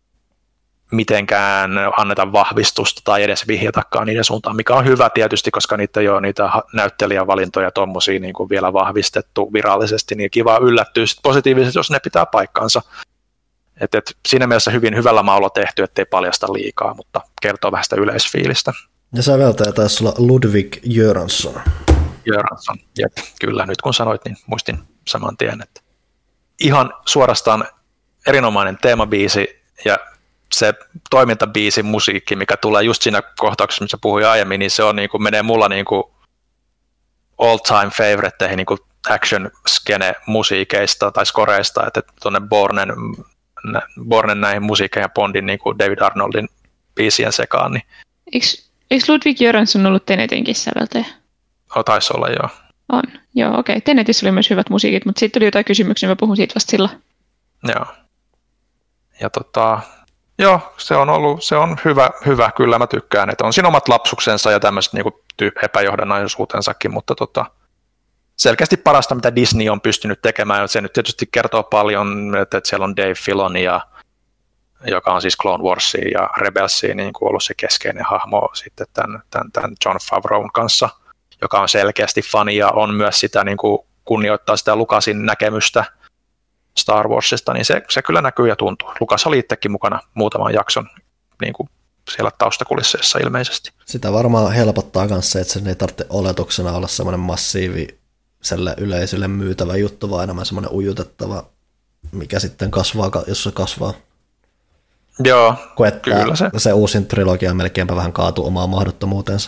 mitenkään anneta vahvistusta tai edes vihjatakaan niiden suuntaan, mikä on hyvä tietysti, koska niitä ei ole niitä näyttelijävalintoja tommosia niin kuin vielä vahvistettu virallisesti, niin kiva yllättyä sit positiivisesti, jos ne pitää paikkaansa. Et, et siinä mielessä hyvin hyvällä maulla tehty, ettei paljasta liikaa, mutta kertoo vähän sitä yleisfiilistä. Ja säveltäjä taisi olla Ludwig Göransson. Göransson, jep, kyllä. Nyt kun sanoit, niin muistin saman tien, että ihan suorastaan erinomainen teemabiisi ja se toimintabiisi musiikki, mikä tulee just siinä kohtauksessa, missä puhuin aiemmin, niin se on, niin kuin, menee mulla niin kuin all-time favoriteihin niin kuin action-skene-musiikeista tai skoreista, että tuonne Bornen, Bornen näihin musiikkeihin ja Bondin niin kuin David Arnoldin biisien sekaan. Niin Eikö, eikö Ludwig Göransson ollut Tenetinkin säveltäjä? Oh, taisi olla, joo. On, joo, okei. Okay. Tenetissä oli myös hyvät musiikit, mutta sitten tuli jotain kysymyksiä, mä puhun siitä vasta sillä. Joo. Ja tota, joo, se on ollut, se on hyvä, hyvä, kyllä mä tykkään, että on siinä omat lapsuksensa ja tämmöiset niinku epäjohdonnaisuutensakin, mutta tota, selkeästi parasta, mitä Disney on pystynyt tekemään, se nyt tietysti kertoo paljon, että siellä on Dave Filoni, ja, joka on siis Clone Warsia ja Rebelsia niin kuin ollut se keskeinen hahmo sitten tämän, tämän, tämän Jon Favreaun kanssa, joka on selkeästi fani ja on myös sitä niin kuin kunnioittaa sitä Lucasin näkemystä Star Warsista, niin se, se kyllä näkyy ja tuntuu. Lucas oli itsekin mukana muutaman jakson niin kuin siellä taustakulisseissa ilmeisesti. Sitä varmaan helpottaa myös se, että sen ei tarvitse oletuksena olla semmoinen massiiviselle yleisölle myytävä juttu, vaan enemmän semmoinen ujutettava, mikä sitten kasvaa, jos se kasvaa. Joo, kyllä se. Se uusin trilogia melkeinpä vähän kaatuu omaan mahdottomuutensa.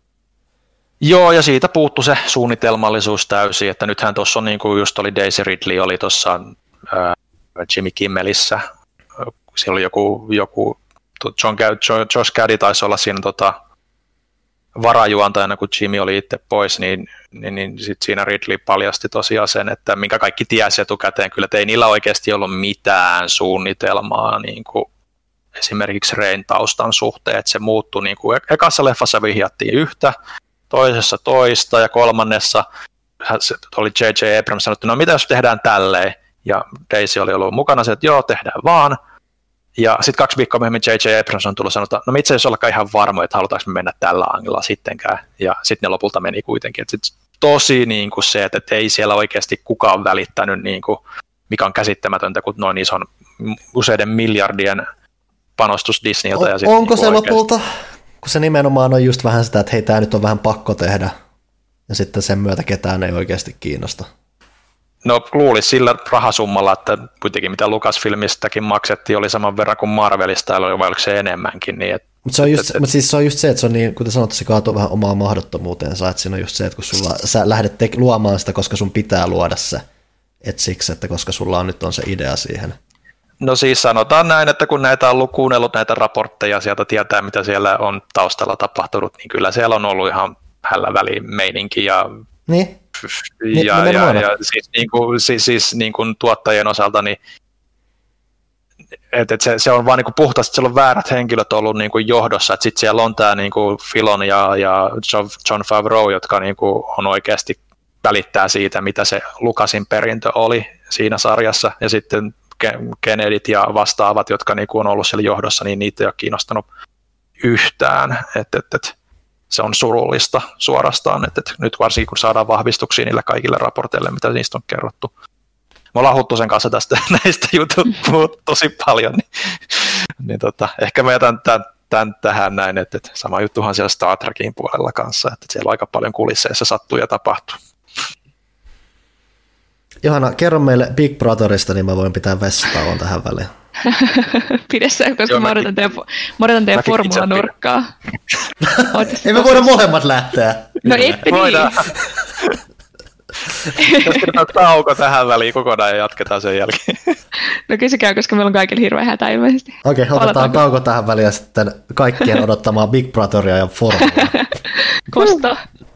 Joo, ja siitä puuttu se suunnitelmallisuus täysin, että nythän tuossa on, niin kuin just oli Daisy Ridley, oli tuossa äh, Jimmy Kimmelissä, siellä oli joku, joku John, Josh Gaddy taisi olla siinä tota, varajuontajana, kun Jimmy oli itse pois, niin, niin, niin sit siinä Ridley paljasti tosiaan sen, että minkä kaikki tiesi etukäteen, kyllä, että ei niillä oikeasti ollut mitään suunnitelmaa niin kuin esimerkiksi Rain taustan suhteen, että se muuttui, niin kuin ekassa leffassa vihjattiin yhtä, toisessa toista ja kolmannessa oli J J Abrams sanottu, no mitä jos tehdään tälleen, ja Daisy oli ollut mukana se, että joo, tehdään vaan, ja sitten kaksi viikkoa myöhemmin J J Abrams on tullut sanoa, että no itse asiassa ollakaan ihan varmoja, että halutaanko me mennä tällä angilla sittenkään, ja sitten ne lopulta meni kuitenkin, että tosi niin kuin se, että, että ei siellä oikeasti kukaan välittänyt, niin kuin, mikä on käsittämätöntä, kun noin ison useiden miljardien panostus Disneyltä. Ja on, onko se oikeasti lopulta, kun se nimenomaan on just vähän sitä, että hei, tämä nyt on vähän pakko tehdä, ja sitten sen myötä ketään ei oikeasti kiinnosta. No luulisi sillä rahasummalla, että kuitenkin mitä Lucasfilmistäkin maksettiin, oli saman verran kuin Marvelista, vai oliko se enemmänkin. Niin et, mutta se, et, mut siis se on just se, että se on niin, kuten sanottu, se kaatuu vähän omaa mahdottomuuteensa, että siinä on just se, että kun sulla, sä lähdet te- luomaan sitä, koska sun pitää luoda se, et siksi, että koska sulla on nyt on se idea siihen. No siis sanotaan näin, että kun näitä on ollut kuunnellut näitä raportteja, sieltä tietää, mitä siellä on taustalla tapahtunut, niin kyllä siellä on ollut ihan hällä väliin meininki ja niin. Ja, ja, ja siis, niin kuin, siis, siis niin kuin tuottajien osalta, niin, et, et se, se on vaan niin kuin puhtaasti, että siellä on väärät henkilöt ollut niin kuin johdossa, että sitten siellä on tämä niin kuin Filon ja, ja Jon Favreau, jotka niin kuin on oikeasti välittää siitä, mitä se Lucasin perintö oli siinä sarjassa, ja sitten Kennedyt ja vastaavat, jotka niin kuin on ollut siellä johdossa, niin niitä ei ole kiinnostanut yhtään, että et, et, se on surullista suorastaan, että, että nyt varsinkin kun saadaan vahvistuksia niille kaikille raporteille, mitä niistä on kerrottu. Me ollaan huttu sen kanssa tästä näistä jutuista tosi paljon, niin, niin tota, ehkä mä jätän tämän, tämän tähän näin, että, että sama juttuhan siellä Star Trekin puolella kanssa, että siellä on aika paljon kulisseissa sattuu ja tapahtuu. Johanna, kerro meille Big Brotherista, niin mä voin pitää vessatauon tähän väliin. Pidessä, koska Joo, mä odotan teidän, teidän formulanurkkaa. Ei me voida molemmat lähteä. No ette niin. Jos pidetään tauko tähän väliin kokonaan ja jatketaan sen jälkeen. No kyllä se käy, koska meillä on kaikilla hirveä hätä ilmeisesti. Okei, okay, otetaan tauko tähän väliin ja sitten kaikkien odottamaan Big Brotheria ja formulaa. Kosta.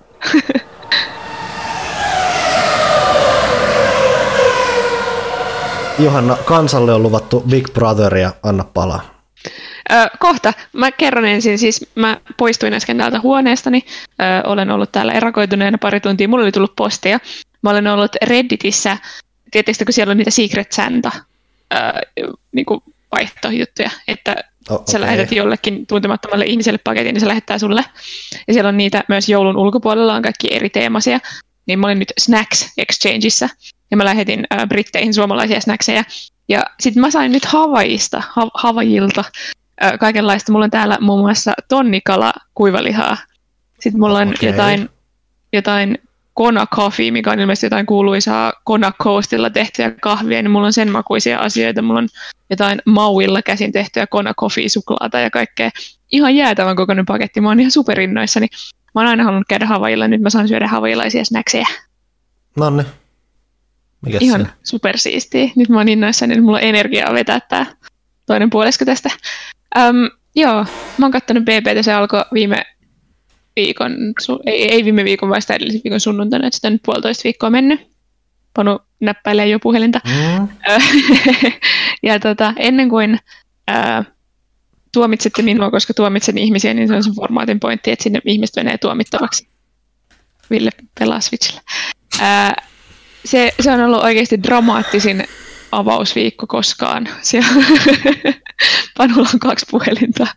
Johanna, kansalle on luvattu Big Brotheria, anna palaa. Ö, kohta. Mä kerron ensin, siis mä poistuin äsken täältä huoneestani, ö, olen ollut täällä erakoituneena pari tuntia, mulla oli tullut postia. Mä olen ollut Redditissä, tietysti kun siellä on niitä Secret Santa ö, niin kuin vaihtojuttuja, että oh, okay. Sä lähetät jollekin tuntemattomalle ihmiselle paketin, niin se lähettää sulle. Ja siellä on niitä myös joulun ulkopuolella, on kaikki eri teemaisia. Niin mä olin nyt Snacks Exchangeissa, ja mä lähetin äh, Britteihin suomalaisia snackseja. Ja sitten mä sain nyt Havaijista, ha- Havaijilta äh, kaikenlaista. Mulla on täällä muun muassa tonnikala kuivalihaa. Sitten mulla on okay. jotain, jotain Kona Coffee, mikä on ilmeisesti jotain kuuluisaa Kona Coastilla tehtyä kahvia, niin mulla on sen makuisia asioita. Mulla on jotain Mauilla käsin tehtyä Kona Coffee-suklaata ja kaikkea. Ihan jäätävän kokoinen paketti. Mä oon ihan superinnoissani. Mä oon aina halunnut käydä Havaijilla, nyt mä saan syödä havaijilaisia snackseja. Nonni. Mikäs ihan se? Supersiistiä. Nyt mä oon innoissani, nyt mulla on energiaa vetää tää toinen puolisko tästä. Öm, joo, mä oon kattonut B B:tä, se alkoi viime viikon, su- ei, ei viime viikon, vaan sitä edellisen viikon sunnuntaina, että sitä on nyt puolitoista viikkoa mennyt. Panu näppäilee jo puhelinta. Mm. ja tota, ennen kuin ää, tuomitsette minua, koska tuomitsen ihmisiä, niin se on se formaatin pointti, että sinne ihmiset menee tuomittavaksi. Ville pelaa Switchillä. Ää, se, se on ollut oikeasti dramaattisin avausviikko koskaan. Siellä Panulla on kaksi puhelinta.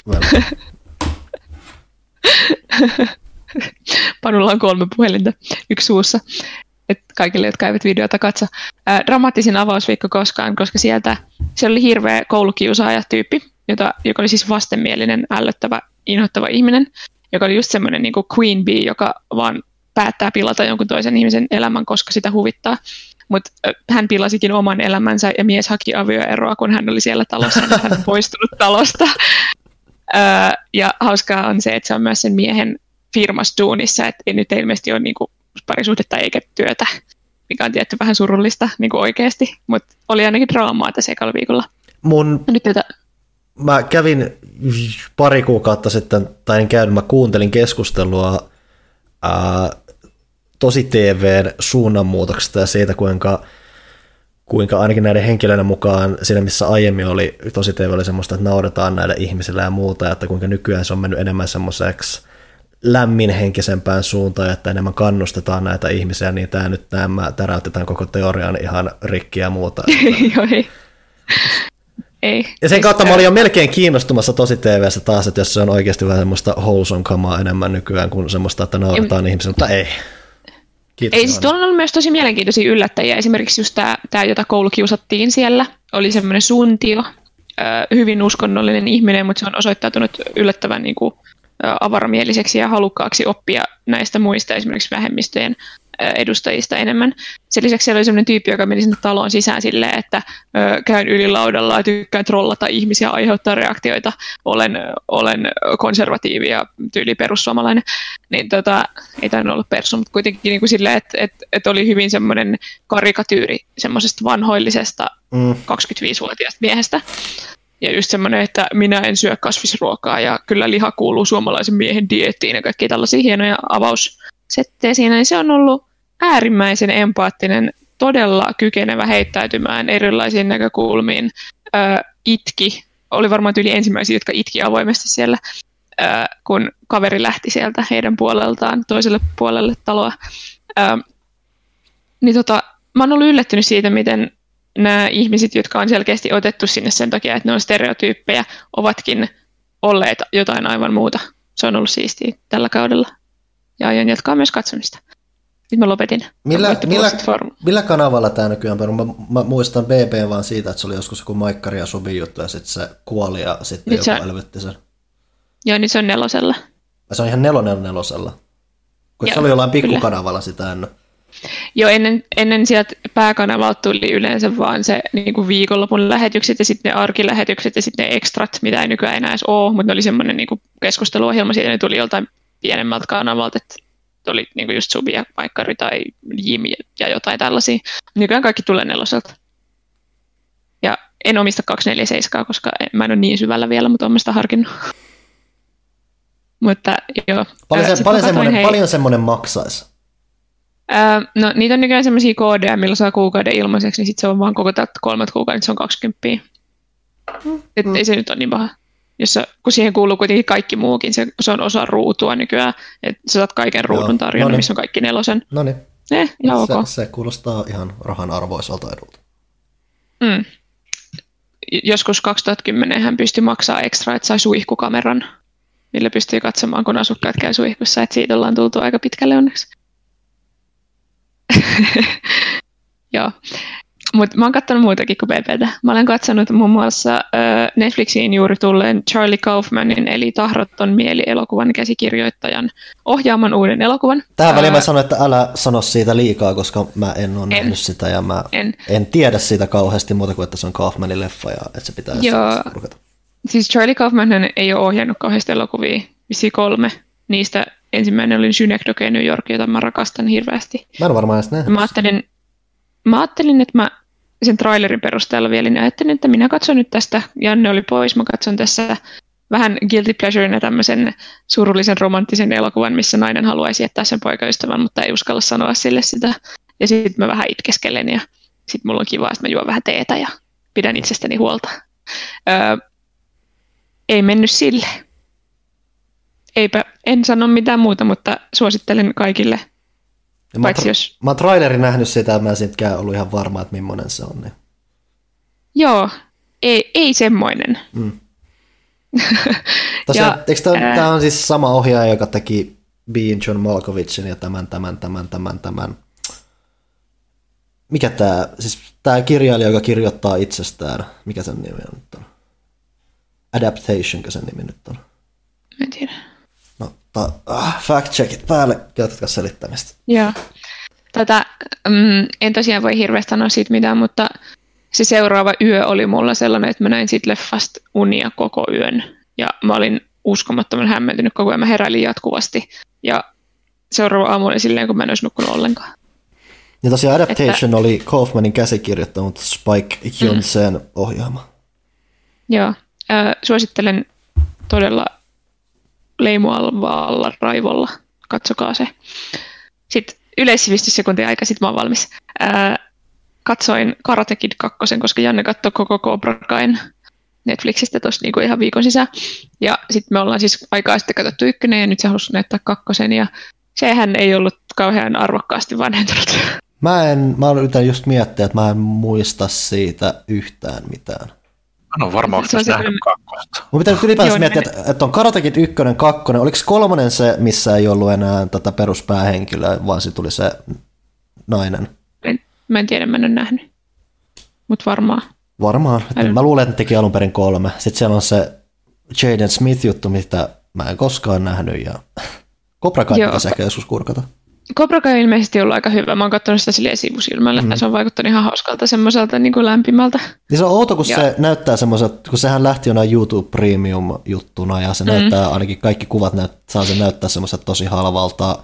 Panulla on kolme puhelinta, yksi suussa. Et kaikille, jotka eivät videota katso. Ää, dramaattisin avausviikko koskaan, koska sieltä se oli hirveä koulukiusaaja-tyyppi, jota, joka oli siis vastenmielinen, ällöttävä, inhottava ihminen, joka oli just semmoinen niin kuin queen bee, joka vaan päättää pilata jonkun toisen ihmisen elämän, koska sitä huvittaa. Mutta hän pilasikin oman elämänsä ja mies haki avioeroa, kun hän oli siellä talossa, ja hän on poistunut talosta. Öö, ja hauskaa on se, että se on myös sen miehen firmassa duunissa, että ei nyt ilmeisesti ole niinku parisuhdetta eikä työtä, mikä on tietty vähän surullista niinku oikeasti, mutta oli ainakin draamaa tässä ekalla viikolla. Mun... Nyt tätä... Mä kävin pari kuukautta sitten, tai en käynyt, mä kuuntelin keskustelua ää, Tosi T V:n suunnanmuutoksesta ja siitä, kuinka, kuinka ainakin näiden henkilöiden mukaan siinä, missä aiemmin oli tosi T V oli semmoista, että nauretaan näille ihmisille ja muuta, että kuinka nykyään se on mennyt enemmän semmoiseksi lämminhenkisempään suuntaan, että enemmän kannustetaan näitä ihmisiä, niin tämä nyt nämä täräytetään koko teorian ihan rikki ja muuta. Joo, ei. Ei. Ja sen kautta mä olin jo melkein kiinnostumassa tosi T V:ssä taas, että jos se on oikeasti vähän semmoista wholesome kamaa enemmän nykyään kuin semmoista, että naurataan ihmisiä, mutta ei. Kiitos. Ei, siis tuolla on ollut myös tosi mielenkiintoisia yllättäjiä. Esimerkiksi just tämä, tämä jota koulukiusattiin siellä, oli semmoinen Suntio, hyvin uskonnollinen ihminen, mutta se on osoittautunut yllättävän niin kuin, avaramieliseksi ja halukkaaksi oppia näistä muista esimerkiksi vähemmistöjen edustajista enemmän. Sen lisäksi siellä oli sellainen tyyppi, joka meni sinne taloon sisään silleen, että ö, käyn ylilaudalla ja tykkään trollata ihmisiä, aiheuttaa reaktioita, olen, olen konservatiivi ja tyyli perussuomalainen. Niin tota, ei tainnut olla persu, mutta kuitenkin niin kuin silleen, että, että, että oli hyvin semmoinen karikatyyri semmoisesta vanhoillisesta mm. kaksikymmentäviisivuotiaasta miehestä. Ja just semmoinen, että minä en syö kasvisruokaa ja kyllä liha kuuluu suomalaisen miehen dieettiin ja kaikki tällaisia hienoja avaussettejä siinä. Niin se on ollut äärimmäisen empaattinen, todella kykenevä heittäytymään erilaisiin näkökulmiin. Äh, itki, oli varmaan yli ensimmäisiä, jotka itki avoimesti siellä, äh, kun kaveri lähti sieltä heidän puoleltaan toiselle puolelle taloa. Äh, niin tota, mä oon ollut yllättynyt siitä, miten nämä ihmiset, jotka on selkeästi otettu sinne sen takia, että ne on stereotyyppejä, ovatkin olleet jotain aivan muuta. Se on ollut siistiä tällä kaudella. Ja aion jatkaa myös katsomista. Nyt mä lopetin. Millä, millä, millä kanavalla tämä nykyään on? Mä, mä muistan B B vaan siitä, että se oli joskus joku Maikkari ja Subin juttu ja sitten se kuoli ja sitten joku on... elvytti sen. Joo, niin se on nelosella. Ja se on ihan nelonen nelosella. Kun se oli jollain pikkukanavalla sitä ennen. Joo, ennen, ennen sieltä pääkanavalta tuli yleensä vaan se niin kuin viikonlopun lähetykset ja sitten ne arkilähetykset ja sitten ne extrat, mitä ei nykyään enää edes ole, mutta ne oli semmoinen niin kuin keskusteluohjelma, siitä ne tuli joltain pienemmältä kanavalta, että oli niin kuin just Subi ja Maikkari tai Jimi ja jotain tällaisia. Nykyään kaikki tulee neloselta. Ja en omista kaksikymmentäneljä koska mä en ole niin syvällä vielä, mutta olen sitä harkinnut. mutta joo. Paljon, se, paljon, semmoinen, paljon semmoinen maksaisi? Öö, no niitä on nykyään semmoisia koodeja, millä saa kuukauden ilmaiseksi, niin sitten se on vaan koko tältä kolmat kuukauden, niin se on kaksikymmentä. Mm. Et mm. ei se nyt ole niin paha. Jossa, kun siihen kuuluu kuitenkin kaikki muukin, se, se on osa ruutua nykyään, että sä saat kaiken ruudun tarjonnan, missä on kaikki nelosen. No niin. Eh, ihan ok. Se, se kuulostaa ihan rahan arvoiselta edulta. Mm. Joskus kaksituhattakymmenen hän pystyi maksamaan ekstra, että sai suihkukameran, millä pystyy katsomaan, kun asukkaat käy suihkussa, että siitä ollaan tultu aika pitkälle onneksi. Joo, mutta mä oon katsonut muutakin kuin B B:tä. Mä olen katsonut muun muassa äh, Netflixiin juuri tulleen Charlie Kaufmanin, eli Tahroton mieli-elokuvan käsikirjoittajan ohjaaman uuden elokuvan. Tähän väliin mä sanoin, että älä sano siitä liikaa, koska mä en ole en. nähnyt sitä ja mä en. en tiedä siitä kauheasti muuta kuin, että se on Kaufmanin leffa ja että se pitää rukata. Siis Charlie Kaufman ei ole ohjannut kauheasti elokuvia, vissiin kolme. Niistä ensimmäinen oli Synecdoche New York, jota mä rakastan hirveästi. Mä en varmaan edes nähnyt. Mä ajattelin, mä ajattelin, että mä sen trailerin perusteella vielä, niin ajattelin, että minä katson nyt tästä, Janne oli pois, mä katson tässä vähän guilty pleasurena tämmöisen surullisen romanttisen elokuvan, missä nainen haluaisi jättää sen poikaystävän, mutta ei uskalla sanoa sille sitä. Ja sitten mä vähän itkeskelen ja sitten mulla on kiva, että mä juon vähän teetä ja pidän itsestäni huolta. Öö, ei mennyt sille. Eipä, en sano mitään muuta, mutta suosittelen kaikille. Ja mä, tra- jos... mä oon trailerin nähnyt sitä, mä en siitäkään ollut ihan varma, että millainen se on. Niin. Joo, ei, ei semmoinen. Mm. Tosiaan, ja, eikö tämä, ää... tämä on siis sama ohjaaja, joka teki Being John Malkovichin ja tämän, tämän, tämän, tämän, tämän. Mikä tämä, siis tämä kirjailija, joka kirjoittaa itsestään, mikä sen nimi on nyt on? Adaptationko sen nimi nyt on? En tiedä. No, ta, ah, fact checkit päälle, jatkatka selittämistä. Joo. Tätä, mm, en tosiaan voi hirveästi sanoa siitä mitään, mutta se seuraava yö oli mulla sellainen, että mä näin siitä leffasta unia koko yön. Ja mä olin uskomattoman hämmentynyt koko ajan, mä heräilin jatkuvasti. Ja seuraava aamu oli silleen, kun mä en olisi nukkunut ollenkaan. Ja tosiaan Adaptation että... oli Kaufmanin käsikirjoittama, mutta Spike Jonzen mm. ohjaama. Joo, äh, suosittelen todella leimualvaalla raivolla. Katsokaa se. Sitten yleissivistyssekuntia aika, sitten mä oon valmis. Ää, katsoin Karate Kid kakkosen, koska Janne katsoi koko Cobra Kain Netflixistä tuossa niinku ihan viikon sisään. Ja sitten me ollaan siis aikaa sitten katsottu ykkönen ja nyt se halusi näyttää kakkosen ja sehän ei ollut kauhean arvokkaasti vanhentunut. Mä en, mä yritän just miettiä, että mä en muista siitä yhtään mitään. Mä oon varmaan Se on nähnyt semmoinen- kakkosta. Mun pitää nyt ylipäänsä Joo, miettiä, ne- että, että on Karate Kid ykkönen, kakkonen. Oliko kolmonen se, missä ei ollut enää tätä peruspäähenkilöä, vaan se tuli se nainen? En, mä en tiedä, mä en ole nähnyt. Mutta varmaan. Varmaan. Älä- Mä luulen, että ne teki alun perin kolme. Sitten siellä on se Jaden Smith-juttu, mitä mä en koskaan nähnyt. Ja Cobra Kai Joo. pitäisi ehkä joskus kurkata. Cobra Kai on ilmeisesti ollut aika hyvä. Mä oon katsonut sitä silleen sivusilmällä. Mm. Se on vaikuttanut ihan hauskalta, semmoiselta niin kuin lämpimältä. Niin se on outo, kun Ja- se näyttää semmoiselta, kun sehän lähti jonain YouTube Premium-juttuna, ja se mm. näyttää, ainakin kaikki kuvat näyt, saa sen näyttää semmoiselta tosi halvalta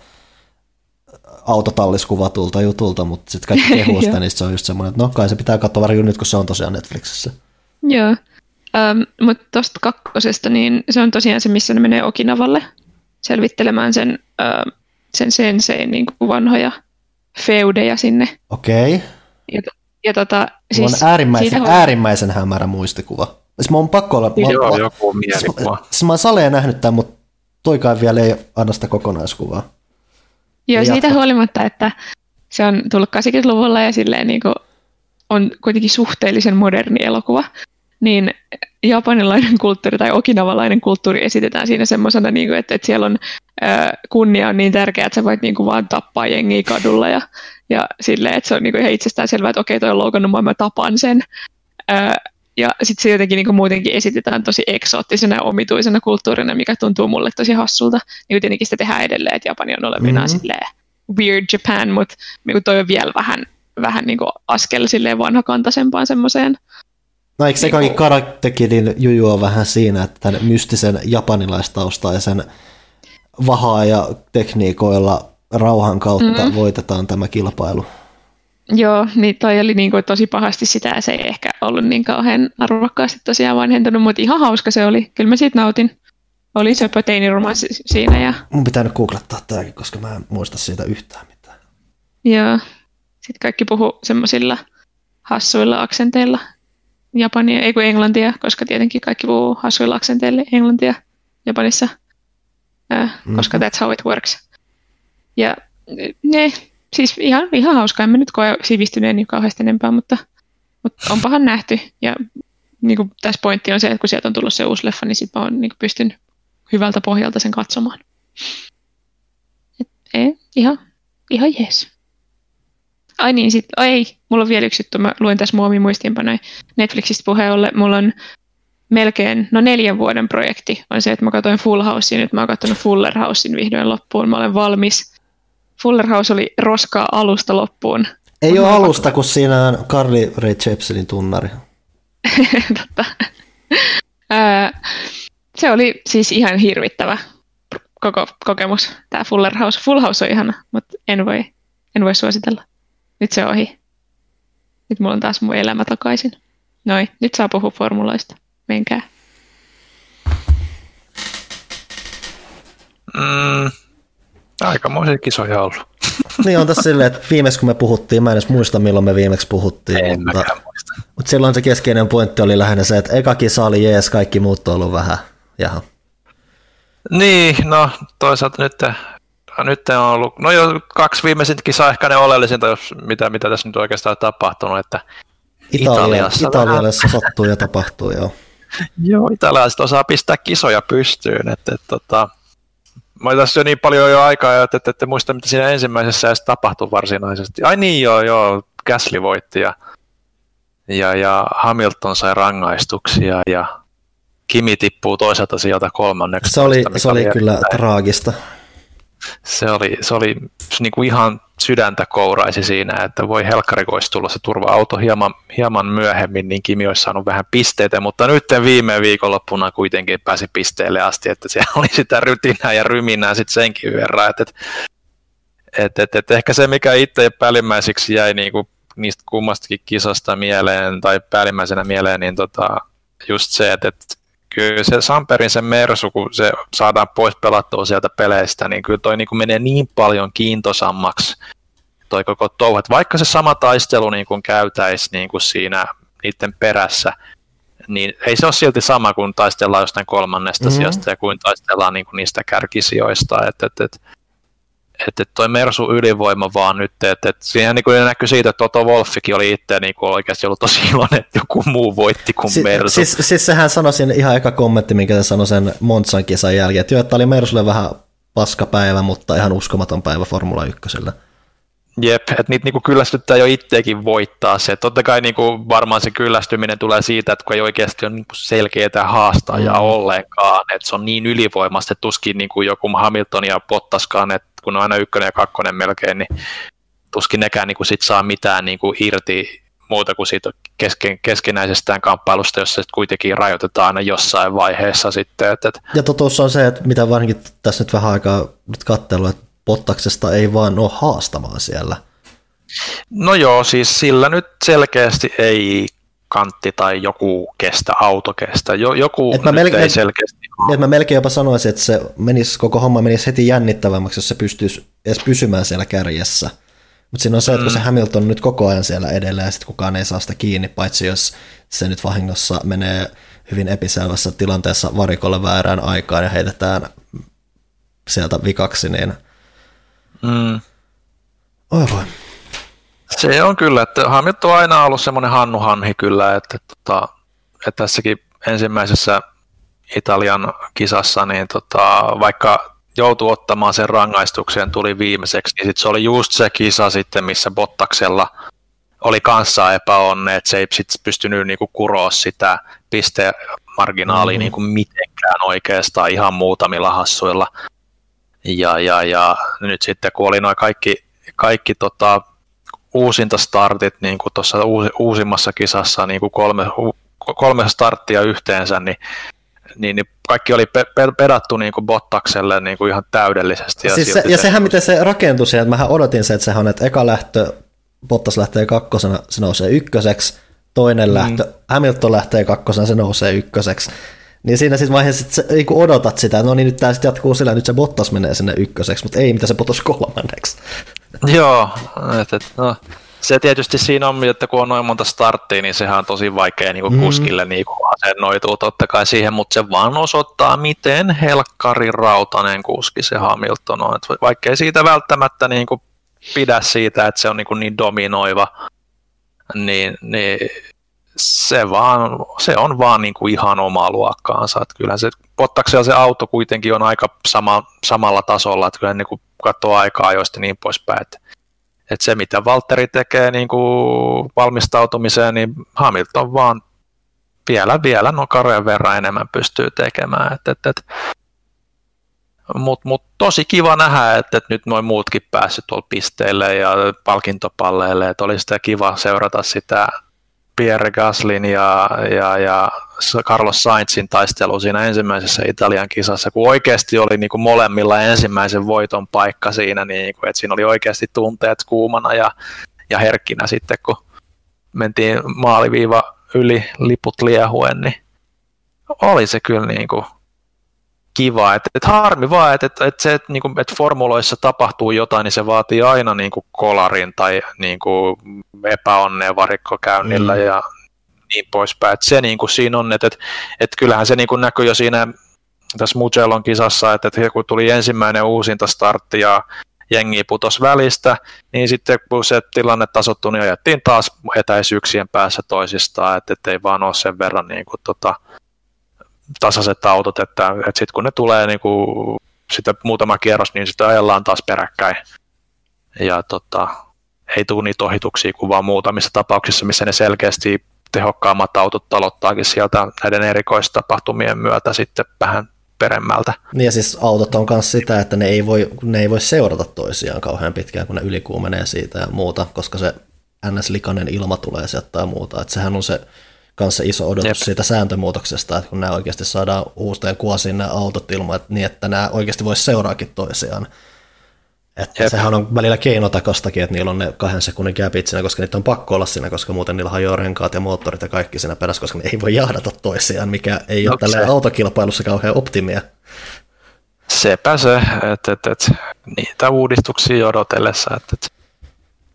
autotalliskuvatulta jutulta, mutta sitten kaikki kehuu sitä, niin sit se on just semmoinen, että no kai se pitää katsoa varmaan nyt, kun se on tosiaan Netflixissä. Joo. Um, mutta tuosta kakkosesta, niin se on tosiaan se, missä ne menee Okinavalle selvittelemään sen, uh, sen sensein niin kuin vanhoja feudeja sinne. Okei. Ja, ja tota, Mulla siis on äärimmäisen, siitä äärimmäisen hämärä muistikuva. Siis mä oon pakko olla... Mä, Joo, mä, joku siis, mielikuva. mä, siis mä oon saleen nähnyt tämän, mutta toikaan vielä ei anna sitä kokonaiskuvaa. Joo, Ja siitä jatka. huolimatta, että se on tullut kahdeksankymmentäluvulla ja silleen niin kuin on kuitenkin suhteellisen moderni elokuva, niin japanilainen kulttuuri tai okinavalainen kulttuuri esitetään siinä semmoisena, niin kuin, että, että siellä on ää, kunnia on niin tärkeää, että sä voit niin kuin vaan tappaa jengiä kadulla ja, ja silleen, että se on niin kuin ihan itsestään selvää, että okei, toi on loukannut mua, mä tapan sen. Ää, ja sitten se jotenkin niin kuin muutenkin esitetään tosi eksoottisena ja omituisena kulttuurina, mikä tuntuu mulle tosi hassulta. Niin tietenkin sitä tehdään edelleen, että Japani on olevinaan Mhm. silleen weird Japan, mutta niin toi on vielä vähän, vähän niin kuin askel silleen vanhakantaisempaan semmoiseen. No eikö se Niin kaikki kuin- Karate Kidin juju on vähän siinä, että tämän mystisen japanilaistaustaisen vahaa ja tekniikoilla rauhan kautta Mhm. voitetaan tämä kilpailu. Joo, niin toi oli niin kuin tosi pahasti sitä ja se ei ehkä ollut niin kauhean arvokkaasti tosiaan vanhentunut, mutta ihan hauska se oli. Kyllä mä siitä nautin. Oli söpö teiniromanssi siinä ja Mun pitää nyt googlettaa tämäkin, koska mä en muista siitä yhtään mitään. joo. Sitten kaikki puhu semmoisilla hassuilla aksenteilla Japania, ei kun englantia, koska tietenkin kaikki puhuu hassuilla aksenteilla englantia Japanissa, äh, koska that's how it works. Ja ne, siis ihan, ihan hauska, en mä nyt koe sivistyneen niin kauheasti enempää, mutta, mutta onpahan nähty. Ja niin kuin tässä pointti on se, että kun sieltä on tullut se uusi leffa, niin sitten mä oon niin kuin pystyn hyvältä pohjalta sen katsomaan. Et, ei, ihan, ihan jees. Ai niin, sit, ai ei, mulla on vielä yksi juttu, mä luin tässä muomin muistiinpanoja Netflixistä puheen ollen. Mulla on melkein, no neljän vuoden projekti on se, että mä katsoin Full Housea, nyt mä oon katsonut Fuller Housein vihdoin loppuun, mä olen valmis. Fuller House oli roskaa alusta loppuun. Ei Mut ole mä oon alusta, kun siinä on Carly Rae Jepsenin tunnari. Totta. Ää, se oli siis ihan hirvittävä koko kokemus, tämä Fuller House. Full House on ihana, mutta en voi, en voi suositella. Nyt se on ohi. Nyt mulla on taas mun elämä takaisin. Noi, nyt saa puhua formuloista. Menkää. Mm, aikamoisia kisoja ollut. Niin on tässä silleen, että viimeksi kun me puhuttiin, mä en edes muista milloin me viimeksi puhuttiin, En mutta, mäkään muista. mutta silloin se keskeinen pointti oli lähinnä se, että eka kisa oli jees, kaikki muut on ollut vähän. Jaha. Niin, no toisaalta nyt, nyt on ollut, no jo kaksi viimeisintä kisaa ehkä ne oleellisinta, jos mitä, mitä tässä nyt oikeastaan on tapahtunut, että Italia, Italiassa Italiassa sattuu ja tapahtuu, joo. joo, italialaiset osaa pistää kisoja pystyyn, että, että, että mä olin tässä jo niin paljon jo aikaa, että ette, ette muista, mitä siinä ensimmäisessä edes tapahtui varsinaisesti. Ai niin, joo, joo, Gasly voitti ja, ja, ja Hamilton sai rangaistuksia ja Kimi tippuu toiselta sieltä kolmanneksi. Se oli, mikä se oli kyllä erittäin- traagista. Se oli, se oli niin kuin ihan sydäntä kouraisi siinä, että voi helkkari, kun olisi tullut se turva-auto hieman, hieman myöhemmin, niin Kimi olisi saanut vähän pisteitä, mutta nyt viime viikonloppuna kuitenkin pääsi pisteelle asti, että siellä oli sitä rytinää ja ryminää sitten senkin verran, että et, et, et, et ehkä se, mikä itse päällimmäiseksi jäi niin kuin niistä kummastakin kisasta mieleen, tai päällimmäisenä mieleen, niin tota, just se, että, että kyllä se Samperin se Mersu, kun se saadaan pois pelattua sieltä peleistä, niin kyllä toi niin kuin menee niin paljon kiintosammaksi toi koko touhu. Et vaikka se sama taistelu niin kuin käytäisi niin kuin siinä niiden perässä, niin ei se ole silti sama kuin taistellaan jostain kolmannesta mm-hmm. sijasta ja kuin taistellaan niin kuin niistä kärkisijoista. Että et, et, et, et toi Mersu ylivoima vaan nyt, että et siinä niin kuin näkyy siitä, että Toto Wolffikin oli itse niin kuin oikeasti ollut tosi iloinen, että joku muu voitti kuin si- Mersu. Siis, siis sehän sanoi siinä ihan eka kommentti, minkä se sanoi sen Monzan kisan jälkeen, että jo, että oli Mersulle vähän paskapäivä, mutta ihan uskomaton päivä Formula ykkösellä. Jep, että niitä niinku kyllästyttää jo itsekin voittaa se. Totta kai niinku varmaan se kyllästyminen tulee siitä, että kun ei oikeasti ole niinku selkeää haastajaa mm. ollenkaan, että se on niin ylivoimasta, että tuskin niinku joku Hamilton ja Bottaskaan, että kun on aina ykkönen ja kakkonen melkein, niin tuskin nekään niinku sit saa mitään niinku irti muuta kuin siitä kesken, keskenäisestään kamppailusta, jossa se kuitenkin rajoitetaan aina jossain vaiheessa sitten. Et, et. Ja totuus on se, että mitä varsinkin tässä nyt vähän aikaa nyt katselua, että Bottaksesta ei vaan ole haastamaan siellä. No joo, siis sillä nyt selkeästi ei kantti tai joku kestä, auto kestä. Jo, joku et mä nyt melkein, ei selkeästi. Et mä melkein jopa sanoisin, että se menisi, koko homma menisi heti jännittävämmäksi, jos se pystyisi edes pysymään siellä kärjessä. Mutta siinä on se, että kun se Hamilton on nyt koko ajan siellä edellä ja sitten kukaan ei saa sitä kiinni, paitsi jos se nyt vahingossa menee hyvin episelvässä tilanteessa varikolle väärään aikaan ja heitetään sieltä vikaksi, niin Mm. oi voi. Se on kyllä, että Hamilton on aina ollut semmoinen hannuhanhi kyllä, että, että, että tässäkin ensimmäisessä Italian kisassa, niin tota, vaikka joutui ottamaan sen rangaistukseen, tuli viimeiseksi, niin sit se oli just se kisa sitten, missä Bottaksella oli kanssa epäonne, että se ei sit pystynyt niinku kuroa sitä pistemarginaalia mm-hmm. niinku mitenkään oikeastaan ihan muutamilla hassuilla. Ja, ja, ja nyt sitten kun oli noin kaikki, kaikki tota, uusinta startit niin kuin tuossa uusimmassa kisassa, niin kuin kolme, kolme starttia yhteensä, niin, niin, niin kaikki oli pe- pe- pedattu niin kuin Bottakselle niin kuin ihan täydellisesti. Ja, siis se, ja sehän miten se rakentui siihen, että mähän odotin se, että sehän on, että eka lähtö, Bottas lähtee kakkosena, se nousee ykköseksi, toinen mm. lähtö, Hamilton lähtee kakkosena, se nousee ykköseksi. Niin siinä sitten vaiheessa sit niin odotat sitä, no niin nyt tämä sitten jatkuu sillä, nyt se Bottas menee sinne ykköseksi, mutta ei, mitä se Bottas kolmanneksi. Joo, et, et, no, se tietysti siinä on, että kun on noin monta starttia, niin sehän on tosi vaikea niin kuin mm. kuskille niin kuin asennoituu totta kai siihen, mutta se vaan osoittaa, miten helkkari rautainen kuski se Hamilton on. Et vaikkei siitä välttämättä niin kuin pidä siitä, että se on niin, kuin niin dominoiva, niin, niin se, vaan, se on vaan niin kuin ihan omaa luokkaansa. Että kyllähän se Bottaksella se auto kuitenkin on aika sama, samalla tasolla, että kyllä niin kuin katsoo aikaa joista niin poispäin. Että, että se mitä Valtteri tekee niin kuin valmistautumiseen, niin Hamilton vaan vielä, vielä nokarojen verran enemmän pystyy tekemään. Että, että, että. Mutta mut tosi kiva nähdä, että, että nyt noin muutkin päässyt tuolla pisteille ja palkintopalleille, että oli sitä kiva seurata sitä Pierre Gaslin ja, ja, ja Carlos Sainzin taistelu siinä ensimmäisessä Italian kisassa, kun oikeasti oli niin kuin molemmilla ensimmäisen voiton paikka siinä, niin kuin, että siinä oli oikeasti tunteet kuumana ja, ja herkkinä sitten, kun mentiin maaliviiva yli liput liehuen, niin oli se kyllä niin kuin kiva. Et, et harmi vaan, että et, et se, et, niinku, et formuloissa tapahtuu jotain, niin se vaatii aina niinku kolarin tai niinku epäonneen varikkokäynnillä mm. ja niin poispäin. Et se niinku siinä on, että et, et kyllähän se niinku näkyy jo siinä tässä Mugellon kisassa, että et kun tuli ensimmäinen uusinta startti ja jengi putosi välistä, niin sitten kun se tilanne tasoittui, niin ajettiin taas etäisyyksien päässä toisistaan, että et ei vaan ole sen verran niinku tota tasaiset autot, että, että sitten kun ne tulee niin kuin, sitten muutama kierros, niin sitten ajellaan taas peräkkäin. Ja tota, ei tule niitä ohituksia kuin vaan muutamissa tapauksissa, missä ne selkeästi tehokkaammat autot aloittaakin sieltä näiden erikoistapahtumien myötä sitten vähän peremmältä. Niin ja siis autot on myös sitä, että ne ei, voi, ne ei voi seurata toisiaan kauhean pitkään, kun ne ylikuumenee siitä ja muuta, koska se N S-likainen ilma tulee sieltä tai muuta. Että sehän on se kanssa iso odotus Jep. siitä sääntömuutoksesta, että kun nämä oikeasti saadaan uusteen kuosiin nämä autot ilman, että niin, että nämä oikeasti voisi seuraakin toisiaan. Että Jep. sehän on välillä keinotakostakin, että niillä on ne kahden sekunnin gapit siinä, koska niitä on pakko olla siinä, koska muuten niillä hajoaa renkaat ja moottorit ja kaikki siinä perässä, koska ne ei voi jahdata toisiaan, mikä ei no, ole tällä autokilpailussa kauhean optimia. Sepä se, että et, et, niitä uudistuksia odotellessa, että et.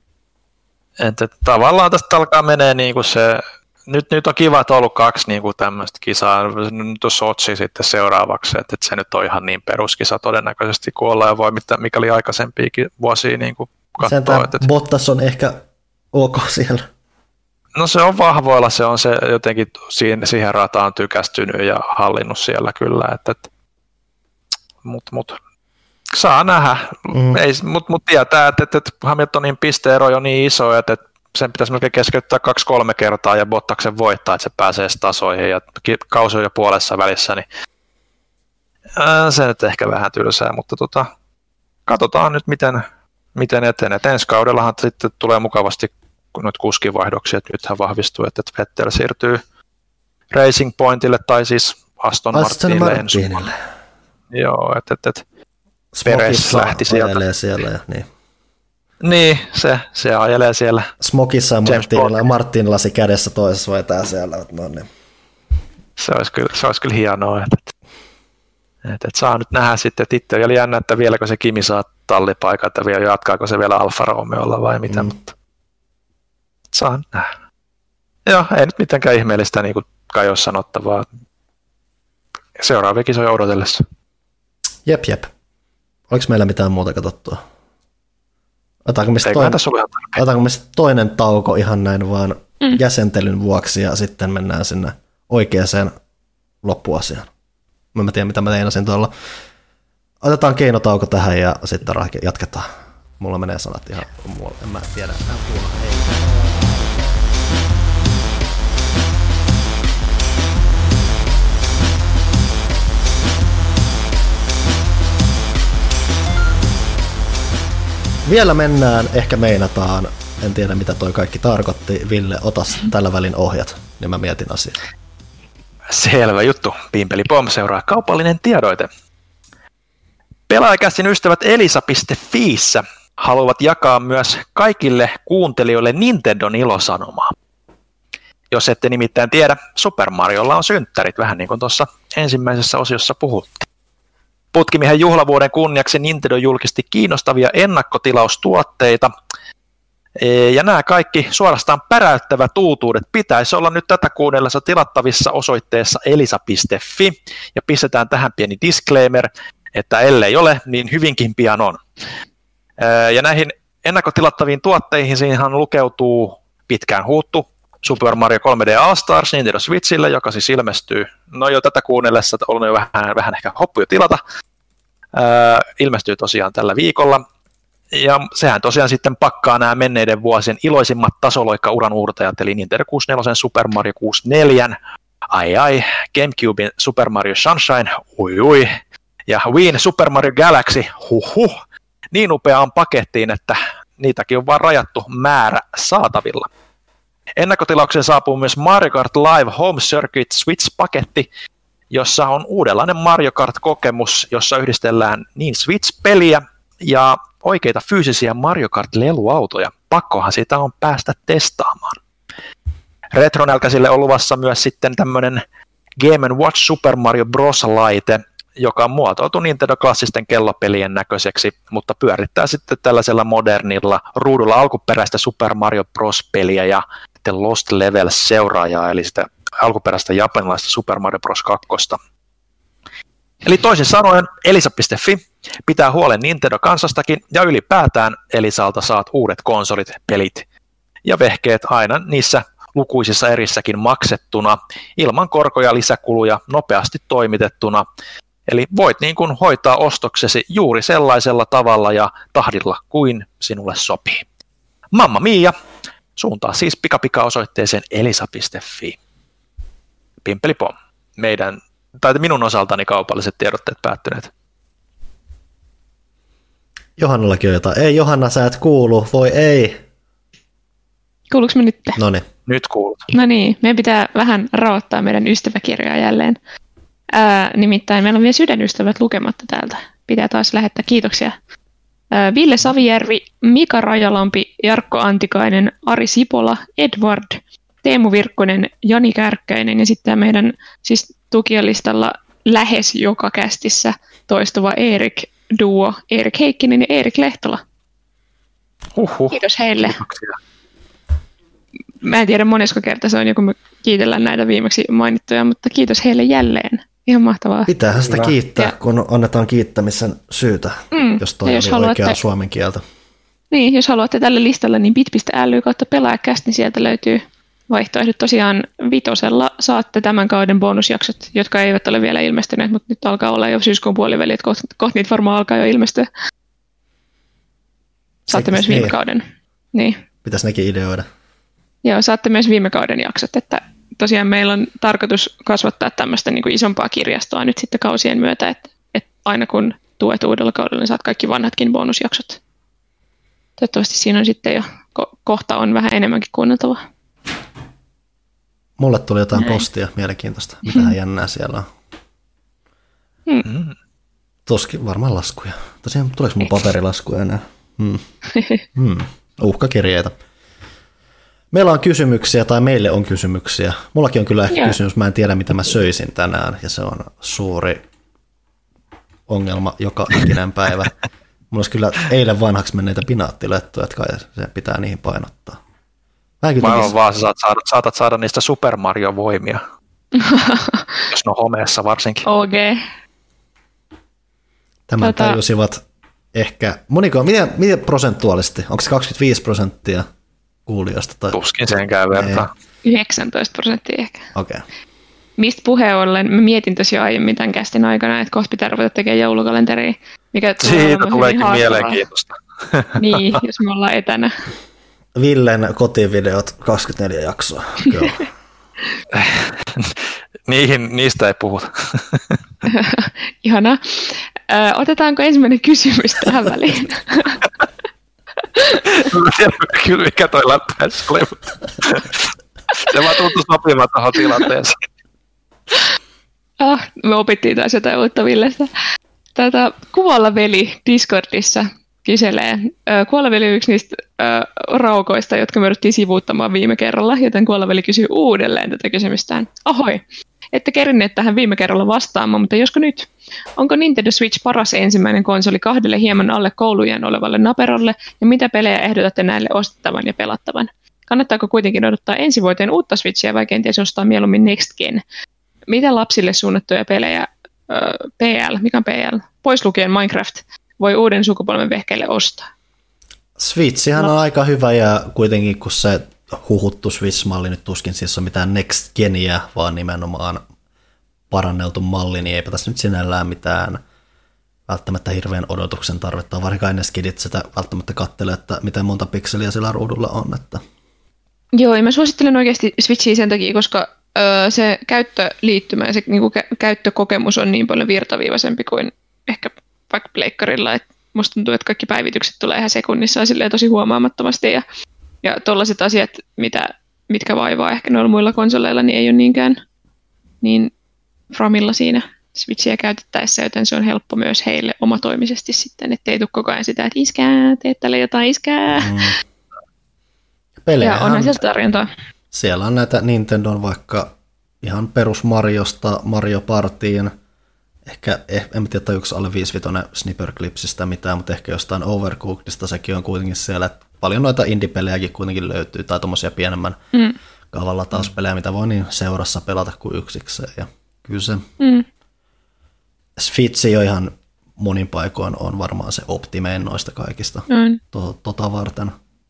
Että tavallaan tästä alkaa menee niinku se, nyt, nyt on kiva, että on ollut kaksi niinku tämmöistä kisaa, nyt on Sotsi sitten seuraavaksi, että, että se nyt on ihan niin peruskisa todennäköisesti, kun ollaan ja voi, mikä oli aikaisempiakin vuosia niinku katsoa. Että, Bottas on ehkä ok siellä. No se on vahvoilla, se on se jotenkin siihen, siihen rataan tykästynyt ja hallinnut siellä kyllä, että, että mut, mut. Saa nähdä, mm. mutta mut tietää, että, että, että Hamiltonin pisteero on niin iso, että, että sen pitäisi melkein keskeyttää kaksi-kolme kertaa ja Bottaksen voittaa, että se pääsee tasoihin ja kausi on jo puolessa välissä, niin ää, se nyt ehkä vähän tylsää, mutta tota, katsotaan nyt miten, miten etenee. Ensi kaudellahan sitten tulee mukavasti noita kuskivaihdoksia, että nythän vahvistuu, että Vettel siirtyy Racing Pointille tai siis Aston, Aston Martinille. Martinille. Joo, että, että, että Peres lähti sieltä. Siellä ja niin. Niin, se, se ajelee siellä. Smokissa ja Martinilla, Martin lasi kädessä toisessa vetää siellä. No niin. Se olisi kyllä, se olisi kyllä hienoa, että, että, että saa nyt nähdä sitten, että itse oli jännä, että vieläkö se Kimi saa tallipaikan, että vielä jatkaako se vielä Alfa Romeolla vai mitä, mm. mutta saa nyt nähdä. Joo, ei nyt mitenkään ihmeellistä, niin kuin kai ole sanottavaa. Seuraavia kisoja odotellessa. Jep, jep. Oliko meillä mitään muuta katsottua? Otetaanko me sitten toinen, toinen tauko ihan näin vaan mm. jäsentelyn vuoksi ja sitten mennään sinne oikeaan loppuasiaan. Mä en tiedä, mitä mä teinasin tuolla. Otetaan keinotauko tähän ja sitten jatketaan. Mulla menee sanat ihan muualle. En mä tiedä. Ei. Vielä mennään, ehkä meinataan, en tiedä mitä toi kaikki tarkoitti. Ville, otas tällä välin ohjat, niin mä mietin asiaa. Selvä juttu. Pimpeli Pom seuraa kaupallinen tiedoite. Pelaajakästin ystävät Elisa piste fiissä haluavat jakaa myös kaikille kuuntelijoille Nintendon ilosanomaa. Jos ette nimittäin tiedä, Super Mariolla on synttärit, vähän niin kuin tuossa ensimmäisessä osiossa puhuttiin. Putkimiehen juhlavuoden kunniaksi Nintendo julkisti kiinnostavia ennakkotilaustuotteita, ja nämä kaikki suorastaan päräyttävät uutuudet pitäisi olla nyt tätä kuunnellessa tilattavissa osoitteessa elisa piste fi, ja pistetään tähän pieni disclaimer, että ellei ole, niin hyvinkin pian on. Ja näihin ennakkotilattaviin tuotteihin siihen lukeutuu pitkään huuttu Super Mario kolme D All Stars Nintendo Switchille, joka siis ilmestyy, no jo tätä kuunnellessa, että on jo vähän, vähän ehkä hoppu jo tilata, Ää, ilmestyy tosiaan tällä viikolla, ja sehän tosiaan sitten pakkaa nämä menneiden vuosien iloisimmat tasoloikka-uran uurtajat, eli Nintendo kuusikymmentäneljä, Super Mario kuusikymmentäneljä, ai ai, GameCubein Super Mario Sunshine, ui ui, ja Wiiin Super Mario Galaxy, huhhuh, niin upeaan pakettiin, että niitäkin on vaan rajattu määrä saatavilla. Ennakkotilaukseen saapuu myös Mario Kart Live Home Circuit Switch-paketti, jossa on uudenlainen Mario Kart-kokemus, jossa yhdistellään niin Switch-peliä ja oikeita fyysisiä Mario Kart-leluautoja. Pakkohan sitä on päästä testaamaan. Retronälkäisille on luvassa myös sitten tämmöinen Game and Watch Super Mario Bros-laite, joka on muotoiltu Nintendo-klassisten kellopelien näköiseksi, mutta pyörittää sitten tällaisella modernilla ruudulla alkuperäistä Super Mario Bros-peliä ja The Lost Levels-seuraajaa, eli sitä alkuperäistä japanilaista Super Mario Bros. kaksi. Eli toisin sanoen elisa piste fi pitää huolen Nintendo-kansastakin ja ylipäätään Elisalta saat uudet konsolit, pelit ja vehkeet aina niissä lukuisissa erissäkin maksettuna, ilman korkoja, lisäkuluja, nopeasti toimitettuna. Eli voit niin kuin hoitaa ostoksesi juuri sellaisella tavalla ja tahdilla kuin sinulle sopii. Mamma mia! Suuntaa siis pikapika osoitteeseen elisa piste fi. Pimpeli pom. Meidän, tai minun osaltani kaupalliset tiedotteet päättyneet. Johannallakin on jotain. Ei Johanna, sä et kuulu. Voi ei. Kuuluuko me nyt? Noniin. Nyt kuulut. No niin, meidän pitää vähän raottaa meidän ystäväkirjaa jälleen. Ää, nimittäin meillä on vielä sydänystävät lukematta täältä. Pitää taas lähettää kiitoksia. Ää, Ville Savijärvi, Mika Rajalampi, Jarkko Antikainen, Ari Sipola, Edward, Teemu Virkkonen, Jani Kärkkäinen ja sitten meidän siis tukijalistalla lähes joka kästissä toistuva Erik Duo, Erik Heikkinen ja Erik Lehtola. Uhuh. Kiitos heille. Kiitoksia. Mä en tiedä monesko kerta se on, joku me kiitellään näitä viimeksi mainittuja, mutta kiitos heille jälleen. Ihan mahtavaa. Pitäähän sitä Kyllä. kiittää, Ja- kun annetaan kiittämisen syytä, Mm. jos toi Ja oli jos haluatte- oikeaa suomen kieltä. Niin, jos haluatte tälle listalle, niin bit piste l y kautta pelaajakäst, niin sieltä löytyy vaihtoehdot. Tosiaan vitosella saatte tämän kauden bonusjaksot, jotka eivät ole vielä ilmestyneet, mutta nyt alkaa olla jo syyskuun puoliväli, että kohta, kohta niitä varmaan alkaa jo ilmestyä. Saatte Se- myös viime niin. kauden. Niin. Pitäisi nekin ideoida. Joo, saatte myös viime kauden jaksot, että tosiaan meillä on tarkoitus kasvattaa tämmöistä niin kuin isompaa kirjastoa nyt sitten kausien myötä, että, että aina kun tuet uudella kaudella, niin saat kaikki vanhatkin bonusjaksot. Toivottavasti siinä on sitten jo, ko- kohta on vähän enemmänkin kuunneltavaa. Mulle tuli jotain Näin. postia, mielenkiintoista. Mitähän jännää siellä on. Mm. Tuskin varmaan laskuja. Tosiaan, tuleeko mun paperilaskuja enää? Hmm. Hmm. Uhkakirjeitä. Meillä on kysymyksiä, tai meille on kysymyksiä. Mullakin on kyllä ehkä Joo. kysymys, mä en tiedä mitä mä söisin tänään, ja se on suuri ongelma joka ikinen päivä. Mulla olisi kyllä eilen vanhaksi menneitä pinaattilettuja, että kai se pitää niihin painottaa. Mä kyllä Maailman vaan sä saat saada, saatat saada niistä Super Mario-voimia, jos ne on homeessa varsinkin. O G. tämän Tota- tajusivat ehkä, moniko, miten, miten prosentuaalisesti, onko se kaksikymmentäviisi prosenttia kuulijoista? Tai... Tuskin senkään vertaa. yhdeksäntoista prosenttia ehkä. Okei. Okay. Mistä puheen ollen, mä mietin tosiaan aiemmin tämän kästin aikana, että kohta pitää ruveta tekemään joulukalenteria. Mikä tulee Siitä olemaan tuleekin hyvin haastavaa. mielenkiintoista. Niin, jos me ollaan etänä. Villen kotivideot kaksikymmentäneljä jaksoa. Kyllä. Niihin, niistä ei puhuta. Ihanaa. Ö, otetaanko ensimmäinen kysymys tähän väliin? Mä tiedän kyllä, mikä toi läppäys oli, mutta se vaan tuntui sopimaan tuohon tilanteeseen. Ah, me opittiin taas jotain uutta Villestä. Tätä Kuvalla veli Discordissa kyselee. Ö, Kuolaveli on yksi niistä ö, raukoista, jotka me jouduttiin sivuuttamaan viime kerralla, joten Kuolaveli kysyy uudelleen tätä kysymystään. Ahoi, ette kerinneet tähän viime kerralla vastaamaan, mutta josko nyt? Onko Nintendo Switch paras ensimmäinen konsoli kahdelle hieman alle koulujen olevalle naperolle, ja mitä pelejä ehdotatte näille ostettavan ja pelattavan? Kannattaako kuitenkin odottaa ensi vuoteen uutta Switchiä vai kenties ostaa mieluummin Next Gen? Mitä lapsille suunnattuja pelejä, ö, P L, mikä on P L, pois lukien Minecraft, voi uuden sukupolven vehkeille ostaa? Switchihän on aika hyvä, ja kuitenkin kun se huhuttu Switch-malli nyt tuskin siis on mitään Next Geniä, vaan nimenomaan paranneltu malli, niin eipä tässä nyt sinällään mitään välttämättä hirveän odotuksen tarvetta, varsinkaan ennen skidit sitä välttämättä katsele, että miten monta pikseliä sillä ruudulla on. Että. Joo, ja mä suosittelen oikeasti Switchiä sen takia, koska ö, se käyttöliittymä ja se niinku, kä- käyttökokemus on niin paljon virtaviivaisempi kuin ehkä vaikka pleikkarilla. Et musta tuntuu, että kaikki päivitykset tulee ihan sekunnissa silleen tosi huomaamattomasti, ja, ja tollaiset asiat, mitä, mitkä vaivaa ehkä noilla muilla konsoleilla, niin ei ole niinkään niin framilla siinä Switchiä käytettäessä, joten se on helppo myös heille omatoimisesti sitten, ettei tule koko ajan sitä, että iskää, teet tälle jotain, iskää. Mm. Ja Pelejähän, onhan sieltä tarjontaa. siellä on näitä Nintendon vaikka ihan perus Mariosta, Mario Partyin, ehkä, eh, en tiedä tajuuko alle viisi viisi Snipperclipsistä mitään, mutta ehkä jostain Overcookedista sekin on kuitenkin siellä, että paljon noita indie-pelejäkin kuitenkin löytyy, tai tommosia pienemmän Mm. kaavalla taas pelejä, mitä voi niin seurassa pelata kuin yksikseen, ja kyllä se Mm. Switch jo ihan monin paikoin on varmaan se optimein noista kaikista On. to, tota varten.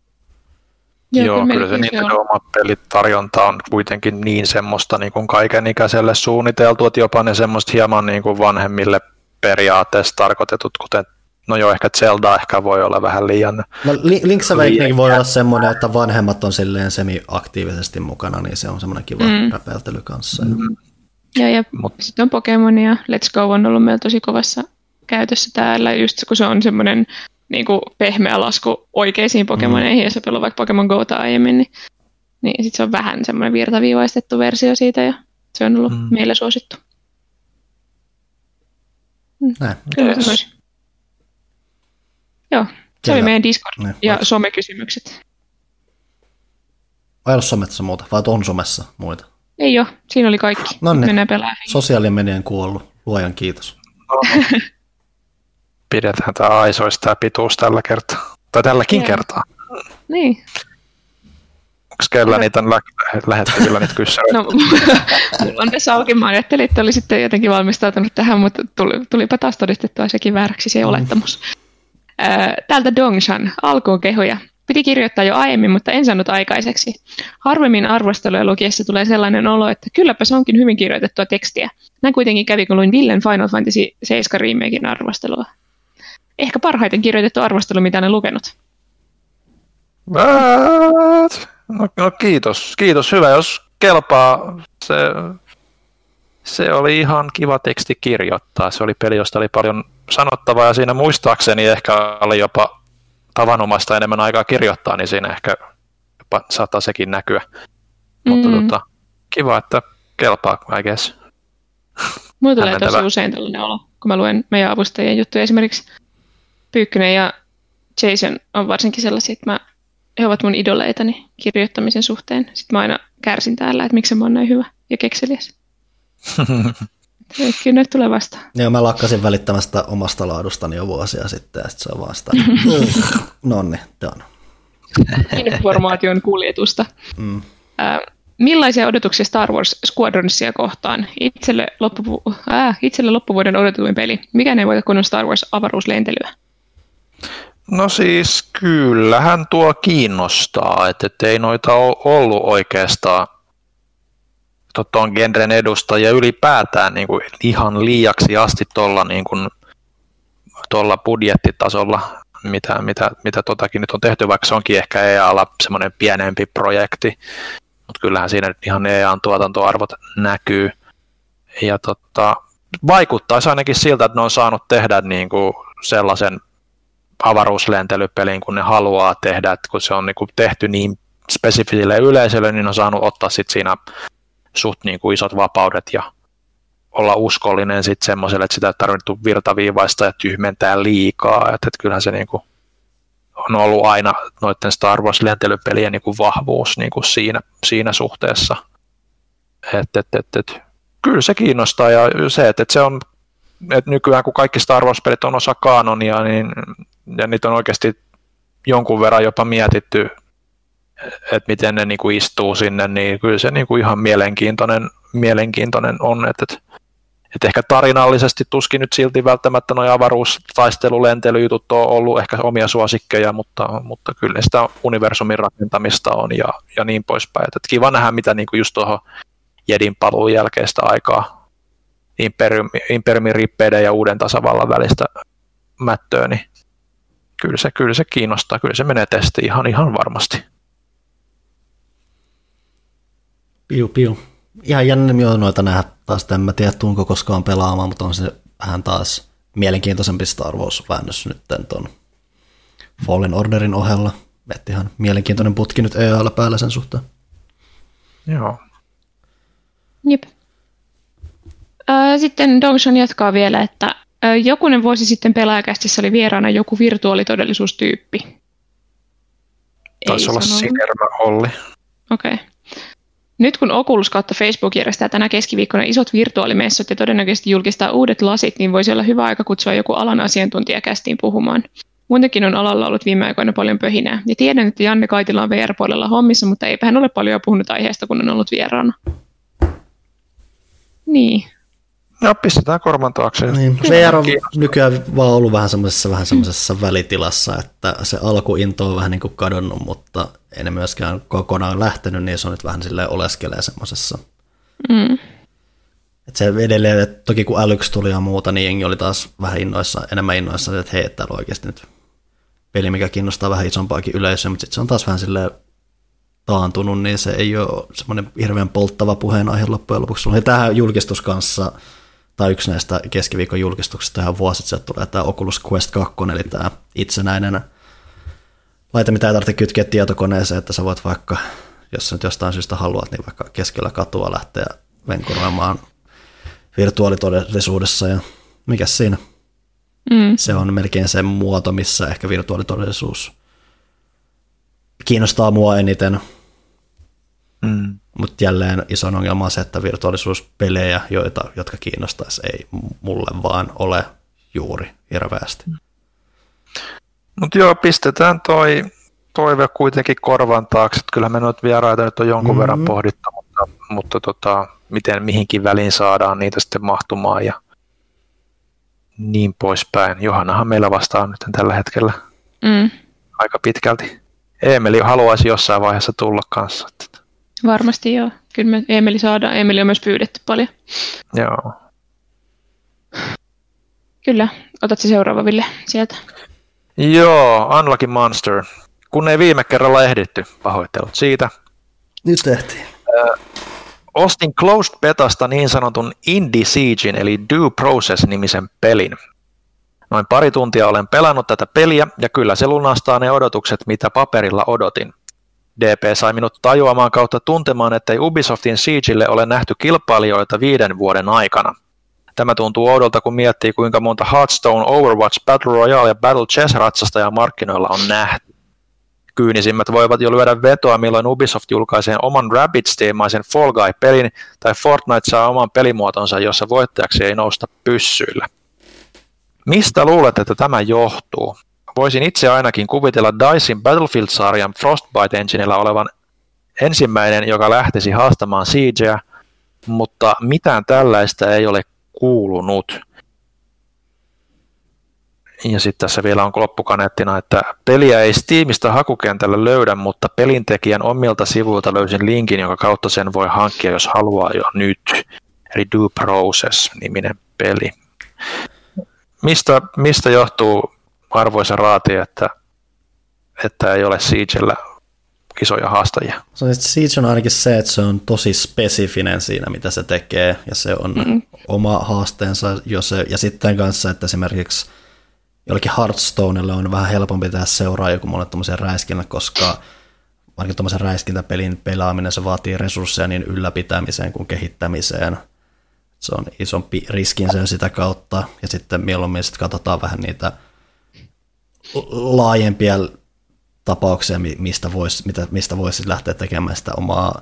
Joo, kyllä melkein se se Nintendo on. oma pelitarjonta on kuitenkin niin semmoista niin kuin kaikenikäiselle suunniteltu, että jopa ne semmoista hieman niin kuin vanhemmille periaatteessa tarkoitetut, kuten no joo, ehkä Zelda ehkä voi olla vähän liian. No, Link's Awakening voi olla semmoinen, että vanhemmat on silleen semi-aktiivisesti mukana, niin se on semmoinen kiva mm. räpeltely kanssa. Mm. Ja, ja Mut- sitten on Pokemon ja Let's Go on ollut meillä tosi kovassa käytössä täällä, just kun se on semmoinen niin kuin pehmeä lasku oikeisiin Pokemoneihin, mm. ja se pelaa vaikka Pokemon Gota aiemmin, niin, niin sitten se on vähän semmoinen virtaviivaistettu versio siitä, ja se on ollut mm. meillä suosittu. Näin. Kyllä Yes. se olisi. Joo, se Kyllä. oli meidän Discord Niin, ja vai- somekysymykset. Vai ei ole somessa muuta, vai on somessa muita? Ei ole, siinä oli kaikki. No niin. Mennään pelaamaan. Sosiaalinen media on kuollut, luojan kiitos. Pidetään tämä aisoista tämä pituus tällä kertaa. Tai tälläkin Joo. kertaa. Niin. Onko kellä niitä lä- lähettävillä niitä kyssäreitä? No, mulla on tässä auki. Mä ajattelin, että oli sitten jotenkin valmistautunut tähän, mutta tuli, tulipa taas todistettua sekin vääräksi se olettamus. Täältä Dongshan, alkuun kehuja. Piti kirjoittaa jo aiemmin, mutta en saanut aikaiseksi. Harvemmin arvosteluja lukiessa tulee sellainen olo, että kylläpä se onkin hyvin kirjoitettua tekstiä. Näin kuitenkin kävi, kun luin Villen Final Fantasy seitsemän remaken arvostelua. Ehkä parhaiten kirjoitettu arvostelu, mitä olen lukenut. No, no kiitos, kiitos. Hyvä, jos kelpaa. Se, se oli ihan kiva teksti kirjoittaa. Se oli peli, josta oli paljon sanottavaa ja siinä muistaakseni ehkä oli jopa tavanomaista enemmän aikaa kirjoittaa, niin siinä ehkä jopa saattaa sekin näkyä. Mm. Mutta tota, kiva, että kelpaa, I guess. Mulla tulee tosi usein tällainen olo, kun mä luen meidän avustajien juttuja. Esimerkiksi Pyykkönen ja Jason on varsinkin sellaisia, että mä, he ovat mun idoleitani kirjoittamisen suhteen. Sitten mä aina kärsin täällä, että miksi mä oon näin hyvä ja kekseliäs. Kyllä nyt tulee vastaan. Joo, mä lakkasin välittämästä omasta laadustani jo vuosia sitten, ja sitten se on vasta. Nonni, done. Informaation kuljetusta. Mm. Äh, millaisia odotuksia Star Wars Squadronsia kohtaan? Itselle, loppuvu- äh, itselle loppuvuoden odotetuin peli. Mikään ei voita kunnon Star Wars avaruuslentelyä. No siis kyllähän tuo kiinnostaa, että et ei noita ole ollut oikeastaan tuon genren edustajia ylipäätään niin kuin ihan liiaksi asti tuolla niin kuin, tuolla budjettitasolla, mitä, mitä, mitä totakin nyt on tehty, vaikka se onkin ehkä E A:lla semmoinen pienempi projekti, mutta kyllähän siinä nyt ihan E A:n tuotantoarvot näkyy. Ja tota, vaikuttaisi ainakin siltä, että ne on saanut tehdä niin kuin sellaisen avaruuslentelypelin, kun ne haluaa tehdä, että kun se on niin kuin tehty niin spesifisille yleisölle, niin on saanut ottaa sit siinä suht niin kuin isot vapaudet ja olla uskollinen sitten semmoiselle, että sitä ei tarvittu virtaviivaista ja tyhmentää liikaa. Että et kyllähän se niin kuin on ollut aina noiden Star Wars-lentelypelien niin kuin vahvuus niin kuin siinä, siinä suhteessa. Et, et, et, et. Kyllä se kiinnostaa ja se, että et se on, että nykyään kun kaikki Star Wars-pelit on osa kanonia, niin, ja niitä on oikeasti jonkun verran jopa mietitty, että miten ne niinku istuu sinne, niin kyllä se niinku ihan mielenkiintoinen, mielenkiintoinen on, että et, et ehkä tarinallisesti tuskin nyt silti välttämättä nuo avaruustaistelulentelyjutut on ollut ehkä omia suosikkeja, mutta, mutta kyllä sitä universumin rakentamista on ja, ja niin poispäin. Et kiva nähdä, mitä niinku just tuohon Jedin paluun jälkeistä aikaa imperiumi, imperiumin rippeiden ja uuden tasavallan välistä mättöä, niin kyllä se, kyllä se kiinnostaa, kyllä se menee testiin ihan, ihan varmasti. Piu, piu. Ihan jännä noita nähdä taas, en mä tiedä, tuunko koskaan pelaamaan, mutta on se vähän taas mielenkiintoisempi Star Wars-väännös nyt ton Fallen Orderin ohella. Et ihan mielenkiintoinen putki nyt E A:lla päällä sen suhteen. Joo. Jep. Sitten Dongshan jatkaa vielä, että jokunen vuosi sitten pelaajakästissä oli vieraana joku virtuaalitodellisuustyyppi. Taisi olla Sinerva Olli. Okei. Okay. Nyt kun Oculus kautta Facebook järjestää tänä keskiviikkona isot virtuaalimessut ja todennäköisesti julkistaa uudet lasit, niin voisi olla hyvä aika kutsua joku alan asiantuntija kästiin puhumaan. Muutenkin on alalla ollut viime aikoina paljon pöhinää. Ja tiedän, että Janne Kaitila on V R-puolella hommissa, mutta eipä hän ole paljon puhunut aiheesta, kun on ollut vieraana. Niin. No, pistetään korvan taakse. Niin. V R on nykyään vaan ollut vähän semmoisessa, vähän semmoisessa välitilassa, että se alkuinto on vähän niin kuin kadonnut, mutta ei ne myöskään kokonaan lähtenyt, niin se on nyt vähän silleen oleskelee semmoisessa. Mm. Että se edelleen, että toki kun Älyks tuli ja muuta, niin jengi oli taas vähän innoissa, enemmän innoissa, että hei, täällä on oikeasti nyt peli, mikä kiinnostaa vähän isompaakin yleisöä, mutta sitten se on taas vähän silleen taantunut, niin se ei ole semmoinen hirveän polttava puheenaihe loppujen lopuksi. Ja tähän julkistus kanssa, tai yksi näistä keskiviikon julkistuksista tähän vuosi, että tulee tämä Oculus Quest kaksi, eli tämä itsenäinen laite, mitä ei tarvitse kytkeä tietokoneeseen, että sä voit vaikka, jos sä nyt jostain syystä haluat, niin vaikka keskellä katua lähteä venkuroimaan virtuaalitodellisuudessa, ja mikäs siinä? Mm. Se on melkein se muoto, missä ehkä virtuaalitodellisuus kiinnostaa mua eniten. Mm. Mutta jälleen iso ongelma on se, että virtuaalisuuspelejä, joita, jotka kiinnostaisi, ei mulle vaan ole juuri hirveästi. Mutta joo, pistetään toi toive kuitenkin korvan taakse. Että kyllähän me noita vieraita nyt on jonkun mm-hmm. verran pohdittu, mutta, mutta tota, miten mihinkin väliin saadaan niitä sitten mahtumaan ja niin poispäin. Johannahan meillä vastaa nyt tällä hetkellä mm. aika pitkälti. Eemeli haluaisi jossain vaiheessa tulla kanssa. Varmasti joo. Kyllä me Eemeli saadaan. Eemeli on myös pyydetty paljon. Joo. Kyllä. Otat se seuraava, Ville, sieltä. Joo, Unlucky Monster. Kun ei viime kerralla ehditty, pahoittelut siitä. Nyt tehtiin. Ö, ostin Closed Betasta niin sanotun Indie Siegein, eli Due Process-nimisen pelin. Noin pari tuntia olen pelannut tätä peliä, ja kyllä se lunastaa ne odotukset, mitä paperilla odotin. D P sai minut tajuamaan kautta tuntemaan, ettei Ubisoftin Siegelle ole nähty kilpailijoita viiden vuoden aikana. Tämä tuntuu oudolta, kun miettii, kuinka monta Hearthstone, Overwatch, Battle Royale ja Battle Chess-ratsastajaa markkinoilla on nähty. Kyynisimmät voivat jo lyödä vetoa, milloin Ubisoft julkaisee oman Rabbids-teemaisen Fall Guy-pelin tai Fortnite saa oman pelimuotonsa, jossa voittajaksi ei nousta pyssyillä. Mistä luulet, että tämä johtuu? Voisin itse ainakin kuvitella Dicen Battlefield-sarjan Frostbite Enginellä olevan ensimmäinen, joka lähtisi haastamaan Siegeä, mutta mitään tällaista ei ole kuulunut. Ja sitten tässä vielä on loppukaneettina, että peliä ei Steamista hakukentällä löydä, mutta pelintekijän omilta sivuilta löysin linkin, jonka kautta sen voi hankkia, jos haluaa jo nyt. Eli Due Process-niminen peli. Mistä, mistä johtuu, arvoisa raati, että, että ei ole Siegellä isoja haastajia? Siege on ainakin se, että se on tosi spesifinen siinä, mitä se tekee, ja se on mm-hmm. oma haasteensa, jos se, ja sitten kanssa, että esimerkiksi jollekin Hearthstonelle on vähän helpompi tehdä seuraa joku monet tommoisen räiskinnän, koska ainakin tommoisen räiskintäpelin pelaaminen, se vaatii resursseja niin ylläpitämiseen kuin kehittämiseen. Se on isompi riskinsä sitä kautta, ja sitten mieluummin sitten katsotaan vähän niitä laajempia tapauksia, mistä voisi mistä vois lähteä tekemään sitä omaa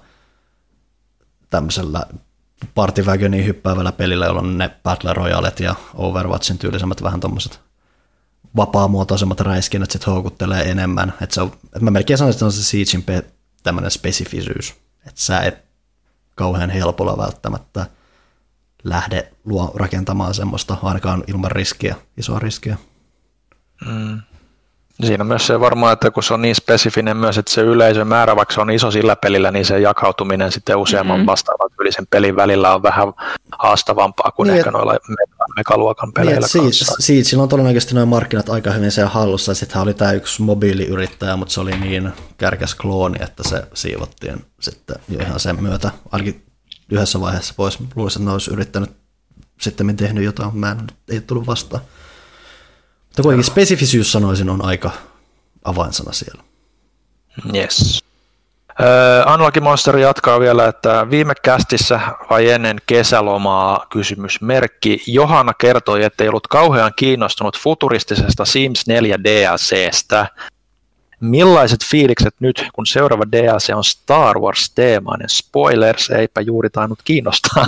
tämmöisellä Party Wagonin hyppäävällä pelillä, jolla on ne Battle Royalet ja Overwatchin tyylisemmät vähän tommoset vapaamuotoisemmat räiskinnät sit houkuttelee enemmän. Et se on, et mä melkein sanoisin, että on se Siegein pe- tämmöinen spesifisyys, että sä et kauhean helpolla välttämättä lähde luo rakentamaan semmoista, ainakaan ilman riskiä, isoa riskiä. Mm. Siinä myös se varmaan, että kun se on niin spesifinen myös, että se yleisömäärä, vaikka se on iso sillä pelillä, niin se jakautuminen sitten useamman mm-hmm. vastaavan tyylisen pelin välillä on vähän haastavampaa kuin niin, ehkä noilla megaluokan peleillä niin, kanssa. Siegellä on todennäköisesti noin markkinat aika hyvin siellä hallussa, sittenhän oli tämä yksi mobiiliyrittäjä, mutta se oli niin kärkäs klooni, että se siivottiin sitten jo ihan sen myötä, ainakin yhdessä vaiheessa pois. Luulisin, että ne olisi yrittänyt sitten tehnyt jotain, mä en, ei tullut vastaan. Mutta kuitenkin spesifisyys, sanoisin, on aika avainsana siellä. Yes. Uh, Unlucky Monster jatkaa vielä, että viime kästissä vai ennen kesälomaa kysymysmerkki. Johanna kertoi, että ei ollut kauhean kiinnostunut futuristisesta Sims neljä D L C:stä. Millaiset fiilikset nyt, kun seuraava D L C on Star Wars-teemainen? Spoilers, eipä juuri tainnut kiinnostaa.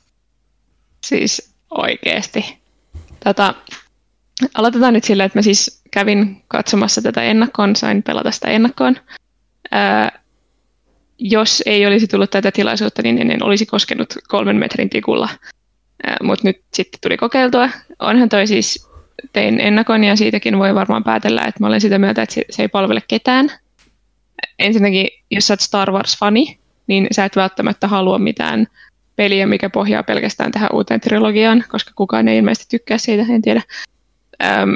Siis oikeesti. Tätä... Aloitetaan nyt sillä, että mä siis kävin katsomassa tätä ennakkoon, sain pelata sitä ennakkoon. Ää, jos ei olisi tullut tätä tilaisuutta, niin en olisi koskenut kolmen metrin tikulla. Mutta nyt sitten tuli kokeiltua. Onhan toi siis, tein ennakon ja siitäkin voi varmaan päätellä, että mä olen sitä mieltä, että se ei palvele ketään. Ensinnäkin, jos sä oot Star Wars-fani, niin sä et välttämättä halua mitään peliä, mikä pohjaa pelkästään tähän uuteen trilogiaan, koska kukaan ei ilmeisesti tykkää siitä, en tiedä. Ähm,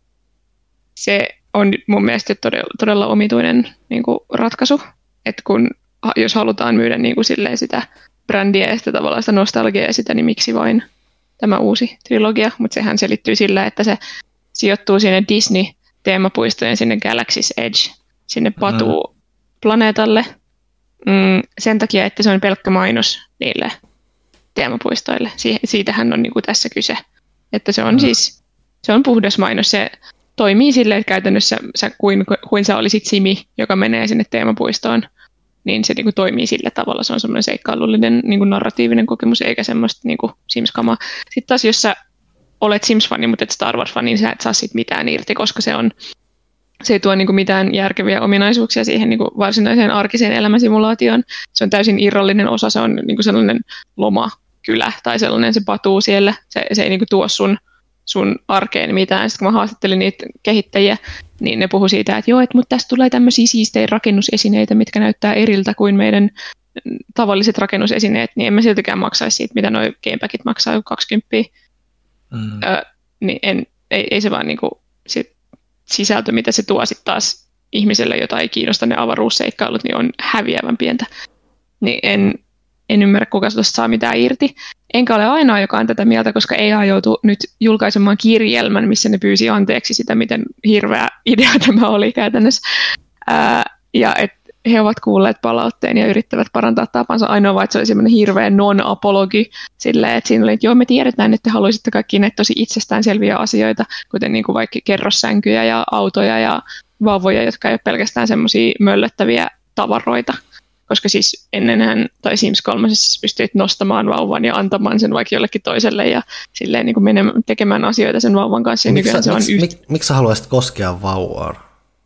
se on mun mielestä todella, todella omituinen niin kuin ratkaisu, että kun, jos halutaan myydä niin kuin silleen sitä brändiä ja sitä tavallaan sitä nostalgiaa ja sitä, niin miksi vain tämä uusi trilogia, mutta sehän selittyy sillä, että se sijoittuu sinne Disney-teemapuistojen sinne Galaxy's Edge, sinne Patu-planeetalle, mm, sen takia, että se on pelkkä mainos niille teemapuistoille. Si- siitähän on niin kuin tässä kyse, että se on mm. siis Se on puhdas mainos. Se toimii silleen, että käytännössä sä, kuin, kuin sä olisit Simi, joka menee sinne teemapuistoon, niin se niin kuin toimii sillä tavalla. Se on semmoinen seikkailullinen niin kuin narratiivinen kokemus, eikä semmoista niin kuin Sims-kamaa. Sitten taas, jos sä olet Sims-fani, mutta et Star Wars-fani, niin sä et saa siitä mitään irti, koska se on se ei tuo niin kuin mitään järkeviä ominaisuuksia siihen niin kuin varsinaiseen arkiseen elämäsimulaatioon. Se on täysin irrallinen osa, se on niin kuin sellainen lomakylä tai sellainen se patuu siellä. Se, se ei niin kuin tuo sun, sun arkeen mitään. Sitten kun mä haastattelin niitä kehittäjiä, niin ne puhui siitä, että joo, että mutta tästä tulee tämmöisiä siistejä rakennusesineitä, mitkä näyttää eriltä kuin meidän tavalliset rakennusesineet, niin emme siltikään maksaisi siitä, mitä nuo gamepackit maksaa, kaksikymmentä. Mm. Ö, niin en, ei, ei se vaan niin kuin, sit sisältö, mitä se tuo sitten taas ihmiselle, jota ei kiinnosta ne avaruusseikkailut, niin on häviävän pientä. Niin en, en ymmärrä, kuka tuosta saa mitään irti. Enkä ole ainoa, joka on tätä mieltä, koska E A joutui nyt julkaisemaan kirjelmän, missä ne pyysi anteeksi sitä, miten hirveä idea tämä oli käytännössä. Ää, ja et he ovat kuulleet palautteen ja yrittävät parantaa tapansa. Ainoa vaan, että se oli semmoinen hirveä non-apology silleen, että siinä oli, että joo, me tiedetään, että te haluaisitte kaikki näitä tosi itsestäänselviä asioita, kuten niin kuin vaikka kerrossänkyjä ja autoja ja vauvoja, jotka ei ole pelkästään semmoisia möllöttäviä tavaroita. Koska siis ennenhän, tai Sims kolme pystyit nostamaan vauvan ja antamaan sen vaikka jollekin toiselle ja silleen niin kuin menemään, tekemään asioita sen vauvan kanssa. Ja Miksi se on mik, yht... mik, mik sä haluaisit koskea vauvaan?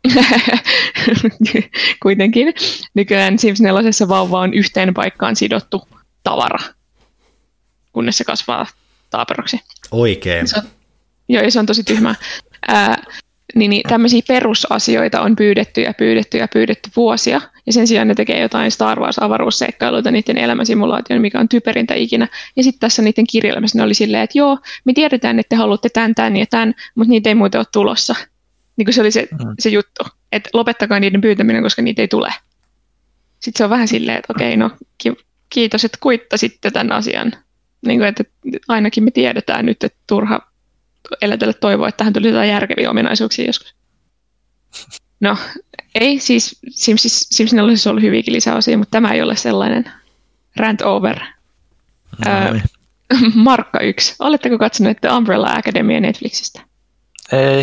Kuitenkin. Nykyään Sims neljä vauva on yhteen paikkaan sidottu tavara, kunnes se kasvaa taaperoksi. Oikein. Se on, joo, ja se on tosi tyhmää. Ää, niin, niin tämmöisiä perusasioita on pyydetty ja pyydetty ja pyydetty vuosia, ja sen sijaan ne tekee jotain Star Wars-avaruusseikkailuita niiden elämänsimulaation, mikä on typerintä ikinä. Ja sitten tässä niiden kirjelmässä ne oli silleen, että joo, me tiedetään, että te haluatte tämän, tämän ja tämän, mutta niitä ei muuten ole tulossa. Niin kuin se oli se, mm. se juttu, että lopettakaa niiden pyytäminen, koska niitä ei tule. Sitten se on vähän silleen, että okei, no kiitos, että kuittasitte tämän asian. Niin kuin, että ainakin me tiedetään nyt, että turha elätellä toivoa, että tähän tuli jotain järkeviä ominaisuuksia joskus. No, ei siis, Sims, Sims neljä olisi ollut hyviäkin lisäosia, mutta tämä ei ole sellainen. Rant over. No, öö, Markka yksi. Oletteko katsoneet The Umbrella Academia Netflixistä? Ei.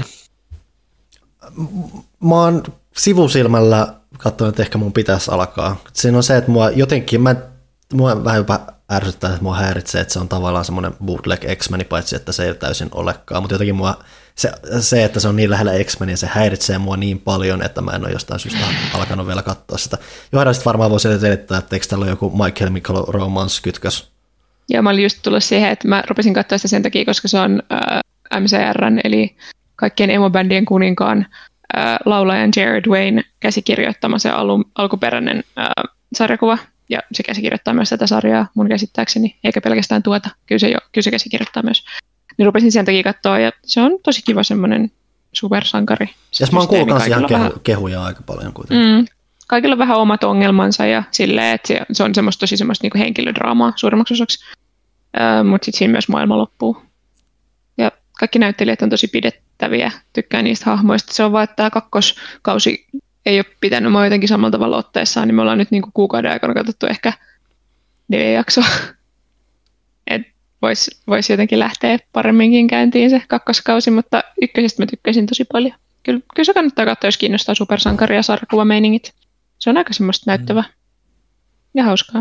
Mä oon sivusilmällä katsonut, että ehkä mun pitäisi alkaa. Siinä on se, että mua jotenkin, mä, mua vähän jopa ärsyttää, että mua häiritsee, että se on tavallaan semmoinen bootleg X-Men, paitsi että se ei täysin olekaan, mutta jotenkin mua, se, se, että se on niin lähellä X-Menia, se häiritsee mua niin paljon, että mä en ole jostain syystä alkanut vielä katsoa sitä. Johanna sitten varmaan voi selittää, että eikö täällä ole joku My Chemical Romance-kytkös? Joo, mä olin just tullut siihen, että mä rupesin katsoa sitä sen takia, koska se on äh, M C R:n, eli kaikkien emobändien kuninkaan äh, laulajan Jared Wayne käsikirjoittama se alun, alkuperäinen äh, sarjakuva, ja se käsikirjoittaa myös tätä sarjaa mun käsittääkseni, eikä pelkästään tuota, kyllä se, jo, kyllä se käsikirjoittaa myös. Niin rupesin sen takia katsoa, ja se on tosi kiva semmoinen supersankari. Ja mä oon kuullut kans ihan kehu, vähän, kehuja aika paljon kuitenkin. Mm, kaikilla on vähän omat ongelmansa, ja silleen, että se, se on semmoista tosi semmoista niinku henkilödraamaa suurimmaksi osaksi, äh, mutta sitten siinä myös maailma loppuu. Ja kaikki näyttelijät on tosi pidettäviä, tykkään niistä hahmoista. Se on vaan, että tämä kakkoskausi ei ole pitänyt mua jotenkin samalla tavalla otteessaan, niin me ollaan nyt niin kuin kuukauden aikana katsottu ehkä neljä jaksoa. Että voisi vois jotenkin lähteä paremminkin käyntiin se kakkoskausi, mutta ykkösestä mä tykkäsin tosi paljon. Kyllä, kyllä se kannattaa katsoa, jos kiinnostaa supersankari- ja sarjakuvameiningit. Se on aika semmoista näyttävää ja hauskaa.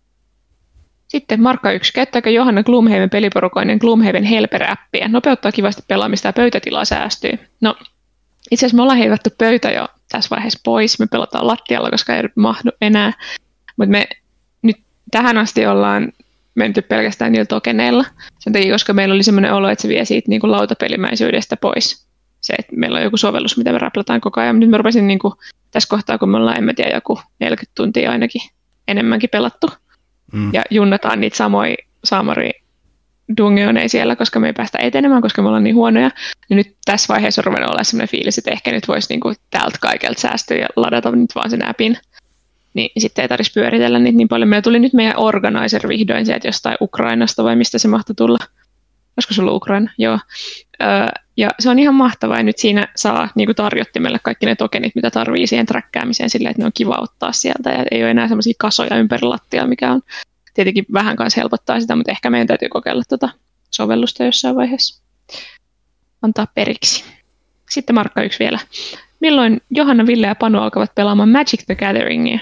Sitten Markka yksi. Käyttääkö Johanna Gloomhaven peliporukoinen Gloomhaven Helper-appia? Nopeuttaa kivasti pelaamista ja pöytätilaa säästyy. No, itse asiassa me ollaan heivattu pöytä jo tässä vaiheessa pois. Me pelataan lattialla, koska ei mahdu enää. Mutta me nyt tähän asti ollaan menty pelkästään niillä tokeneilla. Sen takia, koska meillä oli semmoinen olo, että se vie siitä niin kuin lautapelimäisyydestä pois. Se, että meillä on joku sovellus, mitä me raplataan koko ajan. Nyt mä rupesin niin kuin, tässä kohtaa, kun me ollaan, en mä tiedä, joku neljäkymmentä tuntia ainakin enemmänkin pelattu. Mm. Ja junnataan niitä samoja saamari dungeoneja siellä, koska me ei päästä etenemään, koska me ollaan niin huonoja. Ja nyt tässä vaiheessa on ruvennut olla sellainen fiilis, että ehkä nyt voisi niinku täältä kaikelta säästyä ja ladata nyt vaan sen appin. Niin sitten ei tarvitsisi pyöritellä niitä niin paljon. Meillä tuli nyt meidän organizer vihdoin sieltä jostain Ukrainasta, vai mistä se mahtoi tulla. Olisiko se ollut Ukraina? Joo. Öö, ja se on ihan mahtavaa, ja nyt siinä saa niinku tarjottimelle kaikki ne tokenit, mitä tarvii siihen träkkäämiseen silleen, että ne on kiva ottaa sieltä, ja ei ole enää semmoisia kasoja ympäri lattiaa, mikä on tietenkin vähän kanssa helpottaa sitä, mutta ehkä meidän täytyy kokeilla tuota sovellusta jossain vaiheessa. Antaa periksi. Sitten Markka yksi vielä. Milloin Johanna, Ville ja Panu alkavat pelaamaan Magic the Gatheringia?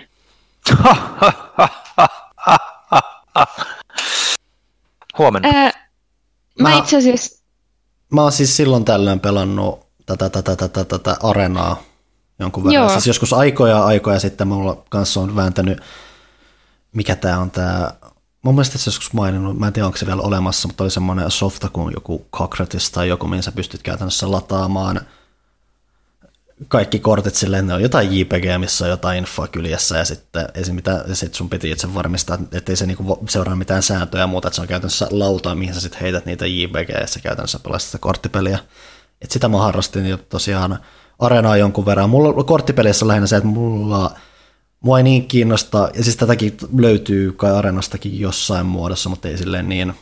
Huomenna. Ää, mä, mä itse asiassa... Mä oon siis silloin tällöin pelannut tätä, tätä, tätä, tätä arenaa jonkun verran. Siis joskus aikoja aikoja sitten mulla kanssa on vääntänyt, mikä tää on tää, mun mielestä se joskus maininnut, mä en tiedä onko se vielä olemassa, mutta oli semmoinen softa kuin joku Socrates tai joku, mihin sä pystyt käytännössä lataamaan kaikki kortit silleen, ne on jotain J P G, missä on jotain infoa kyljessä ja sitten esim. Mitä, ja sit sun piti itse varmistaa, ettei se niinku seuraa mitään sääntöjä ja muuta, että se on käytännössä lautaa, mihin sä sitten heität niitä J P G ja sä käytännössä pelasit sitä korttipeliä. Et sitä mä harrastin jo tosiaan Areenaa jonkun verran. Mulla korttipelissä on lähinnä se, että mulla, mua ei niin kiinnosta, ja siis tätäkin löytyy kai Areenastakin jossain muodossa, mutta ei silleen niin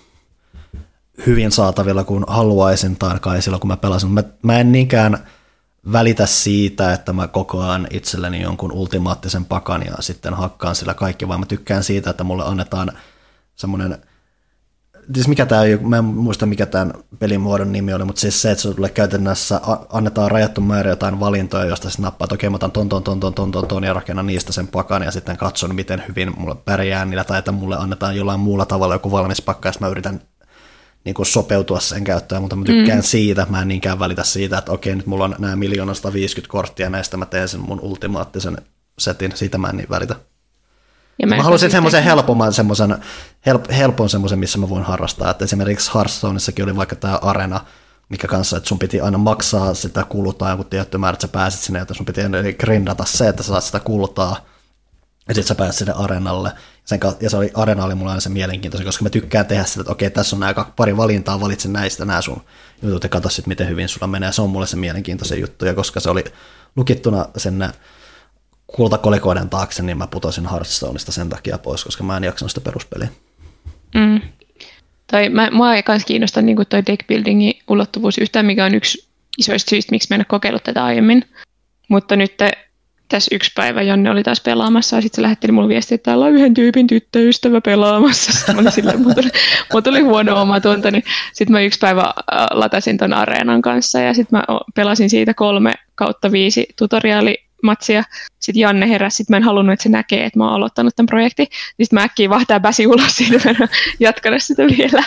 hyvin saatavilla kuin haluaisin tai kai silloin, kun mä pelasin. Mä, mä en niinkään välitä siitä, että mä kokoan itselleni jonkun ultimaattisen pakan ja sitten hakkaan sillä kaikki, vaan mä tykkään siitä, että mulle annetaan semmoinen, siis mikä tää, mä en muista mikä tämän pelimuodon nimi oli, mutta siis se, että sulle käytännössä annetaan rajattu määrä jotain valintoja, josta sitten nappaa, että okei, mä otan ton, ton, ton, ton, ton, ton, ton ja rakennan niistä sen pakan ja sitten katson, miten hyvin mulle pärjää niillä, tai että mulle annetaan jollain muulla tavalla joku valmis pakka, ja sitten mä yritän niin kuin sopeutua sen käyttöön, mutta mä tykkään mm. siitä, mä en niinkään välitä siitä, että okei, nyt mulla on nämä miljoona sata viisikymmentä korttia, näistä mä teen sen mun ultimaattisen setin, siitä mä en niin välitä. Ja mä, mä haluaisin semmoisen helpomman, semmoisen, help, helpon semmoisen, missä mä voin harrastaa, että esimerkiksi Hearthstoneissakin oli vaikka tämä Arena, mikä kanssa, että sun piti aina maksaa sitä kultaa joku tietty määrä, että sä pääsit sinne, että sun piti grindata se, että sä saat sitä kultaa, ja sitten sä pääsit sinne Areenalle. Sen, ja se oli, Arena oli mulla aina se mielenkiintoinen, koska mä tykkään tehdä sitä, että okei, tässä on nämä pari valintaa, valitsen näistä nämä sun jutut ja katso sitten, miten hyvin sulla menee. Se on mulle se mielenkiintoisen juttu, ja koska se oli lukittuna sen kultakolikoiden taakse, niin mä putosin Hearthstoneista sen takia pois, koska mä en jaksanut sitä peruspeliä. Mm. Tai mä, mua ei kans kiinnosta niin toi deckbuildingin ulottuvuus yhtään, mikä on yksi isoista syistä, miksi mä en ole kokeillut tätä aiemmin. Mutta nyt te, tässä yksi päivä Janne oli taas pelaamassa ja sitten se lähetteli mulle viestiä, että täällä on yhden tyypin tyttöystävä pelaamassa. Sitten mä olin silleen, mulla tuli, mulla tuli huono omatunto, niin sitten mä yksi päivä latasin ton Areenan kanssa ja sitten mä pelasin siitä kolme kautta viisi tutoriaalimatsia. Sitten Janne heräsi, sitten mä en halunnut, että se näkee, että mä oon aloittanut tämän projektin. Sitten mä äkkiä vahtaa bäsi ulos siitä, mä jatkan sitä vielä.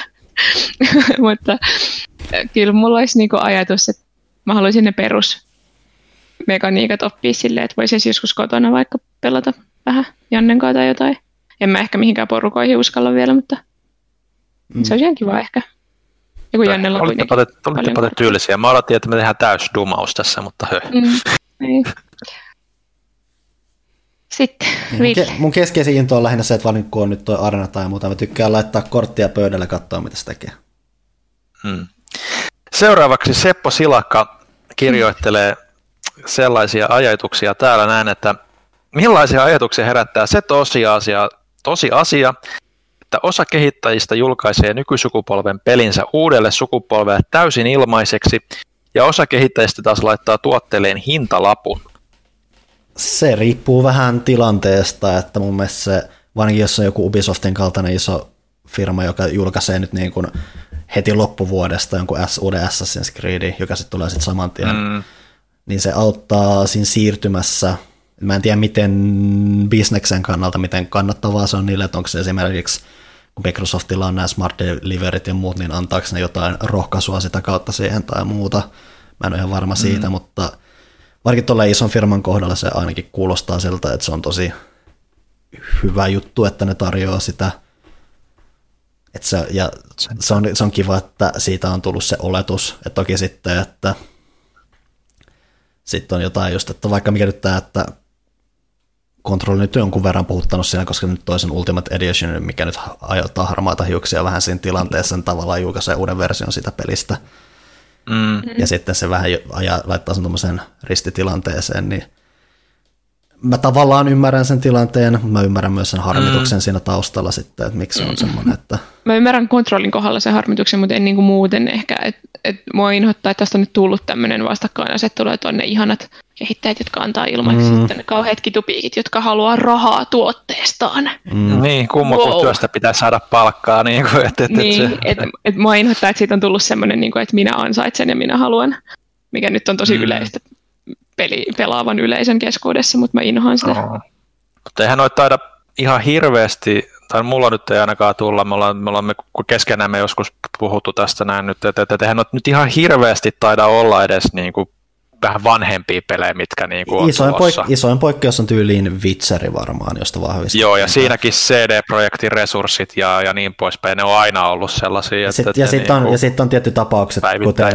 Mutta kyllä mulla olisi niinku ajatus, että mä haluaisin ne perus mekaniikat oppia silleen, että voisi joskus kotona vaikka pelata vähän Jannen kanssa tai jotain. En mä ehkä mihinkään porukoihin uskalla vielä, mutta mm. se olisi ihan kiva ehkä. Ja kun Jannella on kuitenkin Olitte paljon tyylisiä. Mä odotin, että me tehdään täys dumaus tässä, mutta höh. Mm, niin. Sitten, Ville. Mun keskeisin into on lähinnä se, että kun on nyt toi Arena tai muuta, mä tykkään laittaa korttia pöydälle ja katsoa, mitä se tekee. Hmm. Seuraavaksi Seppo Silakka kirjoittelee sellaisia ajatuksia täällä näin, että millaisia ajatuksia herättää se tosiasia, tosiasia, että osa kehittäjistä julkaisee nykysukupolven pelinsä uudelle sukupolvelle täysin ilmaiseksi, ja osa kehittäjistä taas laittaa tuotteelleen hintalapun. Se riippuu vähän tilanteesta, että mun mielestä se, varsinkin jos on joku Ubisoftin kaltainen iso firma, joka julkaisee nyt niin kuin heti loppuvuodesta jonkun uuden Assassin's Creedin, joka sitten tulee sitten saman tien, mm. niin se auttaa siinä siirtymässä. Mä en tiedä, miten bisneksen kannalta, miten kannattavaa se on niille, että onko se esimerkiksi, kun Microsoftilla on nämä Smart Deliveryt ja muut, niin antaako ne jotain rohkaisua sitä kautta siihen tai muuta. Mä en ole ihan varma siitä, mm. mutta varsinkin tuolla ison firman kohdalla se ainakin kuulostaa siltä, että se on tosi hyvä juttu, että ne tarjoaa sitä. Että se, ja se, on, se on kiva, että siitä on tullut se oletus. Että toki sitten, että sitten on jotain just, että vaikka mikä nyt tämä, että Control nyt on jonkun verran puhuttanut siinä, koska nyt toisen Ultimate Edition, mikä nyt aiheuttaa harmaata hiuksia vähän siinä tilanteessa, tavallaan julkaisee uuden version sitä pelistä. Mm. Ja sitten se vähän ajaa, laittaa sen tuommoiseen ristitilanteeseen, niin mä tavallaan ymmärrän sen tilanteen, mutta mä ymmärrän myös sen harmituksen mm. siinä taustalla sitten, että miksi se on semmoinen, että mä ymmärrän Controlin kohdalla sen harmituksen, mutta en niin kuin muuten ehkä, että et mua inhoittaa, että tästä on nyt tullut tämmöinen vastakkainasettelu, että on ne ihanat kehittäjät, jotka antaa ilmaiseksi mm. sitten ne kauheat kitupiikit, jotka haluaa rahaa tuotteestaan. Mm. Niin, kumma wow. kun työstä pitää saada palkkaa. Niin, kuin, et, et, niin et että et mua inhoittaa, että siitä on tullut semmoinen, niin kuin, että minä ansaitsen ja minä haluan, mikä nyt on tosi mm. yleistä peli, pelaavan yleisön keskuudessa, mutta mä inhoan sitä. Oh. Mutta eihän noita taida ihan hirveästi, tai mulla nyt ei ainakaan tulla, me ollaan, me ollaan me keskenämme joskus puhuttu tästä näin nyt, että, että eihän noita nyt ihan hirveästi taida olla edes niin kuin vähän vanhempia pelejä, mitkä niinku on isoin, tulossa. poik- isoin poikkeus on tyyliin Witcheri varmaan, josta vahvistaa. Joo, ja siinäkin C D-projektin resurssit ja, ja niin poispäin, ne on aina ollut sellaisia. Ja sitten sit, sit on, niinku sit on tietty tapaukset, kuten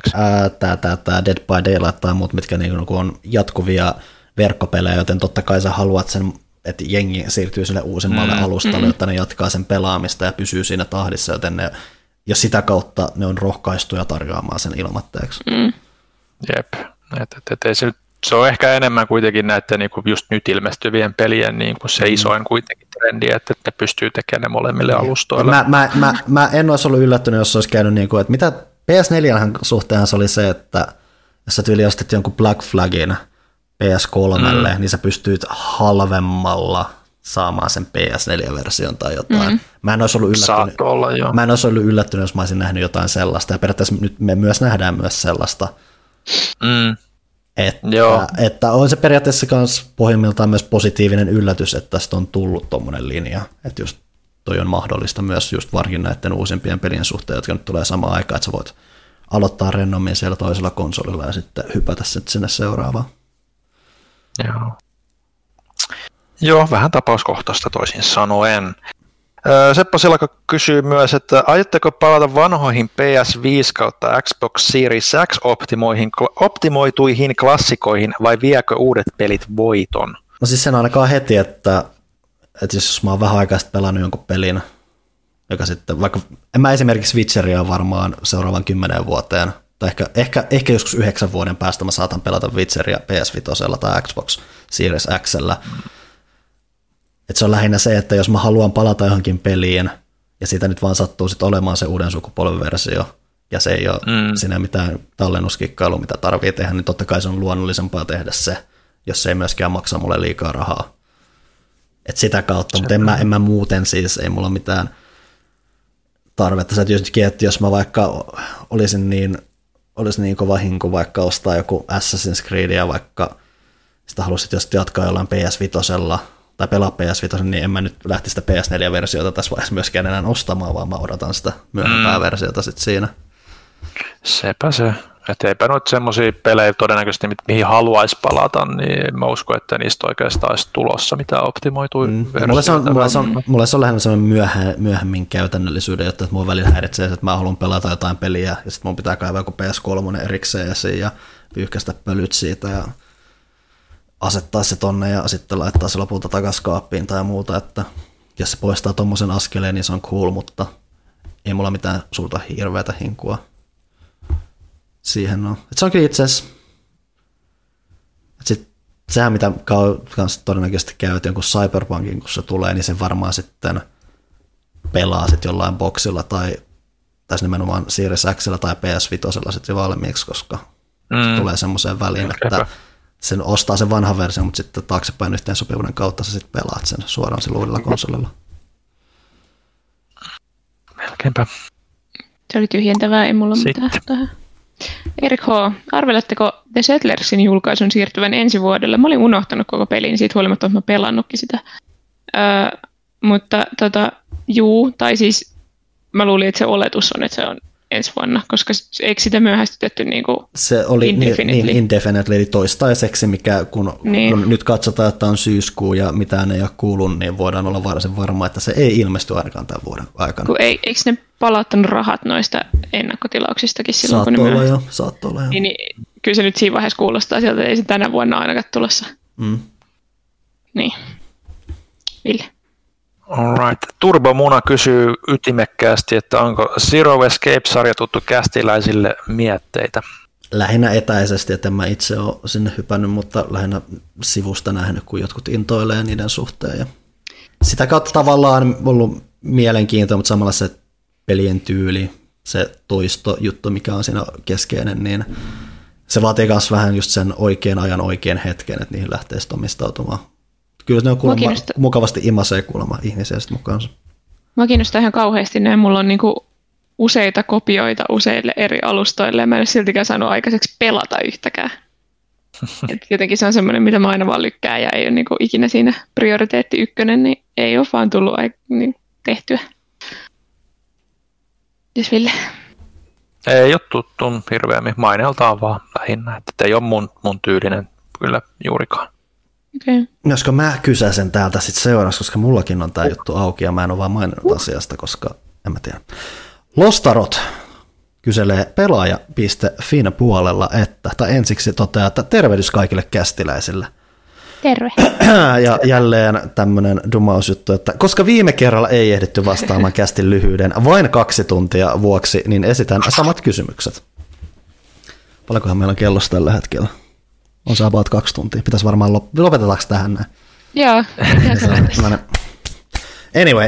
tämä Dead by Daylight tai muut, mitkä niinku on jatkuvia verkkopelejä, joten totta kai sä haluat sen, että jengi siirtyy sille uusimmalle mm, alustalle, mm. jotta ne jatkaa sen pelaamista ja pysyy siinä tahdissa, joten ne, jos sitä kautta ne on rohkaistuja tarjoamaan sen ilmatteeksi. Mm. Jep, et, et, et, se, se on ehkä enemmän kuitenkin näiden niinku just nyt ilmestyvien pelien niinku se isoin kuitenkin trendi, että ne pystyy tekemään ne molemmille alustoille. Mä, mä, mä, mä en olisi ollut yllättynyt, jos olisi käynyt niin kuin, että mitä P S neljä suhteenhan se oli se, että jos sä tyyli ostit jonkun Black Flagin P S kolmelle, mm. niin sä pystyt halvemmalla saamaan sen P S neljä-version tai jotain. Mm. Mä en olisi ollut yllättynyt, olla, joo. mä en olisi ollut yllättynyt, jos mä olisin nähnyt jotain sellaista, ja periaatteessa nyt me myös nähdään myös sellaista. Mm. Että, että on se periaatteessa myös pohjimmiltaan myös positiivinen yllätys, että tästä on tullut tommonen linja, että just toi on mahdollista myös just varsin näiden uusimpien pelien suhteen, jotka nyt tulee samaan aikaan, että sä voit aloittaa rennommin siellä toisella konsolilla ja sitten hypätä sitten sinne seuraavaan. Joo. Joo, vähän tapauskohtaista toisin sanoen. Seppo Silaka kysyy myös, että aiotteko palata vanhoihin P S viisi kautta Xbox Series X optimoituihin klassikoihin vai viekö uudet pelit voiton? No siis sen ainakaan heti, että, että jos mä oon vähän aikaa pelannut jonkun pelin, joka sitten, vaikka en mä esimerkiksi Witcheria varmaan seuraavan kymmenen vuoteen, tai ehkä, ehkä, ehkä joskus yhdeksän vuoden päästä mä saatan pelata Witcheria P S viisi tai Xbox Series X:llä. Että se on lähinnä se, että jos mä haluan palata johonkin peliin, ja siitä nyt vaan sattuu sit olemaan se uuden sukupolven versio, ja se ei ole mm. siinä mitään tallennuskikkailua, mitä tarvii tehdä, niin totta kai se on luonnollisempaa tehdä se, jos se ei myöskään maksa mulle liikaa rahaa. Et sitä kautta, mutta en mä, en mä muuten siis, ei mulla mitään tarvetta. Sä tietysti, että jos mä vaikka olisin niin, olisin niin kova hinku vaikka ostaa joku Assassin's Creedia, vaikka sitä haluaisit just jatkaa jollain P S viisi, tai pelaa P S viisi, niin en mä nyt lähti sitä P S neljä-versiota tässä vaiheessa myöskään enää ostamaan, vaan mä odotan sitä myöhempää mm. versiota sitten siinä. Sepä se. Että eipä nyt semmoisia pelejä todennäköisesti, mihin haluaisi palata, niin mä uskon, että niistä oikeastaan olisi tulossa mitään optimoituja mm. versioita. Mulle se on, mulle se on, mulle se on lähinnä semmoinen myöhä, myöhemmin käytännöllisyyden, jotta mua välillä häiritsee, että mä haluan pelata jotain peliä, ja sitten mun pitää kaivaa joku P S kolme erikseen ja pyyhkäistä pölyt siitä, ja asettaa se tonne ja sitten laittaa se lopulta takaisin kaappiin tai muuta, että jos se poistaa tommosen askeleen, niin se on cool, mutta ei mulla mitään suurta hirveätä hinkua siihen on. Et se on kyllä itse asiassa, sit sehän mitä kanssa todennäköisesti käy, että jonkun Cyberpunkin kun se tulee, niin se varmaan sitten pelaa sitten jollain boxilla tai tässä nimenomaan Series X:llä tai P S viisi sitten valmiiksi, koska mm. se tulee semmoiseen väliin, okay, että sen ostaa sen vanhan version, mutta sitten taaksepäin yhteen sopivuuden kautta sä sitten pelaat sen suoraan sillä uudella konsolilla. Melkeinpä. Se oli tyhjentävää, ei mulla sitten mitään tähän. Erik H., arveletteko The Settlersin julkaisun siirtyvän ensi vuodelle? Mä olin unohtanut koko pelin, siitä huolimatta, että mä pelannutkin sitä. Öö, mutta tota, juu, tai siis mä luulin, että se oletus on, että se on ensi vuonna, koska eikö sitä myöhästytetty niin kuin se oli indefinitely? Niin, indefinitely, eli toistaiseksi, mikä kun, niin. kun nyt katsotaan, että on syyskuu ja mitään ei ole kuulunut, niin voidaan olla varsin varma, että se ei ilmesty ainakaan tämän vuoden aikana. Kun ei, eikö ne palauttanut rahat noista ennakkotilauksistakin silloin, saatto kun ne olla jo, saatto olla jo. Niin, niin, kyllä se nyt siinä vaiheessa kuulostaa sieltä, että ei se tänä vuonna ainakaan tulossa. Mm. Niin. Ville. Alright. Turbomuna kysyy ytimekkäästi, että onko Zero Escape-sarja tuttu kästiläisille mietteitä? Lähinnä etäisesti, että en mä itse ole sinne hypännyt, mutta lähinnä sivusta nähnyt, kun jotkut intoilee niiden suhteen. Ja sitä kautta tavallaan ollut mielenkiintoa, mutta samalla se pelien tyyli, se toistojuttu, mikä on siinä keskeinen, niin se vaatii myös vähän just sen oikean ajan oikean hetken, että niihin lähtee sitten omistautumaan. Kyllä ne on kuulemma, kiinnostaa. Mukavasti imasee kuulemma ihmisiä sitten mukaansa. Mä kiinnostaa ihan kauheasti näin. Mulla on niinku useita kopioita useille eri alustoille ja mä en ole siltikään saanut aikaiseksi pelata yhtäkään. Et jotenkin se on semmoinen, mitä mä aina vaan lykkään ja ei ole niinku ikinä siinä prioriteetti ykkönen, niin ei ole vaan tullut niin tehtyä. Jos Ville. Ei ole tuttu hirveämmin, maineeltaan vaan lähinnä, että ei ole mun, mun tyylinen kyllä juurikaan. Okay. Josko mä kysäsen täältä sitten seuraavaksi, koska mullakin on tää juttu auki ja mä en ole vaan maininnut asiasta, koska en mä tiedä. Lostarot kyselee pelaaja piste fin puolella, että, tai ensiksi toteaa, että tervehdys kaikille kästiläisille. Terve. Ja jälleen tämmöinen dumausjuttu, että koska viime kerralla ei ehditty vastaamaan kästin lyhyyden vain kaksi tuntia vuoksi, niin esitän samat kysymykset. Paljonkohan meillä on kellossa tällä hetkellä? On se about kaksi tuntia. Pitäisi varmaan lop- lopetetaanko tähän näin? Joo. Anyway.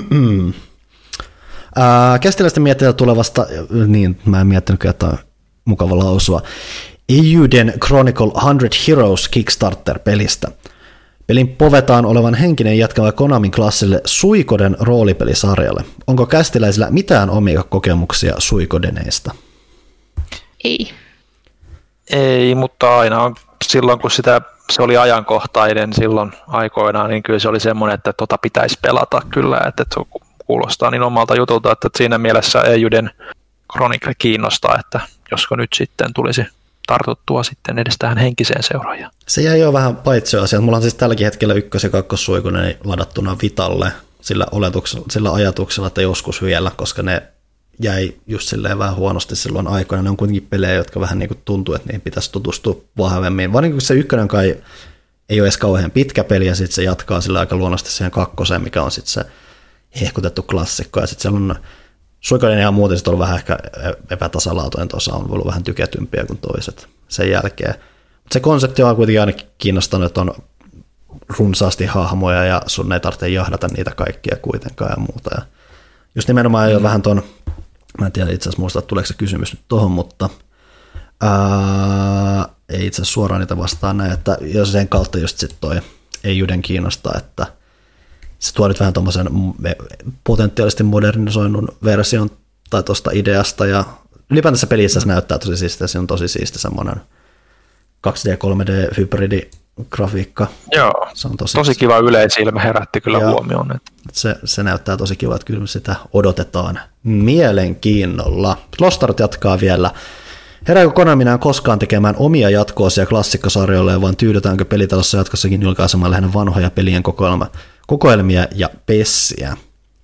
Uh, kästiläisten mietitään tulevasta, niin mä en miettinyt, että on mukava lausua, Eiyuden Chronicle sata Heroes Kickstarter-pelistä. Pelin povetaan olevan henkinen jatkuva Konamin klassille Suikoden roolipelisarjalle. Onko kästiläisillä mitään omia kokemuksia Suikodeneista? Ei. Ei, mutta aina on, silloin kun sitä, se oli ajankohtainen silloin aikoinaan, niin kyllä se oli semmoinen, että tota pitäisi pelata kyllä, että se kuulostaa niin omalta jutulta, että siinä mielessä Eiyuden Chronicle kiinnostaa, että josko nyt sitten tulisi tartuttua sitten edes tähän henkiseen seuraajaan. Se jäi jo vähän paitsi asia. Mulla on siis tälläkin hetkellä ykkös- ja kakkossuikunen ladattuna Vitalle sillä, oletuksella, sillä ajatuksella, että joskus vielä, koska ne jäi just silleen vähän huonosti silloin aikoina. Ne on kuitenkin pelejä, jotka vähän niin kuin tuntuu, että niihin pitäisi tutustua vahvemmin. Vaan niin se ykkönen kai ei ole edes kauhean pitkä peli, ja sitten se jatkaa sillä aika luonnollisesti siihen kakkoseen, mikä on sitten se hehkutettu klassikko. Ja sitten siellä on Suikoden ihan muuten sitten on vähän ehkä epätasalaatuinen, tuossa on ollut vähän tykätympiä kuin toiset sen jälkeen. Mutta se konsepti on kuitenkin aina kiinnostanut, että on runsaasti hahmoja ja sun ei tarvitse jahdata niitä kaikkia kuitenkaan ja muuta. Ja just nimenomaan mm. jo vähän ton, mä en tiedä itse asiassa muista, että tuleeko se kysymys nyt tohon, mutta ää, ei itse asiassa suoraan niitä vastaan näin, että jos sen kautta just sit toi Eiyuden kiinnostaa, että se tuo nyt vähän tuommoisen potentiaalisesti modernisoinnun version tai tuosta ideasta, ja ylipäätänsä pelissä se näyttää tosi siistiä, se on tosi siisti semmoinen kaksi D kolme D-hybridigrafiikka. Joo, se on tosi, tosi kiva yleisilmä, herätti kyllä ja huomioon. Että se, se näyttää tosi kiva, että kyllä sitä odotetaan mielenkiinnolla. Lostarot jatkaa vielä. Herääkö Konami enää koskaan tekemään omia jatkoosia klassikkosarjoille, vaan tyydytäänkö pelitalossa jatkossakin julkaisemaan lähinnä vanhoja pelien kokoelma, kokoelmia ja pessiä?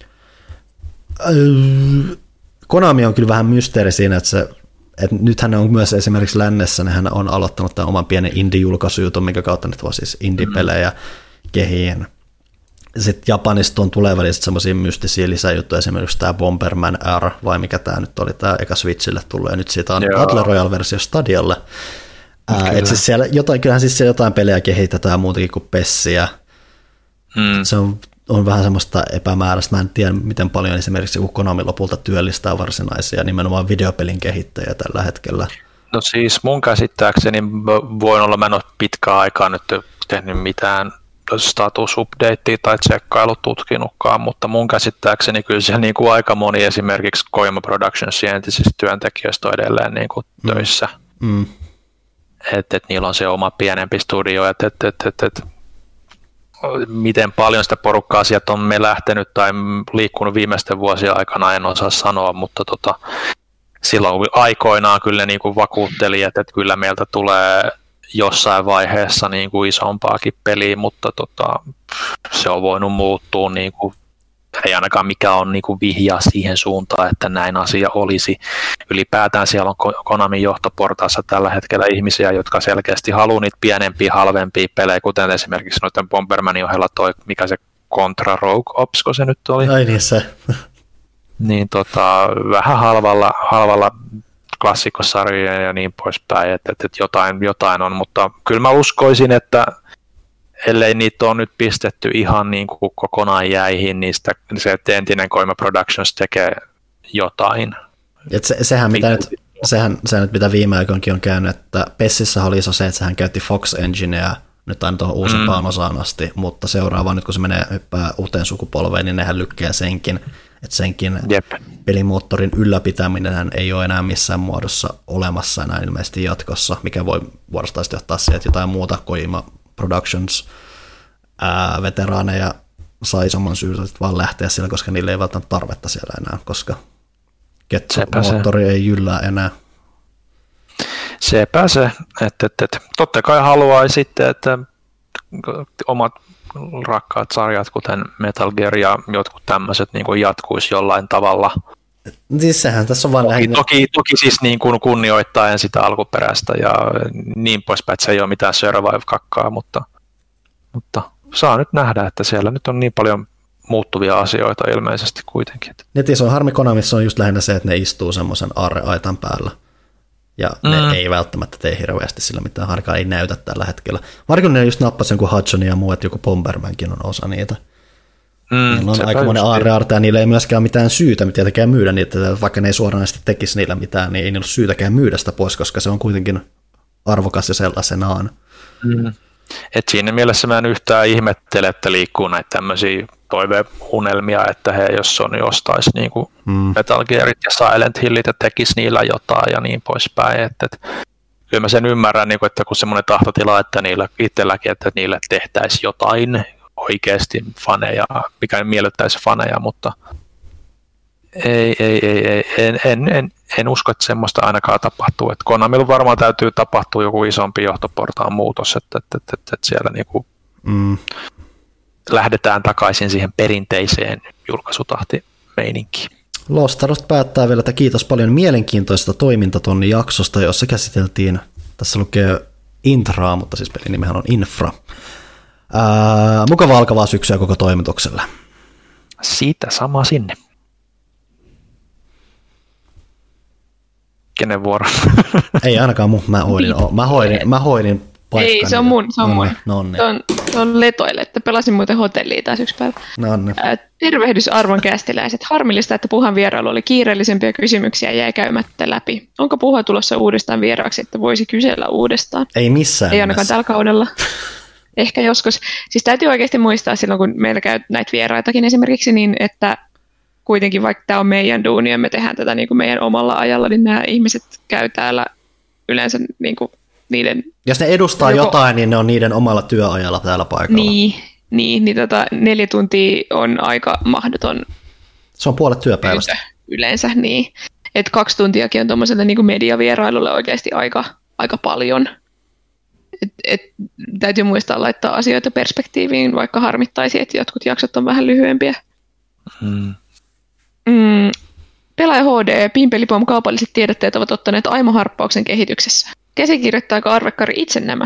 Konami on kyllä vähän mysteeri siinä, että, se, että nythän ne on myös esimerkiksi lännessä, nehän on aloittanut tämän oman pienen indie-julkaisujutun, minkä kautta nyt voi siis indie-pelejä kehiin. Sitten Japanista on tulee välistä semmoisia mystisiä lisäjuttuja, esimerkiksi tämä Bomberman R, vai mikä tämä nyt oli, tämä eka Switchille tullut, ja nyt siitä on Battle Royale-versio Stadiolle. Että siis siellä jotain, kyllähän siis siellä jotain pelejä kehitetään muutenkin kuin pessiä. Hmm. Se on, on vähän semmoista epämääräistä. Mä en tiedä, miten paljon esimerkiksi joku Konami lopulta työllistää varsinaisia nimenomaan videopelin kehittäjiä tällä hetkellä. No siis mun käsittääkseni voin olla, mä en ole pitkään aikaa nyt tehnyt mitään status-updatea tai tsekkailut tutkinutkaan, mutta mun käsittääkseni kyllä siellä niin kuin aika moni esimerkiksi Koima Productionsin entisistä työntekijöistä on edelleen niin kuin mm. töissä. Mm. Että et niillä on se oma pienempi studio, että et, et, et, et, miten paljon sitä porukkaa sieltä on me lähtenyt tai liikkunut viimeisten vuosien aikana, en osaa sanoa, mutta tota, silloin aikoinaan kyllä niin kuin vakuutteli, että, että kyllä meiltä tulee jossain vaiheessa niin kuin isompaakin peliä, mutta tota, se on voinut muuttua, niin kuin, ei ainakaan mikä on niin kuin vihjaa siihen suuntaan, että näin asia olisi. Ylipäätään siellä on Konamin johtoportaassa tällä hetkellä ihmisiä, jotka selkeästi haluaa niitä pienempiä, halvempia pelejä, kuten esimerkiksi noiden Bombermanin ohella toi, mikä se Contra Rogue Ops, kun se nyt oli. Ai niin se. Niin tota, vähän halvalla, halvalla klassikkosarjoja ja niin poispäin, että, että jotain, jotain on, mutta kyllä mä uskoisin, että ellei niitä on nyt pistetty ihan niin kuin kokonaan jäihin, niin sitä, se, että entinen Koima Productions tekee jotain. Et se, sehän, mitä nyt, sehän, sehän nyt mitä viime aikoinkin on käynyt, että Pessissä oli iso se, että sehän käytti Fox Engineä nyt aina tuohon uusimpaan mm. osaan asti, mutta seuraava nyt kun se menee hyppää uuteen sukupolveen, niin nehän lykkää senkin, että senkin Jep. pelimoottorin ylläpitäminen ei ole enää missään muodossa olemassa enää ilmeisesti jatkossa, mikä voi vuorostaan johtaa siihen, että jotain muuta Koima Productions ää, veteraaneja saa isomman syystä vaan lähteä siellä, koska niille ei välttämättä tarvetta siellä enää, koska Ketsu-moottori ei jyllää enää. Sepä se, että, että, että totta kai haluaisi sitten, että omat rakkaat sarjat, kuten Metal Gear ja jotkut tämmöiset niin kuin jatkuisi jollain tavalla. Siis sehän tässä on vaan toki, lähinnä... toki, toki siis niin kuin kunnioittaen sitä alkuperäistä ja niin poispäin, että se ei ole mitään survive-kakkaa, mutta, mutta saa nyt nähdä, että siellä nyt on niin paljon muuttuvia asioita ilmeisesti kuitenkin. Netissä on harmi Konamissa on just lähinnä se, että ne istuu semmoisen aarreaitan päällä. Ja mm. ne ei välttämättä tee hirveästi sillä mitään, harkaa ei näytä tällä hetkellä. Varsinkin ne just nappasi jonkun Hudsonin ja muu, että joku Bombermankin on osa niitä. Mm, niillä on aika monen aarrearte ja niillä ei myöskään ole mitään syytä tietenkään myydä niitä, vaikka ne ei suoranaisesti tekisi niillä mitään, niin ei niillä ole syytäkään myydä sitä pois, koska se on kuitenkin arvokas ja sellaisenaan. Mm. Et siinä mielessä mä en yhtään ihmettele, että liikkuu näitä tämmöisiä toiveunelmia, että he jos Sony ostaisi niin kuin mm. Metal Gearit ja Silent Hillit ja tekisi niillä jotain ja niin poispäin. Että, että, kyllä mä sen ymmärrän, niin kuin, että kun semmoinen tahtotila, että niillä itselläkin, että niillä tehtäisiin jotain oikeasti faneja, mikä miellyttäisi faneja, mutta ei, ei, ei, ei en, en, en, en usko, että semmoista ainakaan tapahtuu. Että Konamilla varmaan täytyy tapahtua joku isompi johtoportaan muutos, että, että, että, että siellä niinku mm. lähdetään takaisin siihen perinteiseen julkaisutahtimeininkiin. Lost Ark päättää vielä, että kiitos paljon mielenkiintoista toimintatonni jaksosta, jossa käsiteltiin, tässä lukee intraa, mutta siis pelin nimehän on Infra. Ää, mukava alkavaa syksyä koko toimitukselle. Siitä sama sinne. Kenen vuoro? Ei ainakaan mun, mä hoidin, mä hoidin, mä hoidin paikkani. Ei, se on mun, se on mun. No niin. Se on, se on Letoille, että pelasin muuten hotellia taas yksi päivä. No niin. Tervehdys arvon kästiläiset. Harmillista, että Puhan vierailu oli kiireellisempiä kysymyksiä jäi käymättä läpi. Onko Puha tulossa uudestaan vieraaksi, että voisi kysellä uudestaan? Ei missään. Ei ainakaan tällä kaudella. Ehkä joskus. Siis täytyy oikeasti muistaa silloin, kun meillä käy näitä vieraitakin esimerkiksi, niin että kuitenkin vaikka tämä on meidän duuni ja me tehdään tätä niin kuin meidän omalla ajalla, niin nämä ihmiset käy täällä yleensä niin kuin niiden... Jos ne edustaa joko... jotain, niin ne on niiden omalla työajalla täällä paikalla. Niin, niin, niin tota, neljä tuntia on aika mahdoton. Se on puolet työpäivästä. Yleensä, niin. Että kaksi tuntiakin on tuommoiselle niin kuin mediavierailulle oikeasti aika, aika paljon. Et, et, täytyy muistaa laittaa asioita perspektiiviin, vaikka harmittaisi, että jotkut jaksot on vähän lyhyempiä. Hmm. Mm, Pelaaja H D, Pimpelipom kaupalliset tiedotteet ovat ottaneet aimoharppauksen kehityksessä. Käsikirjoittaako Arvekkari itse nämä?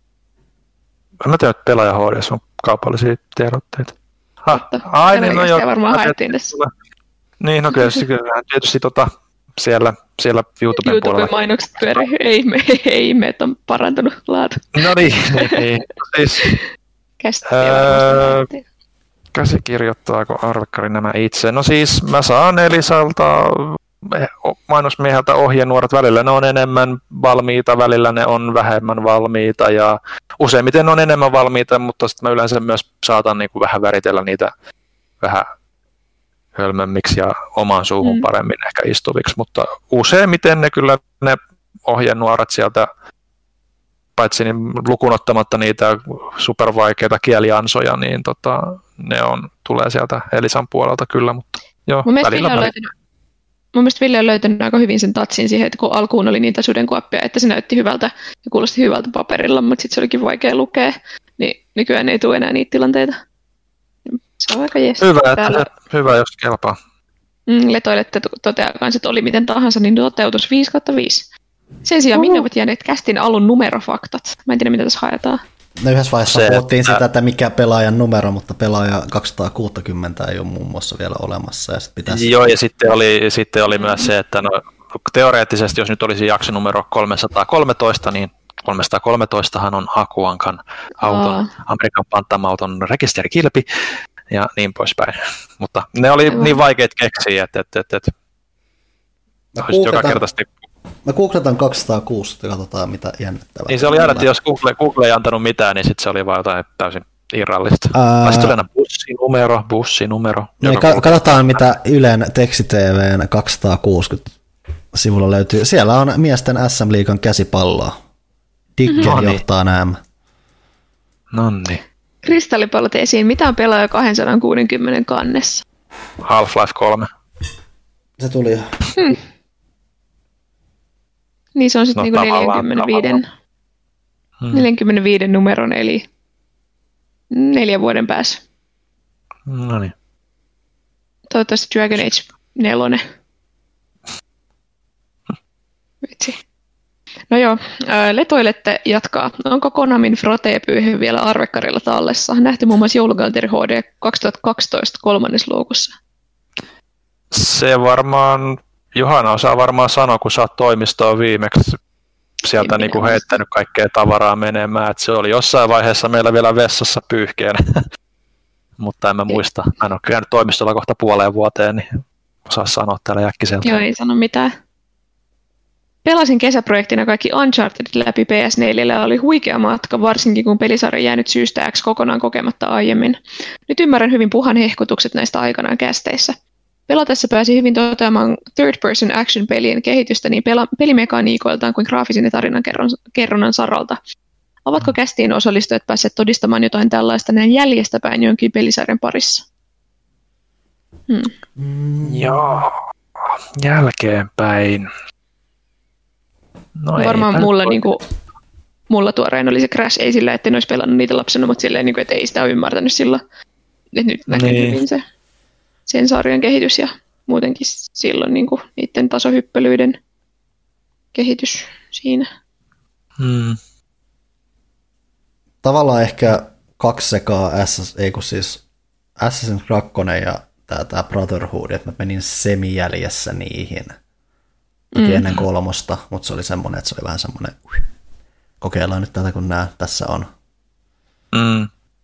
Mä tiedän, että Pelaaja H D on kaupallisia tiedotteita. Ha, ai, niin, no joo. Varmaan haettiin tässä. Niin, no kyllä, tietysti tota, siellä, siellä YouTuben YouTube puolella. YouTube-mainokset pyörii. Ei, me, ei me, että on parantunut laatu. No niin, niin. Siis, öö, käsikirjoittaako Arvekkari nämä itse? No siis mä saan Elisalta mainosmieheltä ohjenuorat, välillä ne on enemmän valmiita, välillä ne on vähemmän valmiita ja useimmiten ne on enemmän valmiita, mutta sitten mä yleensä myös saatan niin kuin vähän väritellä niitä vähän hölmömmiksi ja omaan suuhun mm. paremmin ehkä istuviksi, mutta useimmiten ne kyllä ne ohjenuorat sieltä, paitsi niin lukunottamatta niitä supervaikeita kieliansoja, niin tota, ne on, tulee sieltä Elisan puolelta kyllä, mutta joo, mun välillä Ville löytänyt, mun mielestä Ville on löytänyt aika hyvin sen tatsin siihen, että kun alkuun oli niitä sudenkuoppia, että se näytti hyvältä ja kuulosti hyvältä paperilla, mutta sitten se olikin vaikea lukea, niin nykyään ei tule enää niitä tilanteita. Se on aika jes. Hyvä, että se, hyvä, jos kelpaa. Mm, Letoille toteaa kanssa, että oli miten tahansa, niin toteutus viisi kautta viisi. Sen sijaan, minne ovat jääneet kästin alun numerofaktat? Mä en tiedä, mitä tässä haetaan. No yhdessä vaiheessa se, puhuttiin sitä, että mikä pelaajan numero, mutta pelaaja kaksisataakuusikymmentä ei ole muun muassa vielä olemassa. Ja sit pitäisi... Joo, ja sitten oli, sitten oli myös se, että no, teoreettisesti, jos nyt olisi jaksonumero kolmesataakolmetoista, niin kolmesataakolmetoistahan on Akuankan auton, Aa. Amerikan Bantam-auton rekisterikilpi ja niin poispäin. Mutta ne oli Aivan. niin vaikeat keksiä, että, että, että, että olisi joka kertaisesti... Mä googletan kaksisataakuusi ja katsotaan mitä jännittävää. Niin se oli aina, että jos Google, Google ei antanut mitään, niin sitten se oli vaan jotain täysin irrallista. Ää... Tai sitten tuli aina bussinumero, bussinumero. Niin, ka- katsotaan mitä Ylen teksti-tv:n kaksisataakuusikymmentä sivulla löytyy. Siellä on miesten S M-liigan käsipalloa. Dicken mm-hmm. johtaa nämä. Nonni. Kristallipallot esiin. Mitä on pelaaja kaksisataakuusikymmentä kannessa? Half-Life kolme. Se tuli Hmm. Niin se on sitten No, niinku tavallaan, neljäkymmentäviisi, Hmm. neljäkymmentäviisi numeron, eli neljän vuoden päässä. No niin. Toivottavasti Dragon Age neljä. Vitsi. No joo, ää, Letoilette jatkaa. Onko Konamin Frotee-pyyhe vielä arvekkarilla tallessa? Nähty muun muassa Joulukalteri H D kaksituhattakaksitoista kolmannesluukussa. Se varmaan, Johanna osaa varmaan sanoa, kun sä oot toimistoon viimeksi sieltä En niinku minä heittänyt kaikkea tavaraa menemään. Et se oli jossain vaiheessa meillä vielä vessassa pyyhkeenä. Mutta en mä muista. Mä en ole käynyt toimistolla kohta puoleen vuoteen, niin osaa sanoa täällä äkkiseltä. Joo, ei sano mitään. Pelasin kesäprojektina kaikki Uncharted läpi P S neljällä ja oli huikea matka, varsinkin kun pelisarja jäänyt syystä X kokonaan kokematta aiemmin. Nyt ymmärrän hyvin puhan hehkutukset näistä aikanaan kästeissä. Pelatessa pääsi hyvin toteamaan third-person action-pelien kehitystä niin pela- pelimekaniikoiltaan kuin graafisen ja tarinankerronnan saralta. Ovatko kästiin osallistujat päässeet todistamaan jotain tällaista näin jäljestäpäin jonkin pelisarjan parissa? Hmm. Mm, joo, jälkeenpäin. No Varmaan eipä mulla, nyt niinku, mulla tuorein oli se Crash, ei sillä, että en olisi pelannut niitä lapsena, mutta silleen, niinku, että ei sitä ole ymmärtänyt silloin. Että nyt näkyy Niin. hyvin se, sen sarjan kehitys ja muutenkin silloin niinku, niiden tasohyppelyiden kehitys siinä. Hmm. Tavallaan ehkä kaksi sekaa, Assas, ei kun siis Assassin's kaksi ja tämä, tämä Brotherhood, että mä menin semijäljessä niihin. Toki Mm. ennen kolmosta, mutta se oli semmoinen, että se oli vähän semmoinen, ui, kokeillaan nyt tätä, kun nämä tässä on. Mm.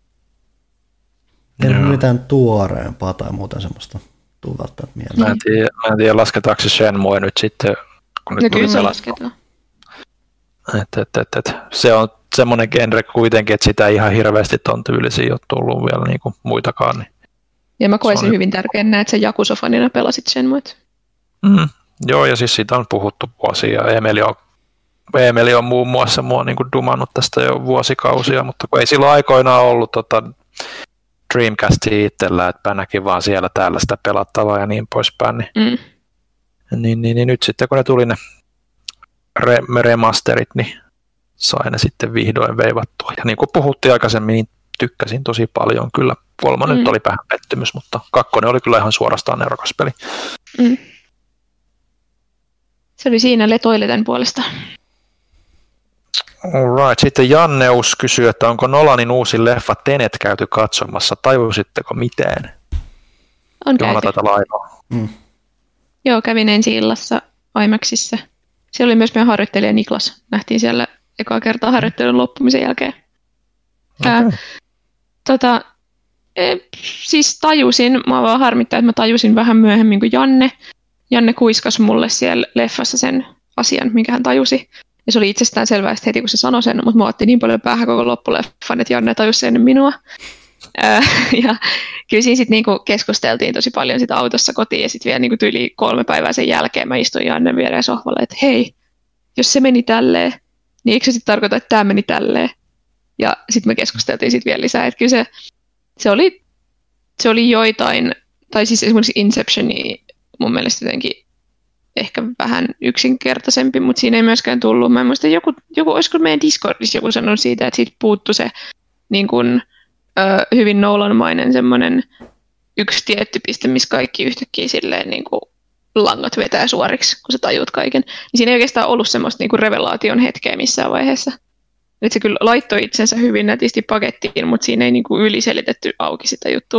Ei Joo. ole mitään tuoreempaa tai muuten semmoista tuu välttämättä Mä mieleen. en tiedä, mä en tiedä lasketaanko se Shenmue nyt sitten, kun No nyt tuli kyllä se sellaista. lasketaan. Et, et, et, et. Se on semmoinen genre kuitenkin, että sitä ihan hirveästi ton tyylisiä ole tullut vielä niinku muitakaan. Niin. Ja mä koisin on- hyvin tärkeänä, että sä Jakusa-fanina pelasit sen, mutta Mm. Joo, ja siis siitä on puhuttu vuosia, ja Emeli on, Emeli on muun muassa mua niinku dumannut tästä jo vuosikausia, mutta kun ei silloin aikoinaan ollut tota Dreamcastia itsellä, että näki vaan siellä täällä sitä pelattavaa ja niin poispäin, niin, mm. niin, niin, niin nyt sitten kun ne tuli ne re, remasterit, niin sai ne sitten vihdoin veivattua. Ja niin kuin puhuttiin aikaisemmin, niin tykkäsin tosi paljon. Kyllä kolmonen Mm. nyt oli vähän pettymys, mutta kakkonen oli kyllä ihan suorastaan nerokas peli. Mm. Se oli siinä Letoileten puolesta. Alright. Sitten Janneus kysyy, että onko Nolanin uusi leffa Tenet käyty katsomassa? Tajusitteko mitään? On Johanna käyty. taitaa lainaa. Mm. Joo, kävin ensi illassa IMAXissa. Siellä oli myös meidän harjoittelija Niklas. Nähtiin siellä ekaa kertaa harjoittelun loppumisen jälkeen. Ää, Okay. tota, e, siis tajusin, mä vaan harmittaa, että mä tajusin vähän myöhemmin kuin Janne. Janne kuiskasi mulle siellä leffassa sen asian, minkä hän tajusi. Ja se oli itsestään selvää heti, kun se sanoi sen, mutta mä otti niin paljon päähän koko loppuleffan, että Janne tajusi sen ennen minua. Ää, ja kyllä siinä sitten niinku keskusteltiin tosi paljon sit autossa kotiin, ja sitten vielä niinku tyyli kolme päivää sen jälkeen mä istuin Jannen viereen sohvalle, että hei, jos se meni tälleen, niin eikö se sitten tarkoita, että tämä meni tälleen? Ja sitten me keskusteltiin sitten vielä lisää, että kyllä se, se, oli, se oli joitain, tai siis esimerkiksi Inceptioni mun mielestä jotenkin ehkä vähän yksinkertaisempi, mutta siinä ei myöskään tullut. Mä en muista, joku, joku, olisiko meidän Discordissa joku sanonut siitä, että siitä puuttu se niin kun, ö, hyvin Nolan-mainen semmoinen yksi tietty piste, missä kaikki yhtäkkiä silleen niin kuin langat vetää suoriksi, kun sä tajuut kaiken. Niin siinä ei oikeastaan ollut semmoista niin kuin revelaation hetkeä missään vaiheessa. Nyt se kyllä laittoi itsensä hyvin nätisti pakettiin, mutta siinä ei niin kuin yliselitetty auki sitä juttua.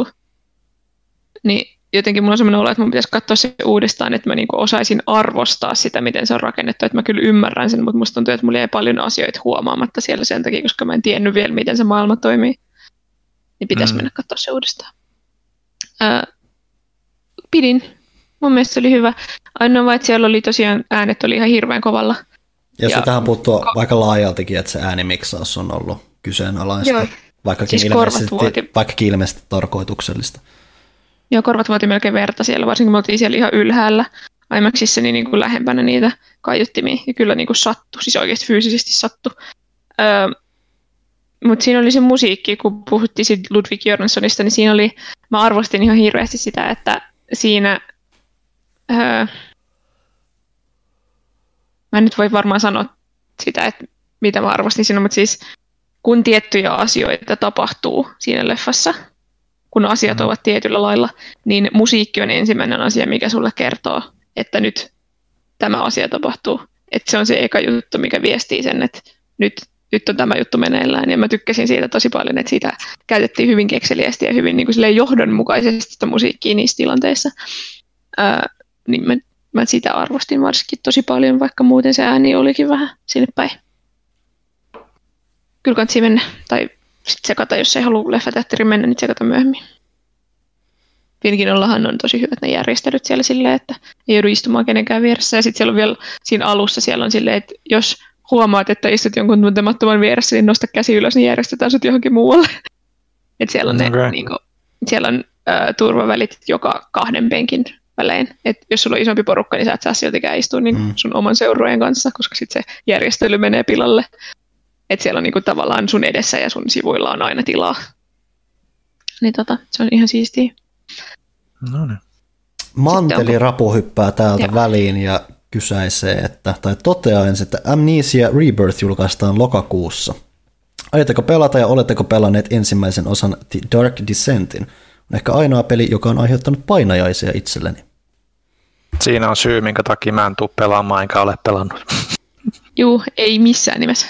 Niin jotenkin mulla on semmoinen olo, että mun pitäisi katsoa se uudestaan, että mä niin kuin osaisin arvostaa sitä, miten se on rakennettu. Että mä kyllä ymmärrän sen, mutta musta tuntuu, että mulla jäi paljon asioita huomaamatta siellä sen takia, koska mä en tiennyt vielä, miten se maailma toimii. Niin pitäisi Mm. mennä katsoa se uudestaan. Ää, pidin. Mun mielestä se oli hyvä. Ainoa vaan, että siellä oli tosiaan äänet oli ihan hirveän kovalla. Ja, Ja- ja tähän puuttuu aika laajaltikin, että se äänimiksaus on ollut kyseenalaista, Joo. vaikkakin, Siis korvat ilmeisesti, vuoti. vaikkakin ilmeisesti tarkoituksellista. Joo, korvat vuoti melkein verta siellä, varsinkin me oltiin siellä ihan ylhäällä IMAXissa, niin, niin kuin lähempänä niitä kaiuttimia. Ja kyllä niin kuin sattu, siis oikeasti fyysisesti sattu. Öö, Mutta siinä oli se musiikki, kun puhuttiin siitä Ludwig Göranssonista, niin siinä oli, mä arvostin ihan hirveästi sitä, että siinä öö, mä en nyt voi varmaan sanoa sitä, että mitä mä arvostin siinä, mutta siis kun tiettyjä asioita tapahtuu siinä leffassa, kun asiat ovat tietyllä lailla, niin musiikki on ensimmäinen asia, mikä sulle kertoo, että nyt tämä asia tapahtuu. Että se on se eka juttu, mikä viestii sen, että nyt, nyt on tämä juttu meneillään. Ja mä tykkäsin siitä tosi paljon, että siitä käytettiin hyvin kekseliästi ja hyvin niin kuin johdonmukaisesti sitä musiikkia niissä tilanteissa. Ää, niin mä, mä sitä arvostin varsinkin tosi paljon, vaikka muuten se ääni olikin vähän sinne päin. Kyllä kannattaa mennä, tai sitten sekata, jos ei halua leffateatteriin mennä, niin sekata myöhemmin. Finkinollahan on tosi hyvät ne järjestelyt siellä silleen, että ei joudu istumaan kenenkään vieressä. Ja sitten siellä on vielä siinä alussa, siellä on silleen, että jos huomaat, että istut jonkun tuntemattoman vieressä, niin nosta käsi ylös, niin järjestetään sut johonkin muualle. Et siellä on, ne, okay. niinku, siellä on ä, turvavälit joka kahden penkin välein. Et jos sulla on isompi porukka, niin sä et saa siltikään istua niin mm. sun oman seurueen kanssa, koska sitten se järjestely menee pilalle. Että siellä on niinku tavallaan sun edessä ja sun sivuilla on aina tilaa. Niin tota, se on ihan siistiä. No niin. Manteli Rapu hyppää täältä Joo. väliin ja kysäisee, että, tai toteaa ensin, että Amnesia Rebirth julkaistaan lokakuussa. Aiotteko pelata ja oletteko pelanneet ensimmäisen osan The Dark Descentin? On ehkä ainoa peli, joka on aiheuttanut painajaisia itselleni. Siinä on syy, minkä takia mä en tule pelaamaan, enkä ole pelannut. Juu, ei missään nimessä.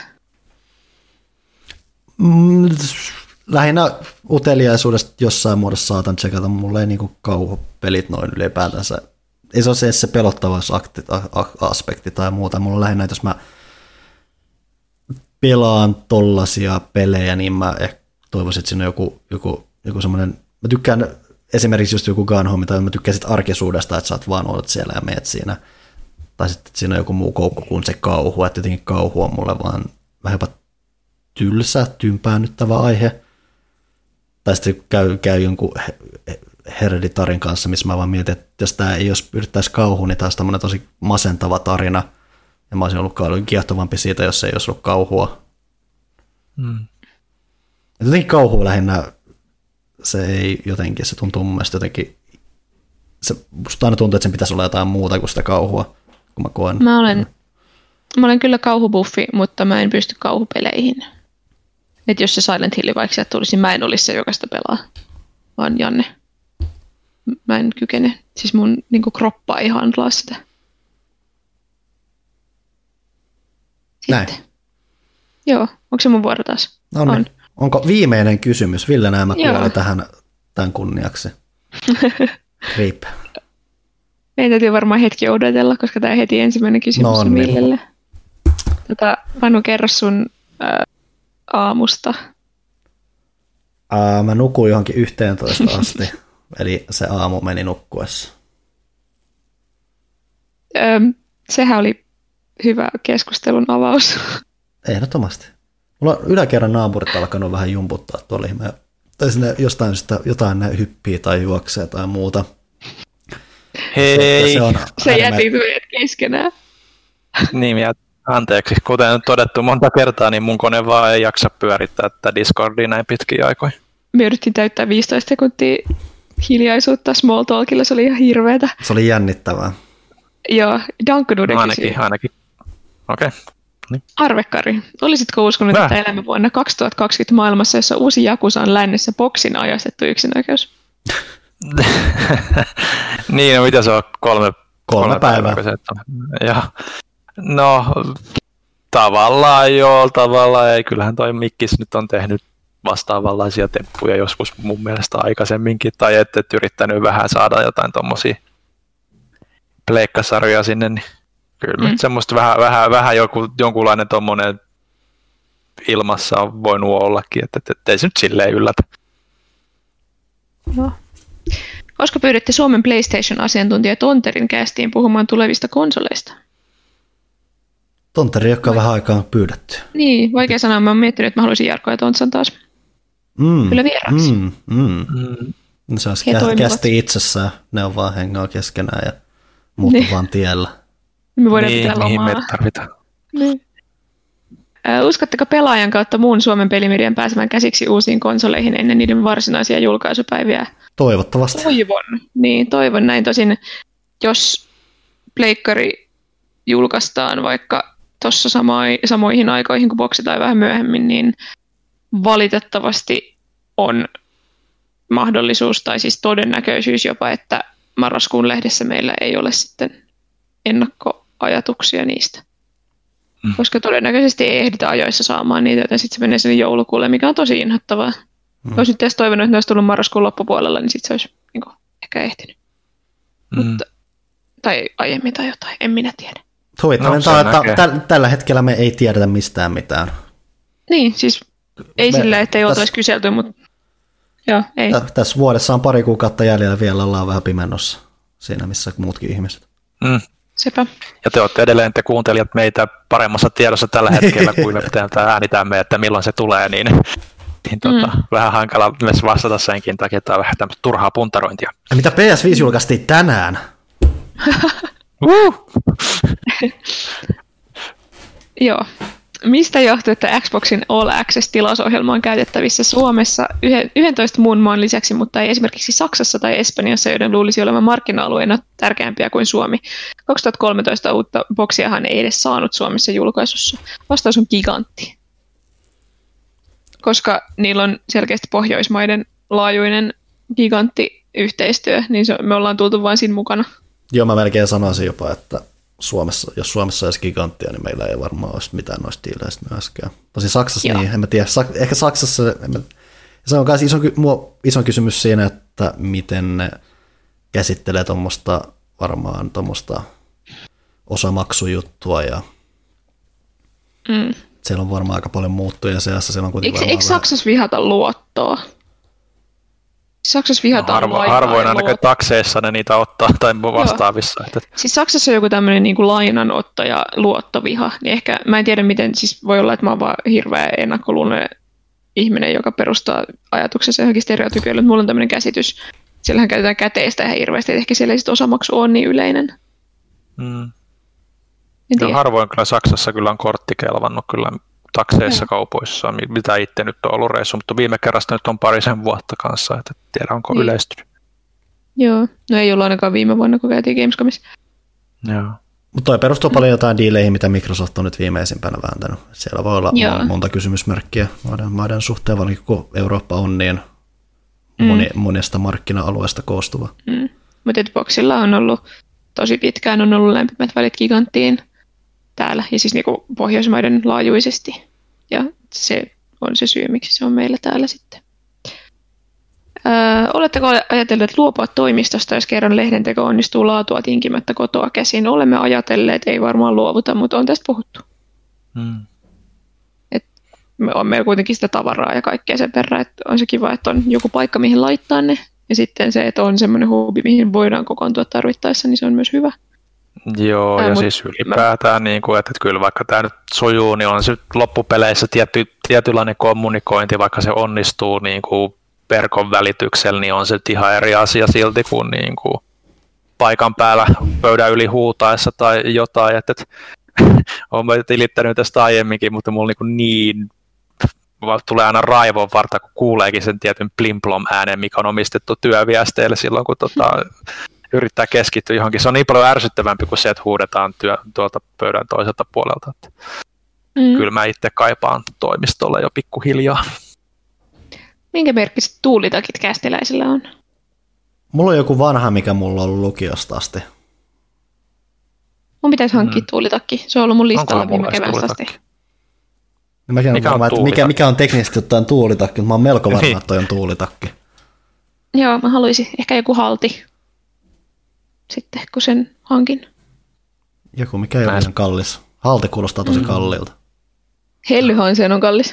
Mm, lähinnä uteliaisuudesta jossain muodossa saatan tsekata. Mulle ei niinku kauhupelit noin ylipäätänsä. Ei se ole se, se pelottavausaspekti tai muuta. Mulla on lähinnä, että jos mä pelaan tollasia pelejä, niin mä ehkä toivoisin, että siinä on joku, joku, joku semmoinen. Mä tykkään esimerkiksi just joku Gone Home, tai mä tykkään sit arkisuudesta, että sä oot vaan olet siellä ja meet siinä. Tai sitten siinä on joku muu koukku kuin se kauhu, että jotenkin kauhu on mulle vaan vähän jopa tylsä, tympäännyttävä aihe. Tai sitten käy, käy jonkun Hereditarin kanssa, missä mä vaan mietin, että jos tämä ei jos yrittäisi kauhua, niin tämä olisi tämmöinen tosi masentava tarina. Ja mä olisin ollut kiehtovampi siitä, jos ei olisi ollut kauhua. Mm. Jotenkin kauhua lähinnä, se ei jotenkin, se tuntuu mun mielestä jotenkin, se musta aina tuntuu, että sen pitäisi olla jotain muuta kuin sitä kauhua, kun mä koen. Mä olen, mä olen kyllä kauhubuffi, mutta mä en pysty kauhupeleihin. Että jos se Silent Hill vaikka sieltä tulisi, niin mä en olisi se, joka sitä pelaa, vaan Janne. Mä en kykene, siis mun niin kuin kroppa ei handlaa sitä. Sitten. Näin. Joo, onko se mun vuoro taas? No niin. On. Onko viimeinen kysymys? Ville Näämä kuoli tähän tämän kunniaksi. Riip. Meidän täytyy varmaan hetki odotella, koska tämä heti ensimmäinen kysymys no on niin. Villelle. Tota, Panu, kerro sun ää, aamusta. Ää, mä nukuin johonkin yhteentoista asti, eli se aamu meni nukkuessa. Öö, sehän oli hyvä keskustelun avaus. Ehdottomasti. Mulla on yläkerran naapurit alkanut vähän jumputtaa tuolla ihmeen. Tai sinne jostain sitä, jotain ne hyppii tai juoksee tai muuta. Hei! Se, se, on se jätit meidät keskenään. Niin, ja anteeksi. Kuten on todettu monta kertaa, niin mun kone vaan ei jaksa pyörittää tätä Discordia näin pitkiä aikoja. Me yritettiin täyttää viisitoista sekuntia hiljaisuutta small talkilla, se oli ihan hirveetä. Se oli jännittävää. Joo, Dankkadude no, ainakin, kysyy. Ainakin, okei. Okay. Niin. Arvekari, olisitko uskonut, Väh. että elämme vuonna kaksituhattakaksikymmentä maailmassa, jossa uusi Yakuza on lännessä boksin ajastettu yksinäköys? Niin, no mitä se on? Kolme, kolme, kolme päivää. päivää. Ja, no, tavallaan joo, tavallaan ei. Kyllähän toi Mikkis nyt on tehnyt vastaavanlaisia temppuja joskus mun mielestä aikaisemminkin, tai että et yrittänyt vähän saada jotain tommosia pleikkasarjoja sinne, niin kyllä mm. semmoista vähän, vähän, vähän joku, jonkunlainen tommonen ilmassa on voinut ollakin, että et, et, ei se nyt silleen yllätä. No. Koska pyydätte Suomen PlayStation-asiantuntija Tonterin kästiin puhumaan tulevista konsoleista? Tonteri, joka on vähän aikaa pyydetty. Niin, vaikea sanoa. Mä oon miettinyt, että mä haluaisin Jarkko ja Tontsan taas mm. kyllä vieraaksi. Mm. Mm. Mm. Se olisi kä- kästi itsessään. Ne on vaan hengaa keskenään ja muut niin. vaan tiellä. Me voidaan niin, pitää lomaa. Niin, me tarvitaan. Niin. Uskotteko pelaajan kautta muun Suomen pelimedian pääsemään käsiksi uusiin konsoleihin ennen niiden varsinaisia julkaisupäiviä? Toivottavasti. Toivon. Niin, toivon näin. Tosin, jos pleikkari julkaistaan vaikka tuossa samoihin aikoihin kuin boksi tai vähän myöhemmin, niin valitettavasti on mahdollisuus tai siis todennäköisyys jopa, että marraskuun lehdessä meillä ei ole sitten ennakkoajatuksia niistä. Mm. Koska todennäköisesti ei ehditä ajoissa saamaan niitä, joten sitten se menee sinne joulukuulle, mikä on tosi inhottavaa. Mm. Jos nyt edes toivonut, että ne olisi tullut marraskuun loppupuolella, niin sitten se olisi niin kuin, ehkä ehtinyt. Mm. Mutta, tai aiemmin tai jotain, en minä tiedä. Huvittavinta no, että täl, tällä hetkellä me ei tiedetä mistään mitään. Niin, siis ei me, sillä, että ei oltaisi kyselty, mutta joo, ei. Tä, tässä vuodessa on pari kuukautta jäljellä, vielä ollaan vähän pimennossa siinä, missä muutkin ihmiset. Mm. Sepä. Ja te olette edelleen, te kuuntelijat meitä paremmassa tiedossa tällä hetkellä, kuin me äänitämme, että milloin se tulee, niin, niin tuota, mm. vähän hankala myös vastata senkin takia, että on vähän tämmöistä turhaa puntarointia. Ja mitä P S viisi julkaistiin tänään? Joo. Mistä johtuu, että Xboxin All Access-tilausohjelma on käytettävissä Suomessa yhdentoista muun maan lisäksi, mutta ei esimerkiksi Saksassa tai Espanjassa, joiden luulisi olevan markkina-alueena tärkeämpiä kuin Suomi? kaksituhattakolmetoista uutta boksiahan ei edes saanut Suomessa julkaisussa. Vastaus on gigantti. Koska niillä on selkeästi Pohjoismaiden laajuinen giganttiyhteistyö, niin se, me ollaan tultu vain siinä mukana. Joo, mä melkein sanoisin jopa, että Suomessa, jos Suomessa olisi giganttia, niin meillä ei varmaan olisi mitään noista diileistä myöskään. Tosi Saksassa, Joo. niin en mä tiedä. Ehkä Saksassa, mä, se on myös iso, iso kysymys siinä, että miten ne käsittelee tuommoista varmaan tuommoista osamaksujuttua ja mm. siellä on varmaan aika paljon muuttuja seassa. Siellä on kuitenkin eikö, eikö Saksassa vihata luottoa? Saksassa vihataan no, harvo, harvoin ainakaan takseissa ne niitä ottaa tai vastaavissa. Että... Siis Saksassa on joku tämmöinen niin kuin lainanotto ja luottoviha, niin ehkä mä en tiedä miten, siis voi olla, että mä oon vaan hirveä ennakkoluuloinen ihminen, joka perustaa ajatuksensa johonkin stereotypioille, mutta mulla on tämmöinen käsitys, siellähän käytetään käteistä ihan hirveästi, että ehkä siellä ei sit osamaksu ole niin yleinen. Mm. No, harvoin kyllä Saksassa kyllä on kortti kelvannut kyllä takseissa ja kaupoissa, mitä itse nyt on ollut reissu, mutta viime kerrasta nyt on parisen vuotta kanssa, että tiedä onko niin yleistynyt. Joo, no ei ollut ainakaan viime vuonna, kun käytiin Gamescomissa. Joo. Mutta toi perustuu paljon jotain diileihin, mitä Microsoft on nyt viimeisimpänä vääntänyt. Siellä voi olla Joo. monta kysymysmerkkiä maiden, maiden suhteen, vaikka kun Eurooppa on niin moni, mm. monesta markkina-alueesta koostuva. Mm. Mutta Xboxilla on ollut tosi pitkään on ollut lämpimät välit giganttiin täällä, ja siis niinku Pohjoismaiden laajuisesti. Ja se on se syy, miksi se on meillä täällä sitten. Öö, oletteko ajatelleet luopua toimistosta, jos kerran lehdenteko onnistuu laatua tinkimättä kotoa käsin? Olemme ajatelleet, ei varmaan luovuta, mutta on tästä puhuttu. Hmm. Et me on meillä kuitenkin sitä tavaraa ja kaikkea sen verran, että on se kiva, että on joku paikka, mihin laittaa ne. Ja sitten se, että on semmoinen hubi, mihin voidaan kokoontua tarvittaessa, niin se on myös hyvä. Joo, Ää, ja siis ylipäätään, niin kuin, että, että kyllä vaikka tämä nyt sujuu, niin on se loppupeleissä tietty, tietynlainen kommunikointi, vaikka se onnistuu niin kuin verkon välityksellä, niin on se ihan eri asia silti kuin, niin kuin paikan päällä pöydän yli huutaessa tai jotain. Että, että, olen tilittänyt tästä aiemminkin, mutta mulla niin, niin tulee aina raivon varta, kun kuuleekin sen tietyn plimplom äänen, mikä on omistettu työviesteille silloin, kun tota, yrittää keskittyä johonkin. Se on niin paljon ärsyttävämpi kuin se, että huudetaan työ, tuolta pöydän toiselta puolelta. Että mm. Kyllä mä itse kaipaan toimistolle jo pikkuhiljaa. Minkä merkkiset tuulitakit kästiläisillä on? Mulla on joku vanha, mikä mulla on ollut lukiosta asti. Mun pitäisi hankkia mm. tuulitakki. Se on ollut mun listalla viime keväästä asti. Mikä, mikä, on varma, mikä, mikä on teknisesti ottaen tuulitakki, mutta mä oon melko varma, että toi on tuulitakki. Joo, mä haluaisin ehkä joku halti sitten, kun sen hankin. Joku, mikä ei ole ihan kallis. Halti kuulostaa tosi mm. kalliilta. Hellyhan se on kallis.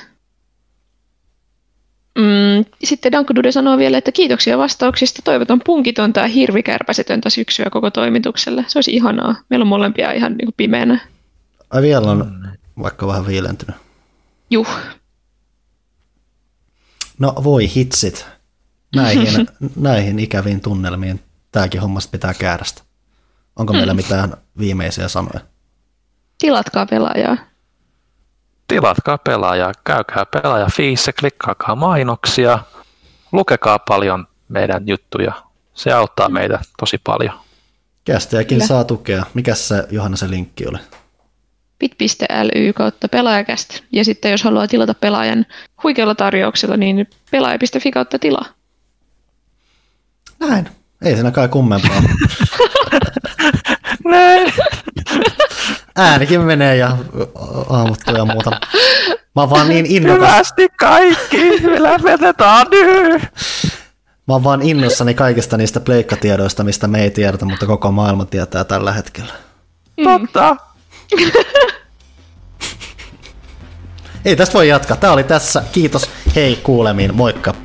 Mm, sitten Dankudude sanoo vielä, että kiitoksia vastauksista. Toivotan punkitonta ja hirvikärpäsetöntä syksyä koko toimitukselle. Se olisi ihanaa. Meillä on molempia ihan niin kuin pimeänä. Ai vielä on vaikka vähän viilentynyt. Juh. No voi hitsit. Näihin, näihin ikäviin tunnelmiin tämäkin hommasta pitää käärästä. Onko mm. meillä mitään viimeisiä sanoja? Tilatkaa pelaajaa. Tilatkaa pelaajaa, käykää pelaaja fiissä, klikkaakaa mainoksia, lukekaa paljon meidän juttuja. Se auttaa meitä tosi paljon. Kästiäkin saa tukea. Mikäs se Johanna se linkki oli? bit.ly kautta pelaajakäst. Ja sitten jos haluaa tilata pelaajan huikealla tarjouksella, niin pelaaja piste fi kautta tilaa. Näin. Ei siinä kai kummempaa. Näin. Äänikin menee ja aamuttuu ja muuta. Mä oon vaan niin innokas. Hyvästi kaikki, me lämmetetään nyt. Mä oon vaan innossani kaikista niistä pleikkatiedoista, mistä me ei tiedetä, mutta koko maailma tietää tällä hetkellä. Totta. Ei tästä voi jatkaa. Tää oli tässä. Kiitos. Hei kuulemiin. Moikka.